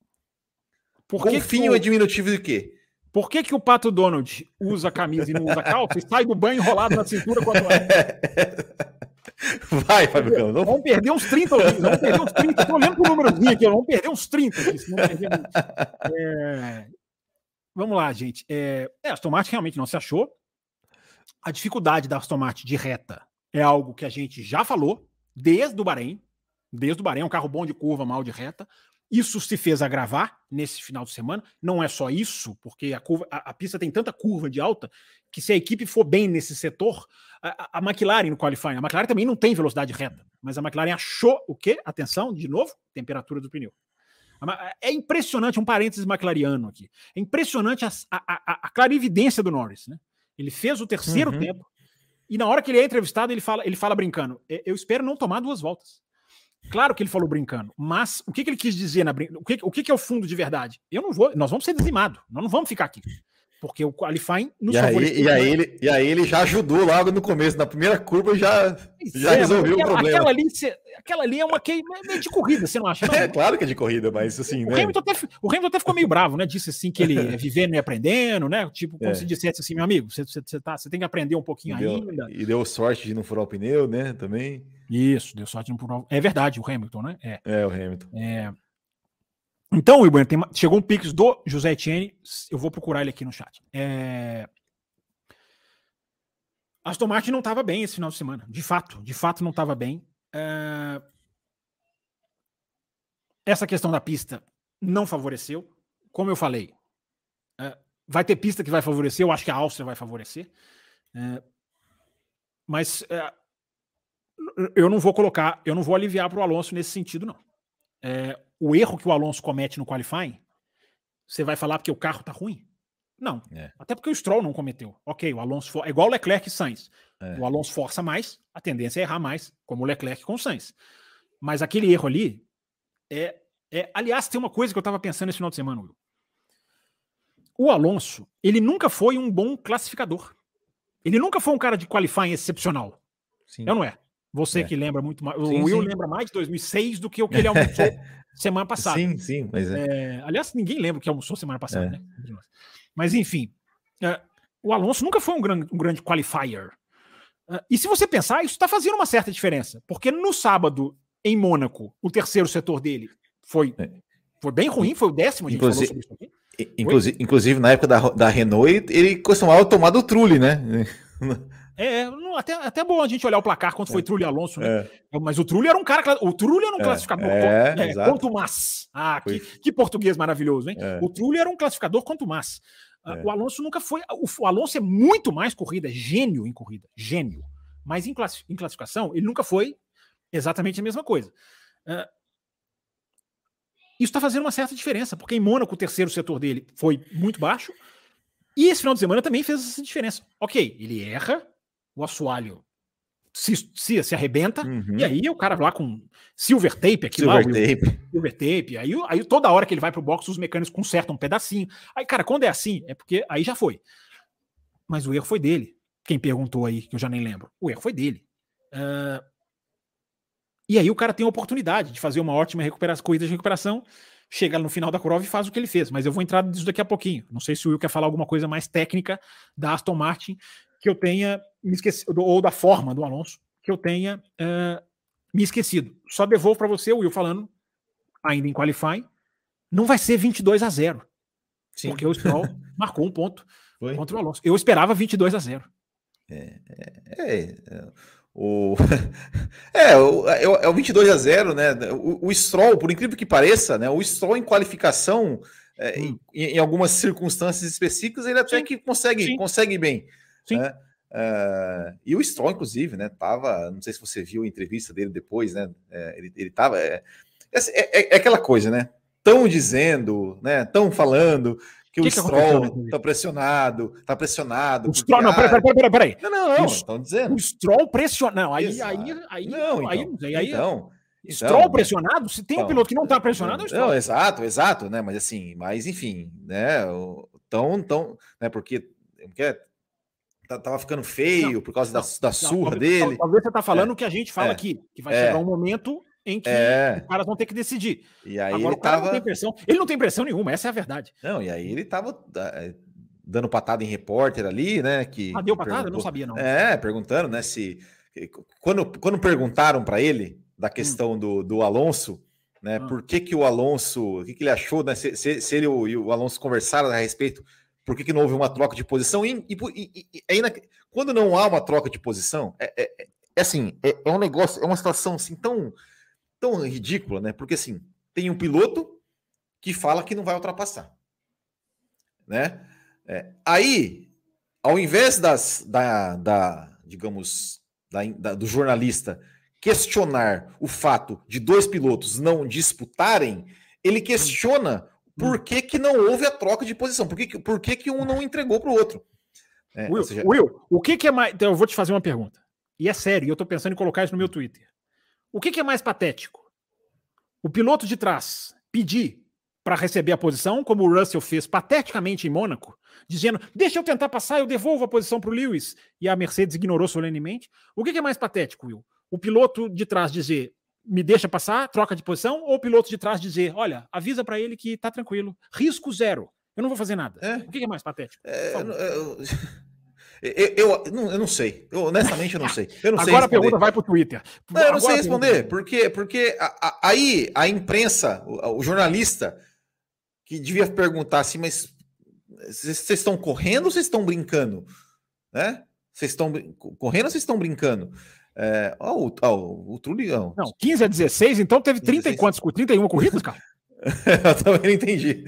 Por
Golfinho
que
é diminutivo de quê?
Por que, que o Pato Donald usa camisa e não usa calça e sai do banho enrolado na cintura quando é?
Vai, Fábio Campos.
Vamos perder uns trinta, vamos perder uns trinta. Estou olhando para o númerozinho aqui, vamos perder uns trinta aqui, se não perder... é... Vamos lá, gente. É... É, a Aston Martin realmente não se achou. A dificuldade da Aston Martin de reta é algo que a gente já falou desde o Bahrein. Desde o Bahrein, é um carro bom de curva, mal de reta. Isso se fez agravar nesse final de semana. Não é só isso, porque a, curva, a, a pista tem tanta curva de alta que se a equipe for bem nesse setor, a, a McLaren no qualifying, a McLaren também não tem velocidade reta, mas a McLaren achou o quê? Atenção, de novo, temperatura do pneu. É impressionante, um parênteses McLariano aqui, é impressionante a, a, a, a clarividência do Norris, né? Ele fez o terceiro uhum. tempo e na hora que ele é entrevistado, ele fala, ele fala brincando, eu espero não tomar duas voltas. Claro que ele falou brincando, mas o que, que ele quis dizer na brin... o, que, o que, que é o fundo de verdade? Eu não vou, nós vamos ser dizimados, nós não vamos ficar aqui. Porque o qualifying nos
e
favoreceu.
Aí, e, aí ele, e aí ele já ajudou logo no começo, na primeira curva já, já
é,
resolveu
aquela,
o problema.
Aquela ali, aquela ali é uma que meio de corrida, você não acha? Não?
É claro que é de corrida, mas assim,
o
né?
Hamilton até, o Hamilton até ficou meio bravo, né? Disse assim que ele é vivendo e aprendendo, né? Tipo, como é. se dissesse assim, meu amigo, você, você, você, tá, você tem que aprender um pouquinho
e deu,
ainda.
E deu sorte de não furar o pneu, né? Também.
Isso, deu sorte de não furar o... É verdade, o Hamilton, né? É,
é o Hamilton.
É... Então, Will, tem... chegou um pix do José Etienne, eu vou procurar ele aqui no chat. É... Aston Martin não estava bem esse final de semana, de fato, de fato não estava bem. É... Essa questão da pista não favoreceu, como eu falei, é... vai ter pista que vai favorecer, eu acho que a Áustria vai favorecer, é... mas é... eu não vou colocar, eu não vou aliviar para o Alonso nesse sentido, não. É... O erro que o Alonso comete no qualifying, você vai falar porque o carro tá ruim? Não. É. Até porque o Stroll não cometeu. Ok, o Alonso for... é igual o Leclerc e Sainz. É. O Alonso força mais, a tendência é errar mais, como o Leclerc com o Sainz. Mas aquele erro ali é, é... Aliás, tem uma coisa que eu tava pensando esse final de semana, Will. O Alonso, ele nunca foi um bom classificador. Ele nunca foi um cara de qualifying excepcional. Sim. Eu não é. Você é. que lembra muito mais. Sim, o Will sim. lembra mais de dois mil e seis do que o que ele almoçou semana passada.
Sim, sim, mas é.
é. Aliás, ninguém lembra o que almoçou semana passada, é. né? Mas, enfim, é, o Alonso nunca foi um grande, um grande qualifier. É, e se você pensar, isso está fazendo uma certa diferença. Porque no sábado, em Mônaco, o terceiro setor dele foi, é. foi bem ruim, foi o décimo. A gente
inclusive,
falou sobre isso aqui.
Inclusive, inclusive, na época da, da Renault, ele, ele costumava tomar do Trulli, né?
É, até, até bom a gente olhar o placar quando foi Trulli e Alonso, né? É. Mas o Trulli era um cara. O Trulli era um é, classificador
é,
é, contumaz. Ah, que, que português maravilhoso, hein? É. O Trulli era um classificador contumaz. É. O Alonso nunca foi. O, o Alonso é muito mais corrida, gênio em corrida, gênio. Mas em, class, em classificação, ele nunca foi exatamente a mesma coisa. Uh, isso está fazendo uma certa diferença, porque em Mônaco o terceiro setor dele foi muito baixo. E esse final de semana também fez essa diferença. Ok, ele erra. O assoalho se, se, se arrebenta, uhum. e aí o cara lá com silver tape aqui
silver
lá,
tape.
O, silver tape, aí, aí toda hora que ele vai pro box, os mecânicos consertam um pedacinho. Aí, cara, quando é assim, é porque aí já foi. Mas o erro foi dele. Quem perguntou aí, que eu já nem lembro. O erro foi dele. Uh, e aí o cara tem a oportunidade de fazer uma ótima recuperação, corrida de recuperação, chega no final da prova e faz o que ele fez. Mas eu vou entrar nisso daqui a pouquinho. Não sei se o Will quer falar alguma coisa mais técnica da Aston Martin, que eu tenha me esquecido, ou da forma do Alonso, que eu tenha uh, me esquecido. Só devolvo para você, Will, falando, ainda em qualifying, não vai ser vinte e dois a zero. Sim. Porque o Stroll marcou um ponto Foi? contra o Alonso. Eu esperava vinte e dois a zero.
É, é, é, o, é, o, é o vinte e dois a zero, né? O, o Stroll, por incrível que pareça, né? O Stroll em qualificação, é, hum. em, em algumas circunstâncias específicas, ele até Sim. que consegue, consegue bem. Sim. Né? Uh, e o Stroll, inclusive, né? Tava, não sei se você viu a entrevista dele depois, né? É, ele, ele tava. É, é, é aquela coisa, né? Tão dizendo, né? Tão falando que, que o que Stroll que tá pressionado, tá pressionado.
O Stroll, não, peraí, peraí, peraí, peraí.
Não, não, não, estão dizendo.
O Stroll pressionado. Não, aí, aí, aí,
não,
aí,
então,
aí, aí,
então,
Stroll
então,
pressionado? Se tem então, um piloto que não tá pressionado, é o Stroll.
Não, exato, exato, né? Mas assim, mas enfim, né? Tão, tão, né? Porque, porque tava ficando feio não, por causa não, da, da surra
não,
dele.
Talvez você tá falando é, o que a gente fala é, aqui, que vai é, chegar um momento em que é, os caras vão ter que decidir.
E aí
Agora,
ele
o cara
tava...
não tem pressão. Ele não tem pressão nenhuma, essa é a verdade.
Não, e aí ele tava dando patada em repórter ali, né? Que,
ah, deu patada? Eu não sabia, não.
É, perguntando, né? Se quando, quando perguntaram para ele da questão hum. do, do Alonso, né? Hum. Por que que o Alonso, o que, que ele achou, né? Se, se, se ele e o Alonso conversaram a respeito, por que que não houve uma troca de posição? E, e, e, e aí, na, quando não há uma troca de posição, é, é, é assim, é, é um negócio, é uma situação assim tão, tão ridícula, né? Porque assim, tem um piloto que fala que não vai ultrapassar, né? É, aí, ao invés das, da, da digamos, da, da, do jornalista questionar o fato de dois pilotos não disputarem, ele questiona por que, que não houve a troca de posição, por que, por que, que um não entregou para o outro. É,
Will,
seja...
Will, o que, que é mais... Então, eu vou te fazer uma pergunta, e é sério, e eu tô pensando em colocar isso no meu Twitter. O que, que é mais patético? O piloto de trás pedir para receber a posição, como o Russell fez pateticamente em Mônaco, dizendo, deixa eu tentar passar, eu devolvo a posição para o Lewis, e a Mercedes ignorou solenemente. O que, que é mais patético, Will? O piloto de trás dizer, me deixa passar, troca de posição, ou o piloto de trás dizer, olha, avisa para ele que tá tranquilo, risco zero, eu não vou fazer nada. É. O que, que é mais patético?
É, eu, eu, eu, eu, não, eu não sei, eu, honestamente eu não sei. Eu não
Agora
sei
a pergunta vai para o Twitter.
Não, eu não sei responder, porque, porque a, a, aí a imprensa, o, o jornalista, que devia perguntar assim, mas vocês estão correndo ou vocês estão brincando? Né? Vocês estão correndo ou vocês estão brincando? É, ó, o, ó, o Trulli. Não,
quinze a dezesseis, então teve trinta e quantos? trinta e uma corridas, cara?
Eu também não entendi.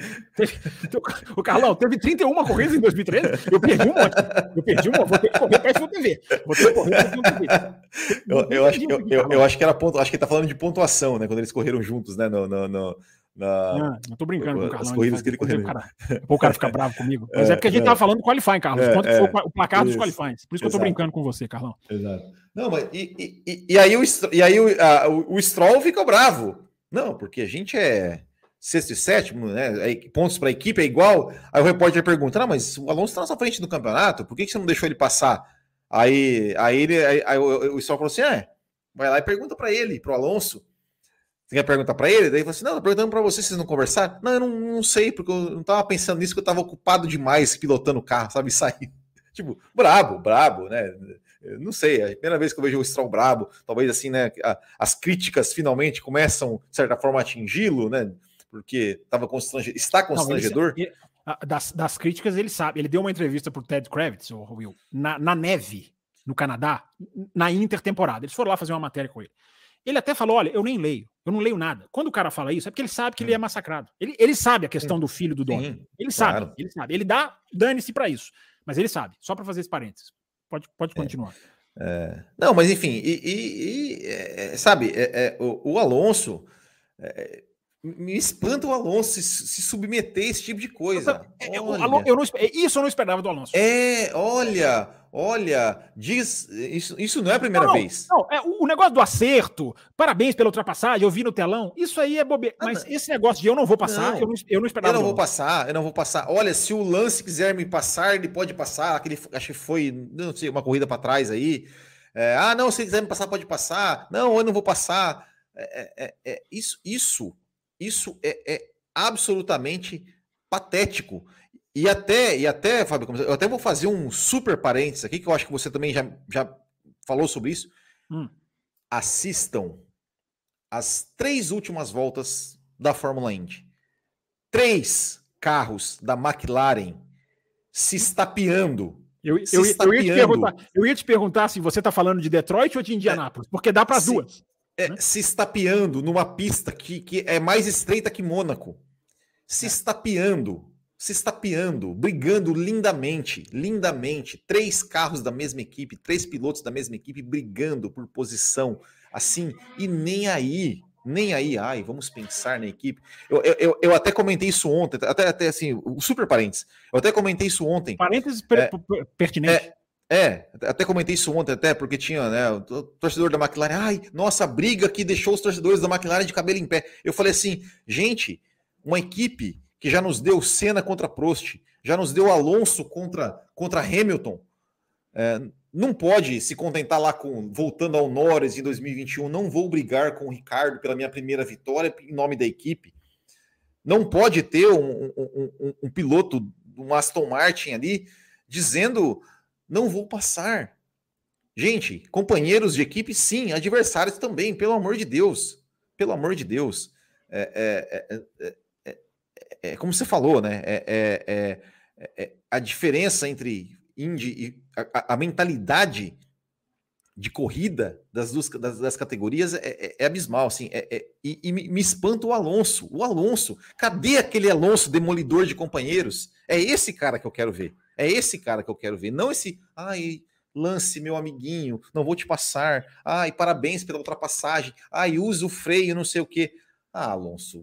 O Carlão, teve trinta e uma corridas em dois mil e treze? Eu perdi um monte. Eu perdi uma, vou ter que correr para T V. Vou ter que correr para T V.
Eu, eu, acho, eu, eu, eu acho que era ponto. Acho que ele tá falando de pontuação, né? Quando eles correram juntos, né? No, no, no, na...
Não, não tô brincando com o Carlão.
As corridas que ele correu.
O cara fica bravo comigo. Mas é, é porque a gente é, tava falando do qualifying, Carlos. É, quanto é, foi o placar isso, dos qualifyings. Por isso que exato. Eu tô brincando com você, Carlão.
Exato. Não, mas e, e, e aí, o, e aí o, a, o, o Stroll fica bravo. Não, porque a gente é sexto e sétimo, né? Aí, pontos para a equipe é igual. Aí o repórter pergunta: não, mas o Alonso está na sua frente do campeonato, por que, que você não deixou ele passar? Aí, aí, ele, aí, aí o, o Stroll falou assim: é, vai lá e pergunta para ele, para o Alonso. Você quer perguntar para ele? Daí ele falou assim: não, tô perguntando para você, vocês não conversaram? Não, eu não, não sei, porque eu não tava pensando nisso, que eu tava ocupado demais pilotando o carro, sabe? Sair. Tipo, brabo, brabo, né? Eu não sei, é a primeira vez que eu vejo o Stroll brabo, talvez assim, né? As críticas finalmente começam, de certa forma, a atingi-lo, né? Porque tava constrange... está constrangedor.
Não, ele, das, das críticas, ele sabe. Ele deu uma entrevista pro Ted Kravitz, o Will, na, na neve, no Canadá, na intertemporada. Eles foram lá fazer uma matéria com ele. Ele até falou, olha, eu nem leio, eu não leio nada. Quando o cara fala isso, é porque ele sabe que hum. ele é massacrado. Ele, ele sabe a questão Sim. do filho do dono. Sim, ele claro. sabe, ele sabe. Ele dá dane-se para isso. Mas ele sabe, só para fazer esse parênteses. Pode, pode continuar.
É, é... Não, mas enfim, e, e, e é, sabe, é, é, o, o Alonso... É, me espanta o Alonso se, se submeter a esse tipo de coisa.
Eu, eu, eu não, isso eu não esperava do Alonso.
É, olha, olha, diz, isso, isso não é a primeira
não,
vez.
Não, é, o negócio do acerto, parabéns pela ultrapassagem, eu vi no telão, isso aí é bobeira. Ah, mas não. Esse negócio de eu não vou passar, não, eu, não, eu não esperava.
Eu não vou passar, eu não vou passar. Olha, se o Lance quiser me passar, ele pode passar. Aquele, acho que foi, não sei, uma corrida para trás aí. É, ah, não, se ele quiser me passar, pode passar. Não, eu não vou passar. É, é, é, isso, isso. Isso é, é absolutamente patético. E até, e até, Fábio, eu até vou fazer um super parênteses aqui, que eu acho que você também já, já falou sobre isso. Hum. Assistam as três últimas voltas da Fórmula Indy. Três carros da McLaren se estapeando.
Eu, se eu, estapeando. Eu, ia te perguntar, eu ia te perguntar se você está falando de Detroit ou de Indianápolis, é, porque dá para as duas.
É, se estapeando numa pista que, que é mais estreita que Mônaco. Se é. estapeando, se estapeando, brigando lindamente, lindamente. Três carros da mesma equipe, três pilotos da mesma equipe brigando por posição, assim, e nem aí, nem aí, ai, vamos pensar na equipe. Eu, eu, eu até comentei isso ontem, até, até assim, o super parênteses, eu até comentei isso ontem.
Parênteses per, é, pertinente.
É, É, até comentei isso ontem, até porque tinha, né, o torcedor da McLaren, ai, nossa, a briga que deixou os torcedores da McLaren de cabelo em pé. Eu falei assim, gente, uma equipe que já nos deu Senna contra Prost, já nos deu Alonso contra, contra Hamilton, é, não pode se contentar lá com, voltando ao Norris em dois mil e vinte e um, não vou brigar com o Ricardo pela minha primeira vitória em nome da equipe. Não pode ter um, um, um, um piloto, um Aston Martin ali, dizendo... não vou passar. Gente, companheiros de equipe, sim, adversários também, pelo amor de Deus. Pelo amor de Deus. É, é, é, é, é, é como você falou, né? É, é, é, é a diferença entre Indy e a, a mentalidade de corrida das duas das, das categorias é, é, é abismal, assim, é, é, e, e me espanta o Alonso. O Alonso, cadê aquele Alonso demolidor de companheiros? É esse cara que eu quero ver. É esse cara que eu quero ver, não esse, ai, Lance, meu amiguinho, não vou te passar. Ai, parabéns pela ultrapassagem. Ai, usa o freio, não sei o quê. Ah, Alonso.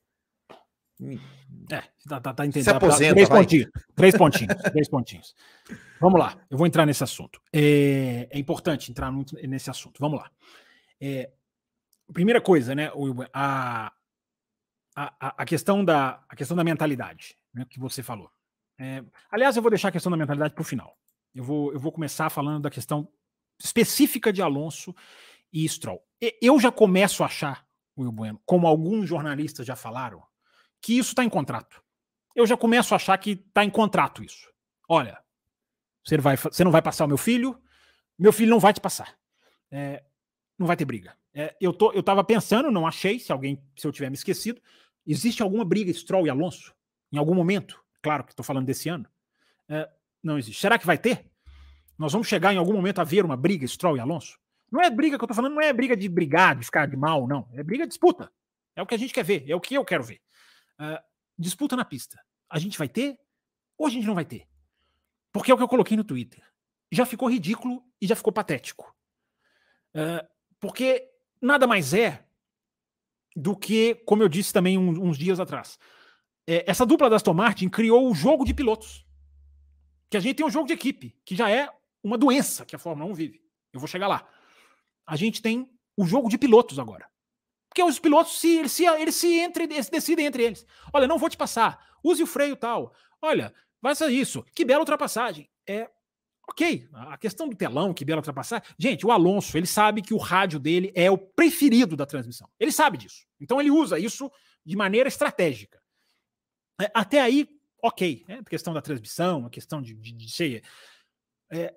É, tá, tá, tá entendendo.
Se aposenta,
três
vai.
pontinhos, três pontinhos, três pontinhos. Vamos lá, eu vou entrar nesse assunto. É, é importante entrar nesse assunto. Vamos lá. É, primeira coisa, né, a, a, a, questão, da, a questão da mentalidade, né, que você falou. É, aliás, eu vou deixar a questão da mentalidade para o final. Eu vou, eu vou começar falando da questão específica de Alonso e Stroll. Eu já começo a achar, Will Bueno, como alguns jornalistas já falaram, que isso está em contrato. Eu já começo a achar que está em contrato isso. Olha, você, vai, você não vai passar o meu filho, meu filho não vai te passar. É, não vai ter briga. É, eu tô, eu estava pensando, não achei, se alguém, se eu tiver me esquecido, existe alguma briga Stroll e Alonso? Em algum momento? Claro que estou falando desse ano. É, não existe. Será que vai ter? Nós vamos chegar em algum momento a ver uma briga Stroll e Alonso? Não é briga que eu estou falando, não é briga de brigar, de ficar de mal, não. É briga de disputa. É o que a gente quer ver, é o que eu quero ver. Uh, disputa na pista. A gente vai ter ou a gente não vai ter? Porque é o que eu coloquei no Twitter. Já ficou ridículo e já ficou patético. Uh, porque nada mais é do que, como eu disse também uns, uns dias atrás, é, essa dupla da Aston Martin criou o jogo de pilotos. Que a gente tem um jogo de equipe, que já é uma doença que a Fórmula um vive. Eu vou chegar lá. A gente tem o jogo de pilotos agora. Porque os pilotos, se, eles, se, eles se entre, eles decidem entre eles. Olha, não vou te passar. Use o freio tal. Olha, vai ser isso. Que bela ultrapassagem. É, ok, a questão do telão, que bela ultrapassagem. Gente, o Alonso, ele sabe que o rádio dele é o preferido da transmissão. Ele sabe disso. Então ele usa isso de maneira estratégica. É, até aí, ok. É, a questão da transmissão, a questão de, de, de ser... É,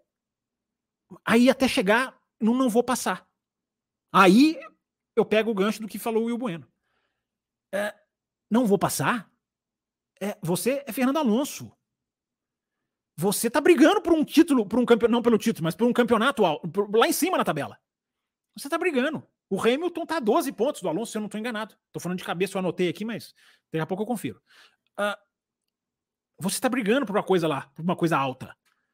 aí até chegar, não, não vou passar. Aí... eu pego o gancho do que falou o Will Bueno. É, não vou passar? É, você é Fernando Alonso. Você tá brigando por um título, por um campeonato, não pelo título, mas por um campeonato por, lá em cima na tabela. Você tá brigando. O Hamilton tá a doze pontos do Alonso, se eu não tô enganado. Tô falando de cabeça, eu anotei aqui, mas daqui a pouco eu confiro. Uh, você tá brigando por uma coisa lá, por uma coisa alta.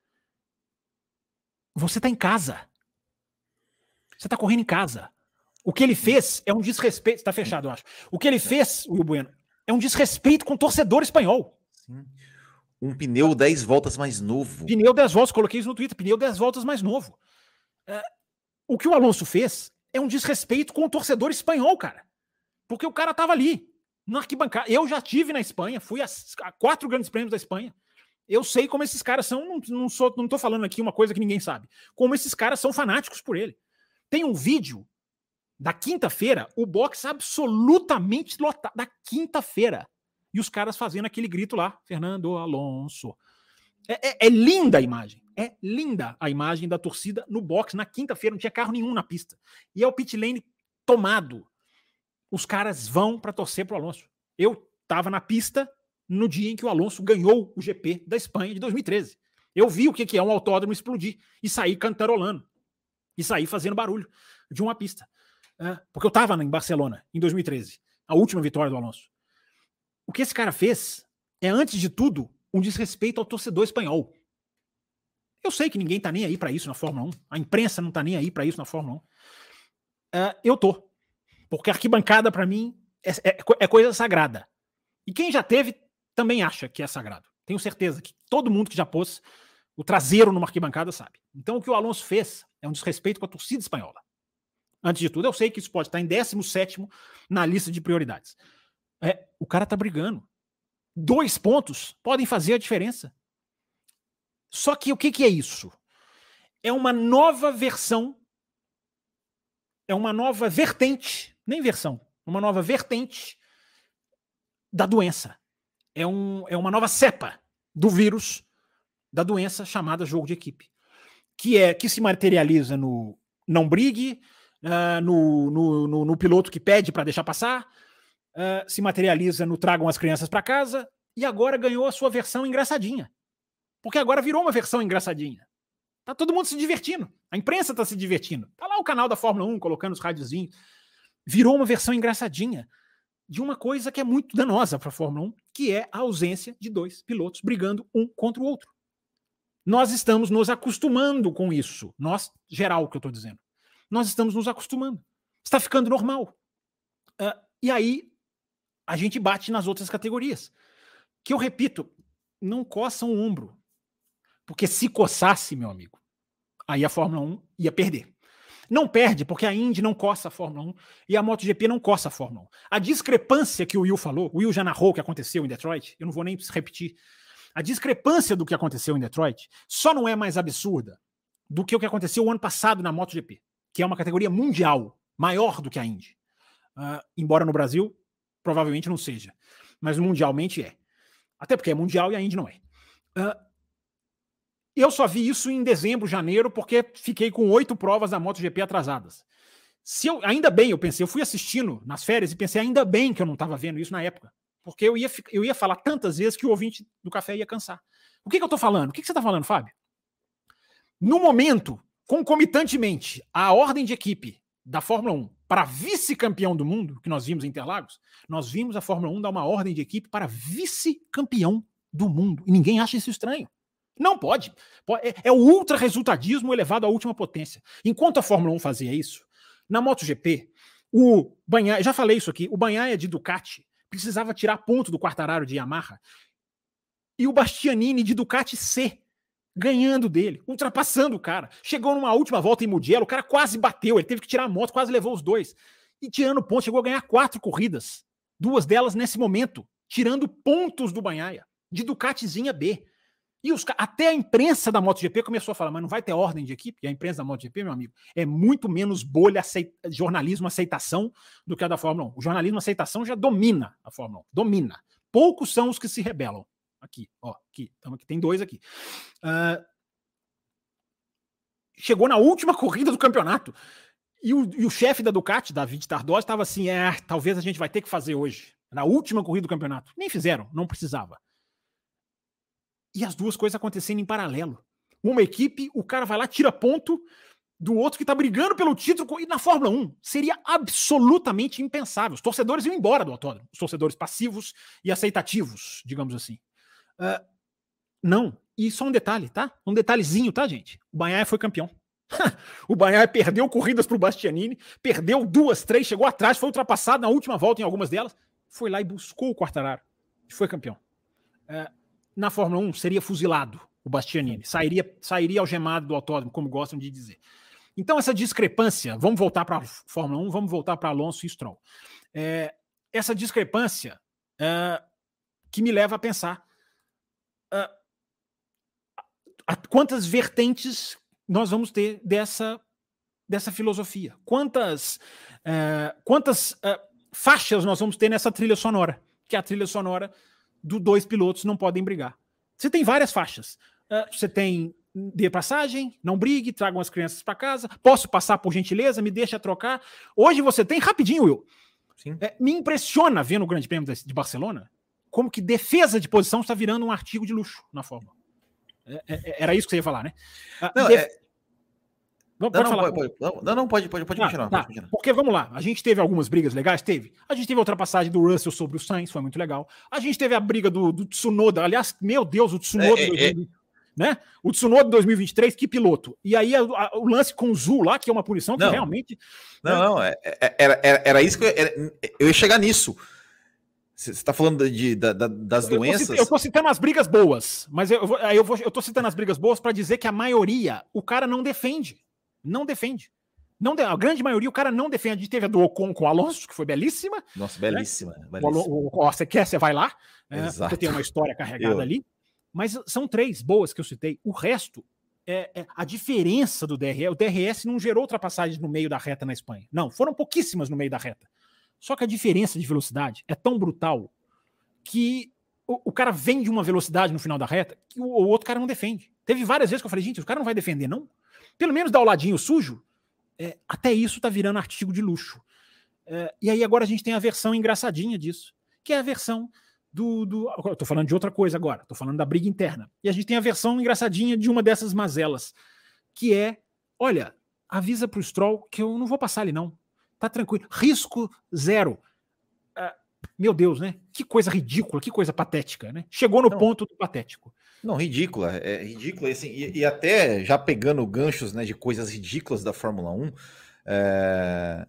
Você tá em casa. Você tá correndo em casa. O que ele fez é um desrespeito. Está fechado, eu acho. O que ele fez, Will Bueno, é um desrespeito com o torcedor espanhol.
Sim. Um pneu dez voltas mais novo.
Pneu dez voltas, coloquei isso no Twitter. Pneu dez voltas mais novo. É, o que o Alonso fez é um desrespeito com o torcedor espanhol, cara. Porque o cara tava ali, na arquibancada. Eu já tive na Espanha, fui a, a quatro grandes prêmios da Espanha. Eu sei como esses caras são. Não, não, sou, não tô falando aqui uma coisa que ninguém sabe. Como esses caras são fanáticos por ele. Tem um vídeo da quinta-feira, o box absolutamente lotado. Da quinta-feira. E os caras fazendo aquele grito lá. Fernando Alonso. É, é, é linda a imagem. É linda a imagem da torcida no box na quinta-feira. Não tinha carro nenhum na pista. E é o pit lane tomado. Os caras vão para torcer pro Alonso. Eu tava na pista no dia em que o Alonso ganhou o G P da Espanha de dois mil e treze. Eu vi o que é um autódromo explodir. E saí cantarolando. E saí fazendo barulho de uma pista. É, porque eu estava em Barcelona, em dois mil e treze, a última vitória do Alonso. O que esse cara fez é, antes de tudo, um desrespeito ao torcedor espanhol. Eu sei que ninguém tá nem aí para isso na Fórmula um. A imprensa não tá nem aí para isso na Fórmula um. É, eu tô. Porque a arquibancada, para mim, é, é, é coisa sagrada. E quem já teve, também acha que é sagrado. Tenho certeza que todo mundo que já pôs o traseiro numa arquibancada sabe. Então, o que o Alonso fez é um desrespeito com a torcida espanhola. Antes de tudo, eu sei que isso pode estar em décimo sétimo na lista de prioridades. É, o cara tá brigando. Dois pontos podem fazer a diferença. Só que o que, que é isso? É uma nova versão, é uma nova vertente, nem versão, uma nova vertente da doença. É, um, é uma nova cepa do vírus da doença chamada jogo de equipe. Que, é, que se materializa no não brigue, Uh, no, no, no, no piloto que pede para deixar passar, uh, se materializa no tragam as crianças para casa, e agora ganhou a sua versão engraçadinha. Porque agora virou uma versão engraçadinha. Tá todo mundo se divertindo. A imprensa tá se divertindo. Tá lá o canal da Fórmula um colocando os rádiozinhos. Virou uma versão engraçadinha de uma coisa que é muito danosa para a Fórmula um, que é a ausência de dois pilotos brigando um contra o outro. Nós estamos nos acostumando com isso. Nós, geral, que eu estou dizendo. Nós estamos nos acostumando. Está ficando normal. Uh, e aí, a gente bate nas outras categorias. Que eu repito, não coçam o ombro. Porque se coçasse, meu amigo, aí a Fórmula um ia perder. Não perde, porque a Indy não coça a Fórmula um e a MotoGP não coça a Fórmula um. A discrepância que o Will falou, o Will já narrou o que aconteceu em Detroit, eu não vou nem repetir. A discrepância do que aconteceu em Detroit só não é mais absurda do que o que aconteceu o ano passado na MotoGP, que é uma categoria mundial, maior do que a Indy. Uh, embora no Brasil, provavelmente não seja. Mas mundialmente é. Até porque é mundial e a Indy não é. Uh, Eu só vi isso em dezembro, janeiro, porque fiquei com oito provas da MotoGP atrasadas. Se eu, ainda bem, eu pensei, eu fui assistindo nas férias e pensei, ainda bem que eu não estava vendo isso na época. Porque eu ia, eu ia falar tantas vezes que o ouvinte do café ia cansar. O que, que eu estou falando? O que, que você está falando, Fábio? No momento, concomitantemente, a ordem de equipe da Fórmula um para vice-campeão do mundo, que nós vimos em Interlagos, nós vimos a Fórmula um dar uma ordem de equipe para vice-campeão do mundo. E ninguém acha isso estranho. Não pode. É o ultra-resultadismo elevado à última potência. Enquanto a Fórmula um fazia isso, na MotoGP, o Bagnaia, já falei isso aqui, o Bagnaia de Ducati precisava tirar ponto do Quartararo de Yamaha e o Bastianini de Ducati C, ganhando dele, ultrapassando o cara. Chegou numa última volta em Mugello, o cara quase bateu, ele teve que tirar a moto, quase levou os dois. E tirando ponto, chegou a ganhar quatro corridas. Duas delas nesse momento, tirando pontos do Bagnaia, de Ducatizinha B. E os, até a imprensa da MotoGP começou a falar, mas não vai ter ordem de equipe? E a imprensa da MotoGP, meu amigo, é muito menos bolha aceita, jornalismo aceitação do que a da Fórmula um. O jornalismo aceitação já domina a Fórmula um, domina. Poucos são os que se rebelam. Aqui, ó, aqui, então aqui tem dois aqui. Uh, chegou na última corrida do campeonato e o, e o chefe da Ducati, David Tardosi, estava assim, é, talvez a gente vai ter que fazer hoje. Na última corrida do campeonato. Nem fizeram, não precisava. E as duas coisas acontecendo em paralelo. Uma equipe, o cara vai lá, tira ponto do outro que está brigando pelo título. E na Fórmula um seria absolutamente impensável. Os torcedores iam embora do autódromo. Os torcedores passivos e aceitativos, digamos assim. Uh, não. E só um detalhe, tá? Um detalhezinho, tá, gente? O Bagnaia foi campeão. O Bagnaia perdeu corridas para o Bastianini, perdeu duas, três, chegou atrás, foi ultrapassado na última volta em algumas delas, foi lá e buscou o Quartararo e foi campeão. Uh, Na Fórmula um seria fuzilado o Bastianini, sairia, sairia algemado do autódromo, como gostam de dizer. Então essa discrepância, vamos voltar para a Fórmula um, vamos voltar para Alonso e Stroll. É, essa discrepância é, que me leva a pensar é, a, quantas vertentes nós vamos ter dessa, dessa filosofia, quantas, é, quantas é, faixas nós vamos ter nessa trilha sonora, que é a trilha sonora do dois pilotos não podem brigar. Você tem várias faixas. Uh, você tem dê passagem, não brigue, tragam as crianças para casa, posso passar por gentileza, me deixa trocar. Hoje você tem, rapidinho, Will,
Sim.
É, me impressiona vendo o Grande Prêmio de Barcelona, como que defesa de posição está virando um artigo de luxo na Fórmula. É, é, era isso que você ia falar, né? Uh,
não,
def...
é...
Não,
não,
pode
não,
falar.
pode, pode, não, não, pode, pode, pode
ah,
continuar,
tá.
pode continuar.
Porque, vamos lá, a gente teve algumas brigas legais? Teve. A gente teve a ultrapassagem do Russell sobre o Sainz, foi muito legal. A gente teve a briga do, do Tsunoda, aliás, meu Deus, o Tsunoda...
É,
dois mil e vinte,
é,
né? O Tsunoda dois mil e vinte e três, que piloto. E aí a, a, o lance com o Zul lá, que é uma punição que
não,
realmente...
Não,
né?
não, é, é, era, era, era isso que eu, era, eu ia chegar nisso. Você está falando de, da, da, das
eu
doenças?
Tô, eu tô citando as brigas boas, mas eu, eu, eu, vou, eu tô citando as brigas boas para dizer que a maioria, o cara não defende. Não defende. Não, a grande maioria, o cara não defende. A gente teve a do Ocon com o Alonso, que foi belíssima.
Nossa, belíssima.
Né?
belíssima.
O, o, o, você quer, você vai lá. É, você tem uma história carregada
eu.
ali. Mas são três boas que eu citei. O resto, é, é a diferença do D R S. O D R S não gerou ultrapassagens no meio da reta na Espanha. Não, foram pouquíssimas no meio da reta. Só que a diferença de velocidade é tão brutal que o, o cara vende uma velocidade no final da reta que o, o outro cara não defende. Teve várias vezes que eu falei, gente, o cara não vai defender, não? Pelo menos dá o ladinho sujo. É, até isso tá virando artigo de luxo. É, e aí agora a gente tem a versão engraçadinha disso, que é a versão do... do eu tô falando de outra coisa agora, tô falando da briga interna. E a gente tem a versão engraçadinha de uma dessas mazelas. que é, olha, avisa pro Stroll que eu não vou passar ali não, tá tranquilo, risco zero. Uh, meu Deus, né? Que coisa ridícula, que coisa patética, né? Chegou no
não,
ponto do patético.
Não, ridícula, é ridícula, assim, e, e até já pegando ganchos, né, de coisas ridículas da Fórmula um, é...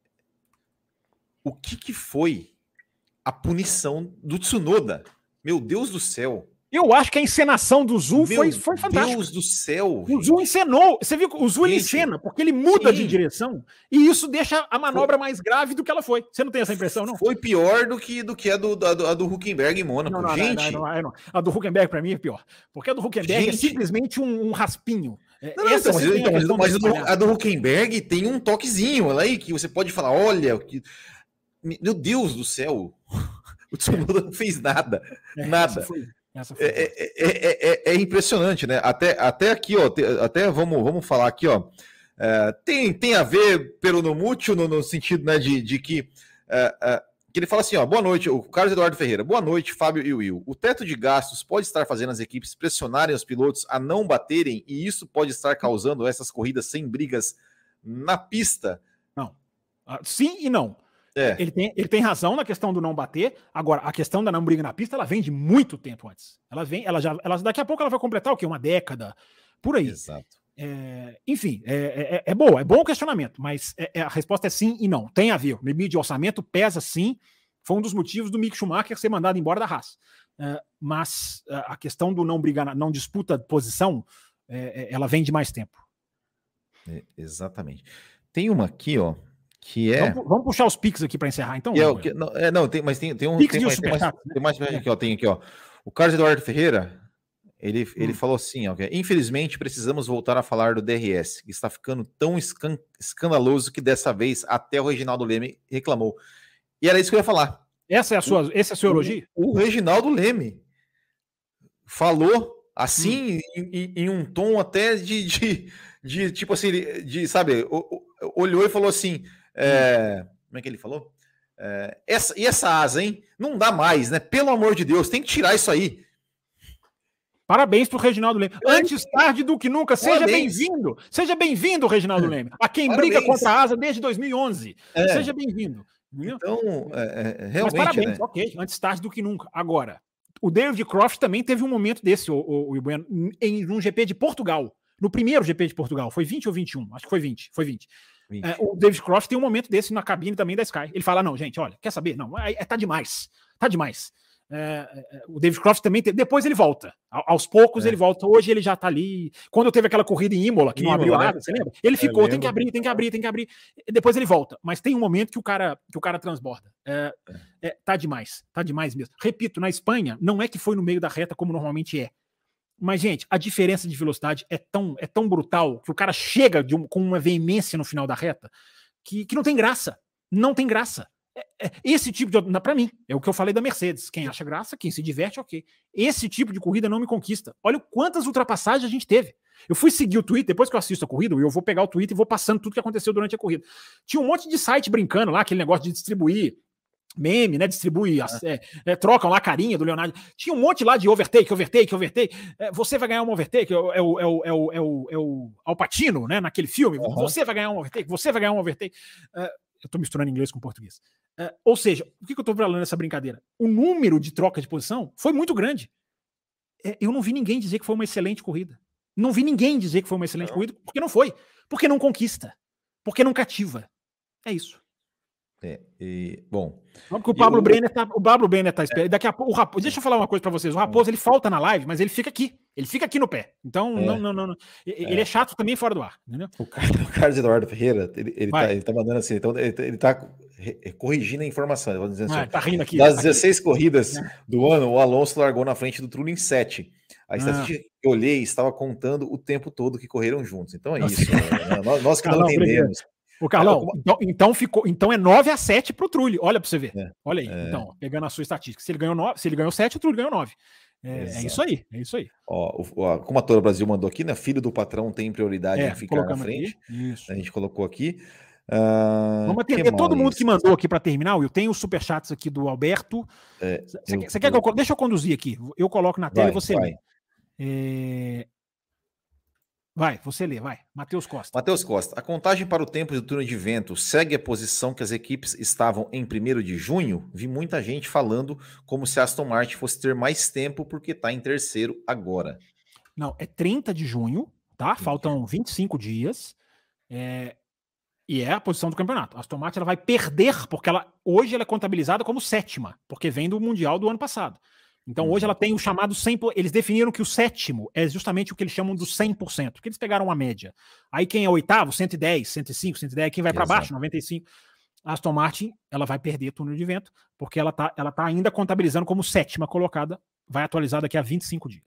o que que foi a punição do Tsunoda? Meu Deus do céu!
Eu acho que a encenação do Zhu foi, foi fantástica.
Meu Deus do céu!
O Zhu encenou. Você viu que o Zhu ele encena, porque ele muda sim. de direção e isso deixa a manobra foi. mais grave do que ela foi. Você não tem essa impressão, não?
Foi pior do que, do que a do, a do, a do Huckenberg em Mônaco.
Não, não,
gente.
Não, não, não, não. A do Huckenberg, pra mim, é pior. Porque a do Huckenberg gente. é simplesmente um, um raspinho.
Não, não, então, mas, então, mas, mas a, do, a do Huckenberg tem um toquezinho ela aí que você pode falar: olha, que... meu Deus do céu, o Tsunoda não fez nada.
É,
nada.
Foi...
É, é, é, é, é impressionante, né? Até, até aqui, ó, te, até vamos, vamos falar aqui, ó. É, tem, tem a ver pelo no mútil, no, no sentido, né, de, de que, é, é, que ele fala assim, ó, boa noite, o Carlos Eduardo Ferreira, boa noite, Fábio e Will. O teto de gastos pode estar fazendo as equipes pressionarem os pilotos a não baterem e isso pode estar causando essas corridas sem brigas na pista?
Não. Sim e não.
É.
Ele, tem, ele tem razão na questão do não bater. Agora, a questão da não briga na pista, ela vem de muito tempo antes. Ela vem, ela já, ela, daqui a pouco ela vai completar o quê? Uma década, por aí.
Exato.
É, enfim, é, é, é bom, é bom o questionamento, mas é, é, a resposta é sim e não. Tem a ver. O limite de orçamento pesa sim. Foi um dos motivos do Mick Schumacher ser mandado embora da Haas. É, mas a questão do não brigar, não disputa de posição, é, ela vem de mais tempo.
É, exatamente. Tem uma aqui, ó. Que é...
vamos, vamos puxar os pics aqui para encerrar, então.
É, que, não, é, não, tem, mas tem, tem um. Tem, tem, mais, tem, mais, tem mais aqui, ó. Tem aqui, ó. O Carlos Eduardo Ferreira, ele, hum. ele falou assim, ó. Infelizmente, precisamos voltar a falar do D R S, que está ficando tão escan, escandaloso que dessa vez até o Reginaldo Leme reclamou. E era isso que eu ia falar.
Essa é a sua, o, esse é a sua elogio?
O, o Reginaldo Leme falou assim, hum. em, em, em um tom até de, de, de tipo assim, de, sabe, olhou e falou assim. É, como é que ele falou? É, essa, e essa asa, hein? Não dá mais, né? Pelo amor de Deus, tem que tirar isso aí.
Parabéns pro Reginaldo Leme. Antes tarde do que nunca, seja bem-vindo. Seja bem-vindo, Reginaldo Leme. A quem parabéns. briga contra a asa desde dois mil e onze. É. Seja bem-vindo.
Então, é, é, realmente...
Mas parabéns,
né?
ok. Antes tarde do que nunca. Agora, o David Croft também teve um momento desse, o, o, o Bueno, em um G P de Portugal. No primeiro G P de Portugal. Foi vinte ou vinte e um? Acho que foi vinte. Foi vinte. É, o David Croft tem um momento desse na cabine também da Sky. Ele fala, não, gente, olha, quer saber? Não, é, é, tá demais. Tá demais. É, é, o David Croft também tem, depois ele volta. A, aos poucos é. ele volta. Hoje ele já tá ali. Quando teve aquela corrida em Imola, que Imola, não abriu a asa, né? Você lembra? Ele ficou, tem que abrir, tem que abrir, tem que abrir. Depois ele volta. Mas tem um momento que o cara, que o cara transborda. É, é, tá demais. Tá demais mesmo. Repito, na Espanha, não é que foi no meio da reta como normalmente é. Mas, gente, a diferença de velocidade é tão, é tão brutal que o cara chega de um, com uma veemência no final da reta que, que não tem graça. Não tem graça. É, é, esse tipo de... Para mim, é o que eu falei da Mercedes. Quem acha graça, quem se diverte, ok. Esse tipo de corrida não me conquista. Olha quantas ultrapassagens a gente teve. Eu fui seguir o Twitter, depois que eu assisto a corrida, eu vou pegar o Twitter e vou passando tudo que aconteceu durante a corrida. Tinha um monte de site brincando lá, aquele negócio de distribuir meme, né, distribui, é, é, trocam lá a carinha do Leonardo, tinha um monte lá de overtake, overtake, overtake, é, você vai ganhar um overtake, é o, é o, é o, é o, é o, é o Al Pacino, né, naquele filme, uhum. você vai ganhar um overtake, você vai ganhar um overtake, é, eu tô misturando inglês com português, é, ou seja, o que, que eu tô falando nessa brincadeira? O número de troca de posição foi muito grande, é, eu não vi ninguém dizer que foi uma excelente corrida, não vi ninguém dizer que foi uma excelente não. corrida, porque não foi, porque não conquista, porque não cativa, é isso.
É, e, bom.
Porque o Pablo eu... Brenner tá, o Pablo Brenner tá esperando. É. Daqui a pouco, o Raposo, deixa eu falar uma coisa para vocês. O Raposo, ele falta na live, mas ele fica aqui. Ele fica aqui no pé. Então, é. não, não, não, não. Ele é. é chato também fora do ar. Entendeu?
O Carlos Eduardo Ferreira, ele, ele, tá, ele tá mandando assim, então ele, ele tá corrigindo a informação. Ele dizendo
ah,
assim,
tá rindo aqui.
Das
tá
dezesseis
aqui.
corridas
é.
do ano, o Alonso largou na frente do Trulli em sete. A estatística
ah.
que eu olhei estava contando o tempo todo que correram juntos. Então é isso. né? nós, nós que não, não entendemos.
O Carlão, é, então, então, ficou, então é nove a sete pro Trulli. Olha para você ver. É, Olha aí. É. Então, pegando a sua estatística. Se ele ganhou nove, se ele ganhou sete, o Trulli ganhou nove. É, é isso aí, é isso aí.
Ó, o, como a Toro Brasil mandou aqui, né? Filho do patrão tem prioridade é, em ficar na frente.
Isso.
A gente colocou aqui. Uh,
Vamos atender todo mundo que mandou aqui para terminar, Will. Tem os superchats aqui do Alberto. É, você eu, quer eu... que eu deixa eu conduzir aqui? Eu coloco na tela vai, e você lê. É... Vai, você lê, vai. Matheus Costa.
Matheus Costa, a contagem para o tempo do turno de vento segue a posição que as equipes estavam em primeiro de junho? Vi muita gente falando como se a Aston Martin fosse ter mais tempo porque está em terceiro agora.
Não, é trinta de junho, tá? Faltam vinte e cinco dias. É... E é a posição do campeonato. A Aston Martin ela vai perder, porque ela hoje ela é contabilizada como sétima, porque vem do Mundial do ano passado. Então hoje ela tem o chamado cem por cento. Eles definiram que o sétimo é justamente o que eles chamam do cem por cento, porque eles pegaram uma média. Aí quem é oitavo, cento e dez, cento e cinco, cento e dez, quem vai para baixo, noventa e cinco. A Aston Martin ela vai perder túnel de vento, porque ela está ela tá ainda contabilizando como sétima colocada, vai atualizar daqui a vinte e cinco dias.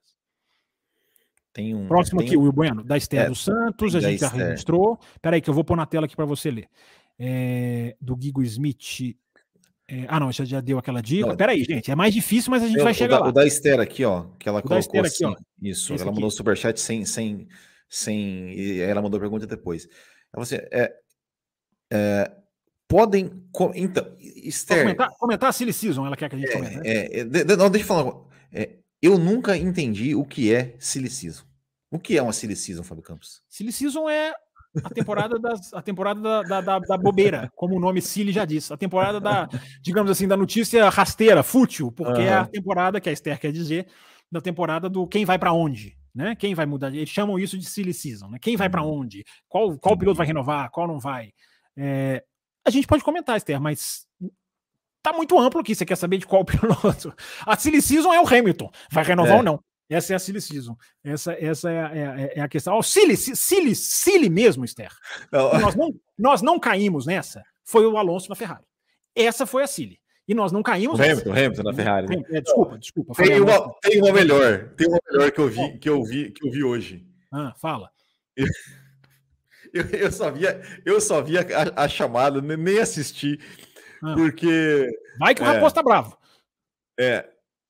Tem um,
Próximo
tem
aqui,
um...
o Bueno, da Esther
é,
dos Santos, a gente já
Esther.
registrou. Peraí que eu vou pôr na tela aqui para você ler. É, do Guigo Smith... É, ah, não, já, já deu aquela dica. Não, Peraí, gente, é mais difícil, mas a gente
eu,
vai chegar
o da,
lá.
O da Esther aqui, ó, que ela
o
colocou assim,
aqui, ó.
isso,
Esse
ela
aqui.
mandou o superchat sem, sem, sem, e ela mandou a pergunta depois. Ela assim, é, é, podem, então, Esther...
Comentar, comentar a Silly Season, ela quer que a gente
é,
comente, né?
É, é, de, não, deixa eu falar, é, eu nunca entendi o que é Silly Season. O que é uma Silly Season, Fábio Campos?
Silly Season é a temporada, das, a temporada da, da, da, da bobeira, como o nome Silly já diz. A temporada da, digamos assim, da notícia rasteira, fútil, porque uhum. é a temporada que a Esther quer dizer, da temporada do quem vai para onde, né? Quem vai mudar? Eles chamam isso de Silly Season, né? Quem vai para onde? Qual, qual piloto vai renovar? Qual não vai? É, a gente pode comentar, Esther, mas tá muito amplo aqui. Você quer saber de qual piloto? A Silly Season é o Hamilton. Vai renovar é. ou não? Essa é a Silly Season. Essa, essa é, a, é, é a questão. Oh, silly, silly, silly mesmo, Esther. Não. Nós, não, nós não caímos nessa. Foi o Alonso na Ferrari. Essa foi a Silly. E nós não caímos
o Hamilton, nessa. Hamilton na Ferrari. Né?
É, desculpa, desculpa.
Tem uma, tem uma melhor. Tem uma melhor que eu vi, que eu vi, que eu vi hoje.
Ah, fala.
Eu, eu, eu só via, eu só via a, a chamada, nem assisti, ah. porque...
Vai que o é, Raposo tá bravo.
É.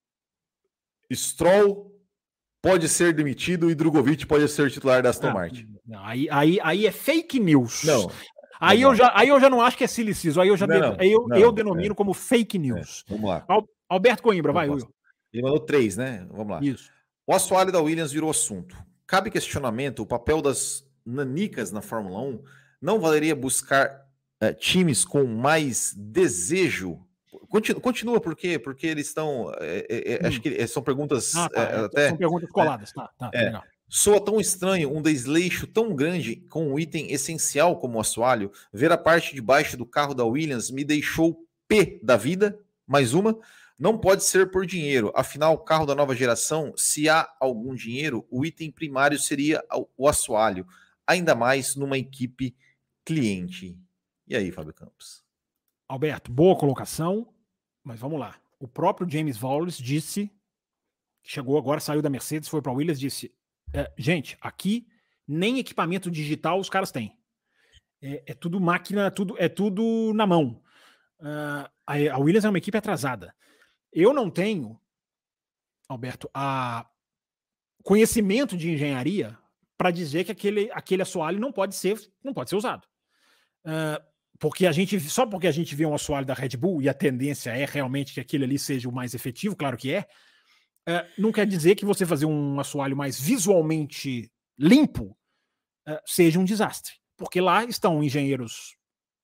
Stroll pode ser demitido e Drogovic pode ser titular da Aston ah, Martin.
Não, aí, aí, aí é fake news.
Não.
Aí, eu já, aí eu já não acho que é Silly Season, aí eu já
não,
de,
não,
aí eu,
não,
eu denomino
é.
como fake news.
É. Vamos lá.
Al, Alberto Coimbra, vai, Will.
Ele mandou três, né? Vamos lá.
Isso.
O assoalho da Williams virou assunto. Cabe questionamento, o papel das nanicas na Fórmula um não valeria buscar uh, times com mais desejo? Continua, continua por quê? Porque eles estão. É, é, hum. Acho que são perguntas.
Ah, tá,
é, até,
são perguntas coladas, é, tá, tá,
é,
legal.
Soa tão estranho um desleixo tão grande com um item essencial como o assoalho. Ver a parte de baixo do carro da Williams me deixou pé da vida. Mais uma. Não pode ser por dinheiro. Afinal, o carro da nova geração, se há algum dinheiro, o item primário seria o assoalho. Ainda mais numa equipe cliente. E aí, Fábio Campos?
Alberto, boa colocação. Mas vamos lá. O próprio James Wallace disse, chegou agora, saiu da Mercedes, foi para a Williams, disse, é, gente, aqui nem equipamento digital os caras têm. É, é tudo máquina, tudo, é tudo na mão. Uh, a, a Williams é uma equipe atrasada. Eu não tenho, Alberto, a conhecimento de engenharia para dizer que aquele, aquele assoalho não pode ser, não pode ser usado. Uh, Porque a gente, só porque a gente vê um assoalho da Red Bull e a tendência é realmente que aquele ali seja o mais efetivo, claro que é, é não quer dizer que você fazer um assoalho mais visualmente limpo é, seja um desastre. Porque lá estão engenheiros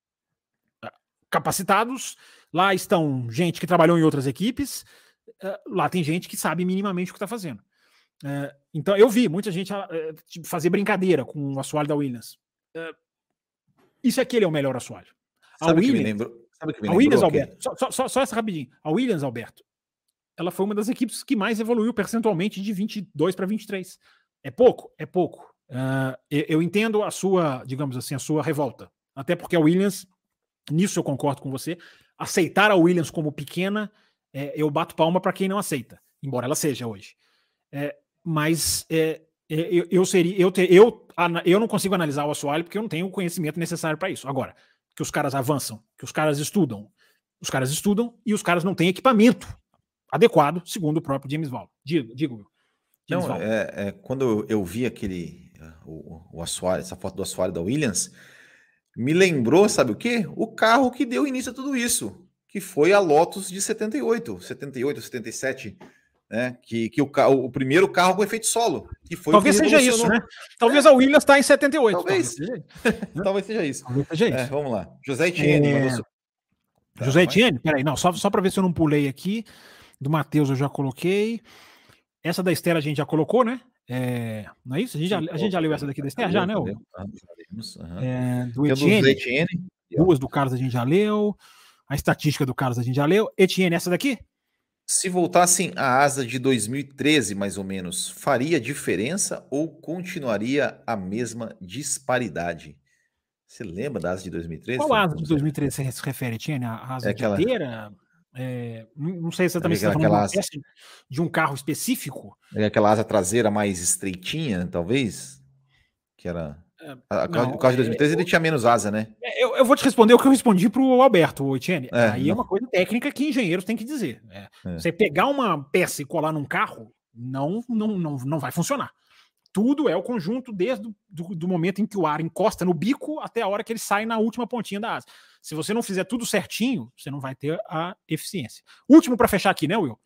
é, capacitados, lá estão gente que trabalhou em outras equipes, é, lá tem gente que sabe minimamente o que está fazendo. É, então eu vi muita gente é, tipo, fazer brincadeira com o assoalho da Williams. É, Isso aqui é o melhor assoalho.
A Sabe Williams, que me lembrou, sabe que me
a Williams,
lembrou,
Alberto, só, só, só essa rapidinho. A Williams, Alberto, ela foi uma das equipes que mais evoluiu percentualmente de vinte e dois para vinte e três. É pouco? É pouco. Uh, eu, eu entendo a sua, digamos assim, a sua revolta. Até porque a Williams, nisso eu concordo com você, aceitar a Williams como pequena, é, eu bato palma para quem não aceita, embora ela seja hoje. É, mas é, Eu, eu seria, eu, te, eu, eu não consigo analisar o assoalho porque eu não tenho o conhecimento necessário para isso. Agora, que os caras avançam, que os caras estudam, os caras estudam e os caras não têm equipamento adequado, segundo o próprio James Wallace. Digo, digo.
James não, é, é, quando eu, eu vi aquele o, o assoalho, essa foto do assoalho da Williams, me lembrou, sabe o quê? O carro que deu início a tudo isso, que foi a Lotus de setenta e oito, setenta e oito, setenta e sete. né? Que, que o, carro, o primeiro carro com efeito solo. Que foi
Talvez
o que
seja isso, né? Talvez a Williams está em setenta e oito.
Talvez.
Talvez,
Talvez seja isso.
Talvez seja isso.
É, vamos lá. José Etienne.
É...
Mandou... Tá,
José Etienne? Peraí, não, só, só para ver se eu não pulei aqui. Do Matheus eu já coloquei. Essa da Esther a gente já colocou, né? É... Não é isso? A gente, já, a gente já leu essa daqui da Esther, já, né? O... É, do Etienne.
Etienne.
Duas do Carlos a gente já leu. A estatística do Carlos a gente já leu. Etienne, essa daqui?
Se voltassem à asa de dois mil e treze, mais ou menos, faria diferença ou continuaria a mesma disparidade? Você lembra da asa de dois mil e treze?
Qual asa de dois mil e treze você se refere, Etienne? A asa
é aquela...
dianteira? É... Não sei exatamente
é
se você está falando de, asa... de um carro específico.
É aquela asa traseira mais estreitinha, talvez? Que era... A, não, o carro de dois mil e treze é, ele tinha menos asa, né?
Eu, eu vou te responder o que eu respondi para o Alberto, Etienne.
É,
Aí
não.
é uma coisa técnica que engenheiros têm que dizer. É. É. Você pegar uma peça e colar num carro, não, não, não, não vai funcionar. Tudo é o conjunto desde do, do, do momento em que o ar encosta no bico até a hora que ele sai na última pontinha da asa. Se você não fizer tudo certinho, você não vai ter a eficiência. Último para fechar aqui, né, Will?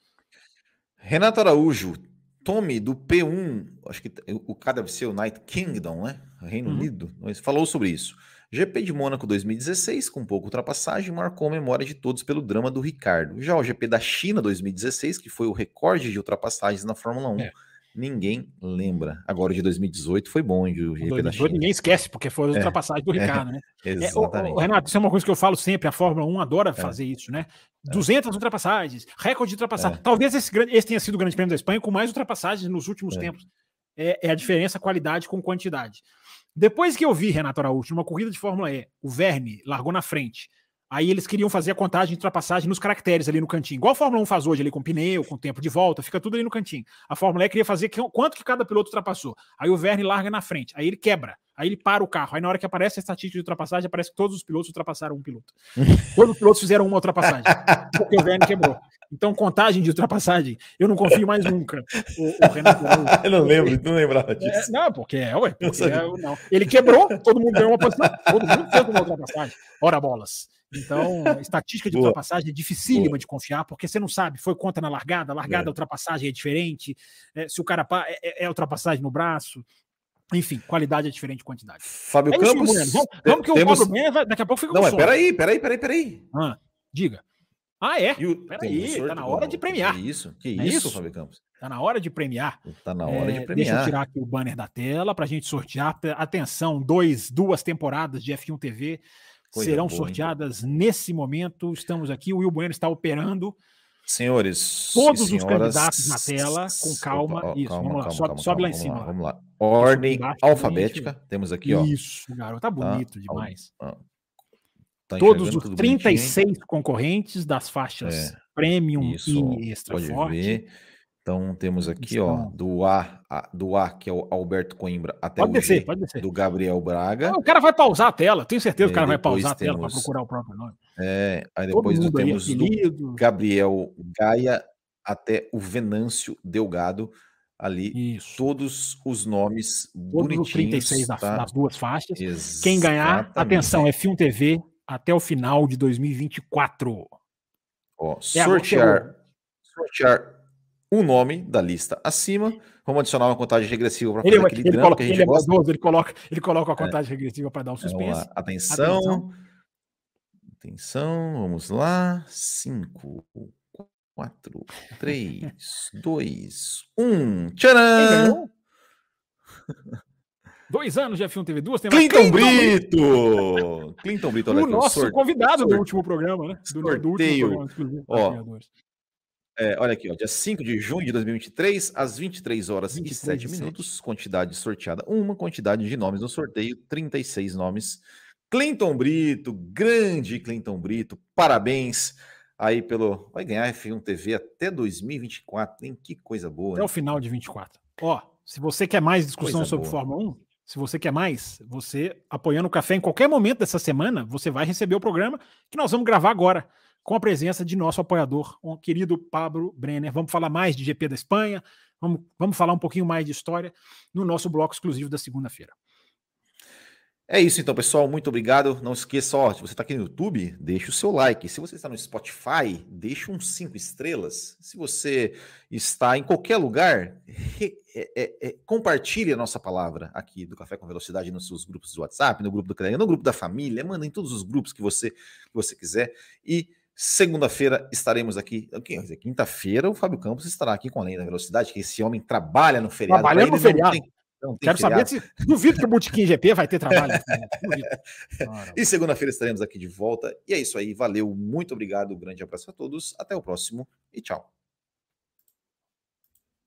Renato Araújo. Tommy, do P um, acho que o cara deve ser o Night Kingdom, né? Reino uhum. Unido, falou sobre isso. G P de Mônaco dois mil e dezesseis, com pouca ultrapassagem, marcou a memória de todos pelo drama do Ricardo. Já o G P da China dois mil e dezesseis, que foi o recorde de ultrapassagens na Fórmula um, é. ninguém lembra. Agora o de dois mil e dezoito foi bom, hein, o G P
dois mil e dezoito,
da China.
Ninguém esquece, porque foi a ultrapassagem é. do Ricardo, é. né?
Exatamente.
É, o, o, Renato, isso é uma coisa que eu falo sempre, a Fórmula um adora é. fazer isso, né? duzentas ultrapassagens, recorde de ultrapassagem. É. Talvez esse, esse tenha sido o Grande Prêmio da Espanha com mais ultrapassagens nos últimos é. tempos. É, é a diferença qualidade com quantidade. Depois que eu vi, Renato Araújo, numa corrida de Fórmula E, o Verne largou na frente. Aí eles queriam fazer a contagem de ultrapassagem nos caracteres ali no cantinho. Igual a Fórmula um faz hoje ali com pneu, com tempo de volta, fica tudo ali no cantinho. A Fórmula E queria fazer que, quanto que cada piloto ultrapassou. Aí o Verne larga na frente. Aí ele quebra. Aí ele para o carro. Aí na hora que aparece a estatística de ultrapassagem, aparece que todos os pilotos ultrapassaram um piloto. Todos os pilotos fizeram uma ultrapassagem. Porque o Verne quebrou. Então, contagem de ultrapassagem, eu não confio mais nunca. O, o Renato Araújo.
Eu não lembro, não lembrava disso.
É, não, porque é, ué. Porque é, não. Ele quebrou, todo mundo ganhou uma posição. Todo mundo fez uma ultrapassagem. Ora bolas. Então, estatística de Boa. ultrapassagem é dificílima Boa. de confiar, porque você não sabe, foi conta na largada, a largada, é. ultrapassagem é diferente, é, se o cara pá, é, é ultrapassagem no braço, enfim, qualidade é diferente de quantidade.
Fábio
é
Campos,
isso, vamos, vamos que temos... o Fábio Brenner daqui a pouco fica com
Não,
sono.
mas peraí, peraí, peraí, peraí.
Ah, diga. Ah, é?
O...
Peraí, um tá na hora de premiar.
Que isso? Que
é
isso,
isso,
Fábio Campos?
Tá na hora de premiar.
Tá na hora
é,
de premiar.
Deixa eu tirar aqui o banner da tela pra gente sortear. Atenção, dois, duas temporadas de F um T V Coisa serão boa, sorteadas hein? nesse momento. Estamos aqui, o Will Bueno está operando.
Senhores,
todos
senhoras...
os candidatos na tela, com calma.
Opa, ó,
isso,
calma,
vamos lá,
calma,
sobe,
calma,
sobe
calma,
lá em cima.
Vamos lá. Vamos lá. Ordem alfabética, gente. Temos aqui, ó.
Isso, garoto, tá bonito tá, demais.
Ó, tá
todos os trinta e seis bonitinho. concorrentes das faixas é, Premium
isso,
e Extra
pode
Forte.
Ver. Então temos aqui,
Estão...
ó, do A, a, do A, que é o Alberto Coimbra, até
pode
o
descer,
G,
pode descer.
do Gabriel Braga.
Ah, o cara vai pausar a tela, tenho certeza que o cara vai
depois
pausar
temos,
a tela para procurar o próprio nome.
É, aí depois do, temos
aí,
do Gabriel Gaia até o Venâncio Delgado, ali, Isso. todos os nomes todos bonitinhos. Os trinta e seis
tá?
das,
das duas faixas.
Exatamente.
Quem ganhar, atenção, F um T V até o final de dois mil e vinte e quatro.
Ó, é sortear, sortear o nome da lista acima. Vamos adicionar uma contagem regressiva para fazer
ele,
aquele
ele
drama
coloca,
que a gente
ele
gosta.
É maldoso, ele, coloca, ele coloca a contagem é. regressiva para dar um suspense.
É Atenção. Atenção. Atenção, vamos lá. cinco, quatro, três, dois, um. Tcharam!
Dois anos de F um T V, duas
temporadas. Clinton Brito! Clinton Brito, olha
o
aqui,
nosso
sorte...
convidado
sorte...
do último programa, né? Do,
Sorteio.
do último programa
Ó, é, olha aqui, ó, dia cinco de junho de dois mil e vinte e três, às vinte e três horas e sete minutos, quantidade sorteada uma, quantidade de nomes no sorteio, trinta e seis nomes. Clinton Brito, grande Clinton Brito, parabéns aí pelo... Vai ganhar F um T V até dois mil e vinte e quatro, hein? Que coisa boa.
Até
hein?
o final de vinte e quatro. Ó, se você quer mais discussão coisa sobre boa. Fórmula um, se você quer mais, você apoiando o café em qualquer momento dessa semana, você vai receber o programa que nós vamos gravar agora, com a presença de nosso apoiador, o querido Pablo Brenner. Vamos falar mais de G P da Espanha, vamos, vamos falar um pouquinho mais de história no nosso bloco exclusivo da segunda-feira.
É isso então, pessoal. Muito obrigado. Não esqueça, ó, se você está aqui no YouTube, deixa o seu like. Se você está no Spotify, deixa uns cinco estrelas. Se você está em qualquer lugar, re, é, é, é, compartilhe a nossa palavra aqui do Café com Velocidade nos seus grupos do WhatsApp, no grupo do Telegram, no grupo da família. Manda em todos os grupos que você, que você quiser. E segunda-feira estaremos aqui. Quinta-feira o Fábio Campos estará aqui com a Além da Velocidade, que esse homem trabalha no feriado.
Trabalhando no feriado.
Tem... Não,
Quero feriado. saber se. Duvido que o Botequim G P vai ter trabalho.
E segunda-feira estaremos aqui de volta. E é isso aí. Valeu. Muito obrigado. Um grande abraço a todos. Até o próximo e tchau.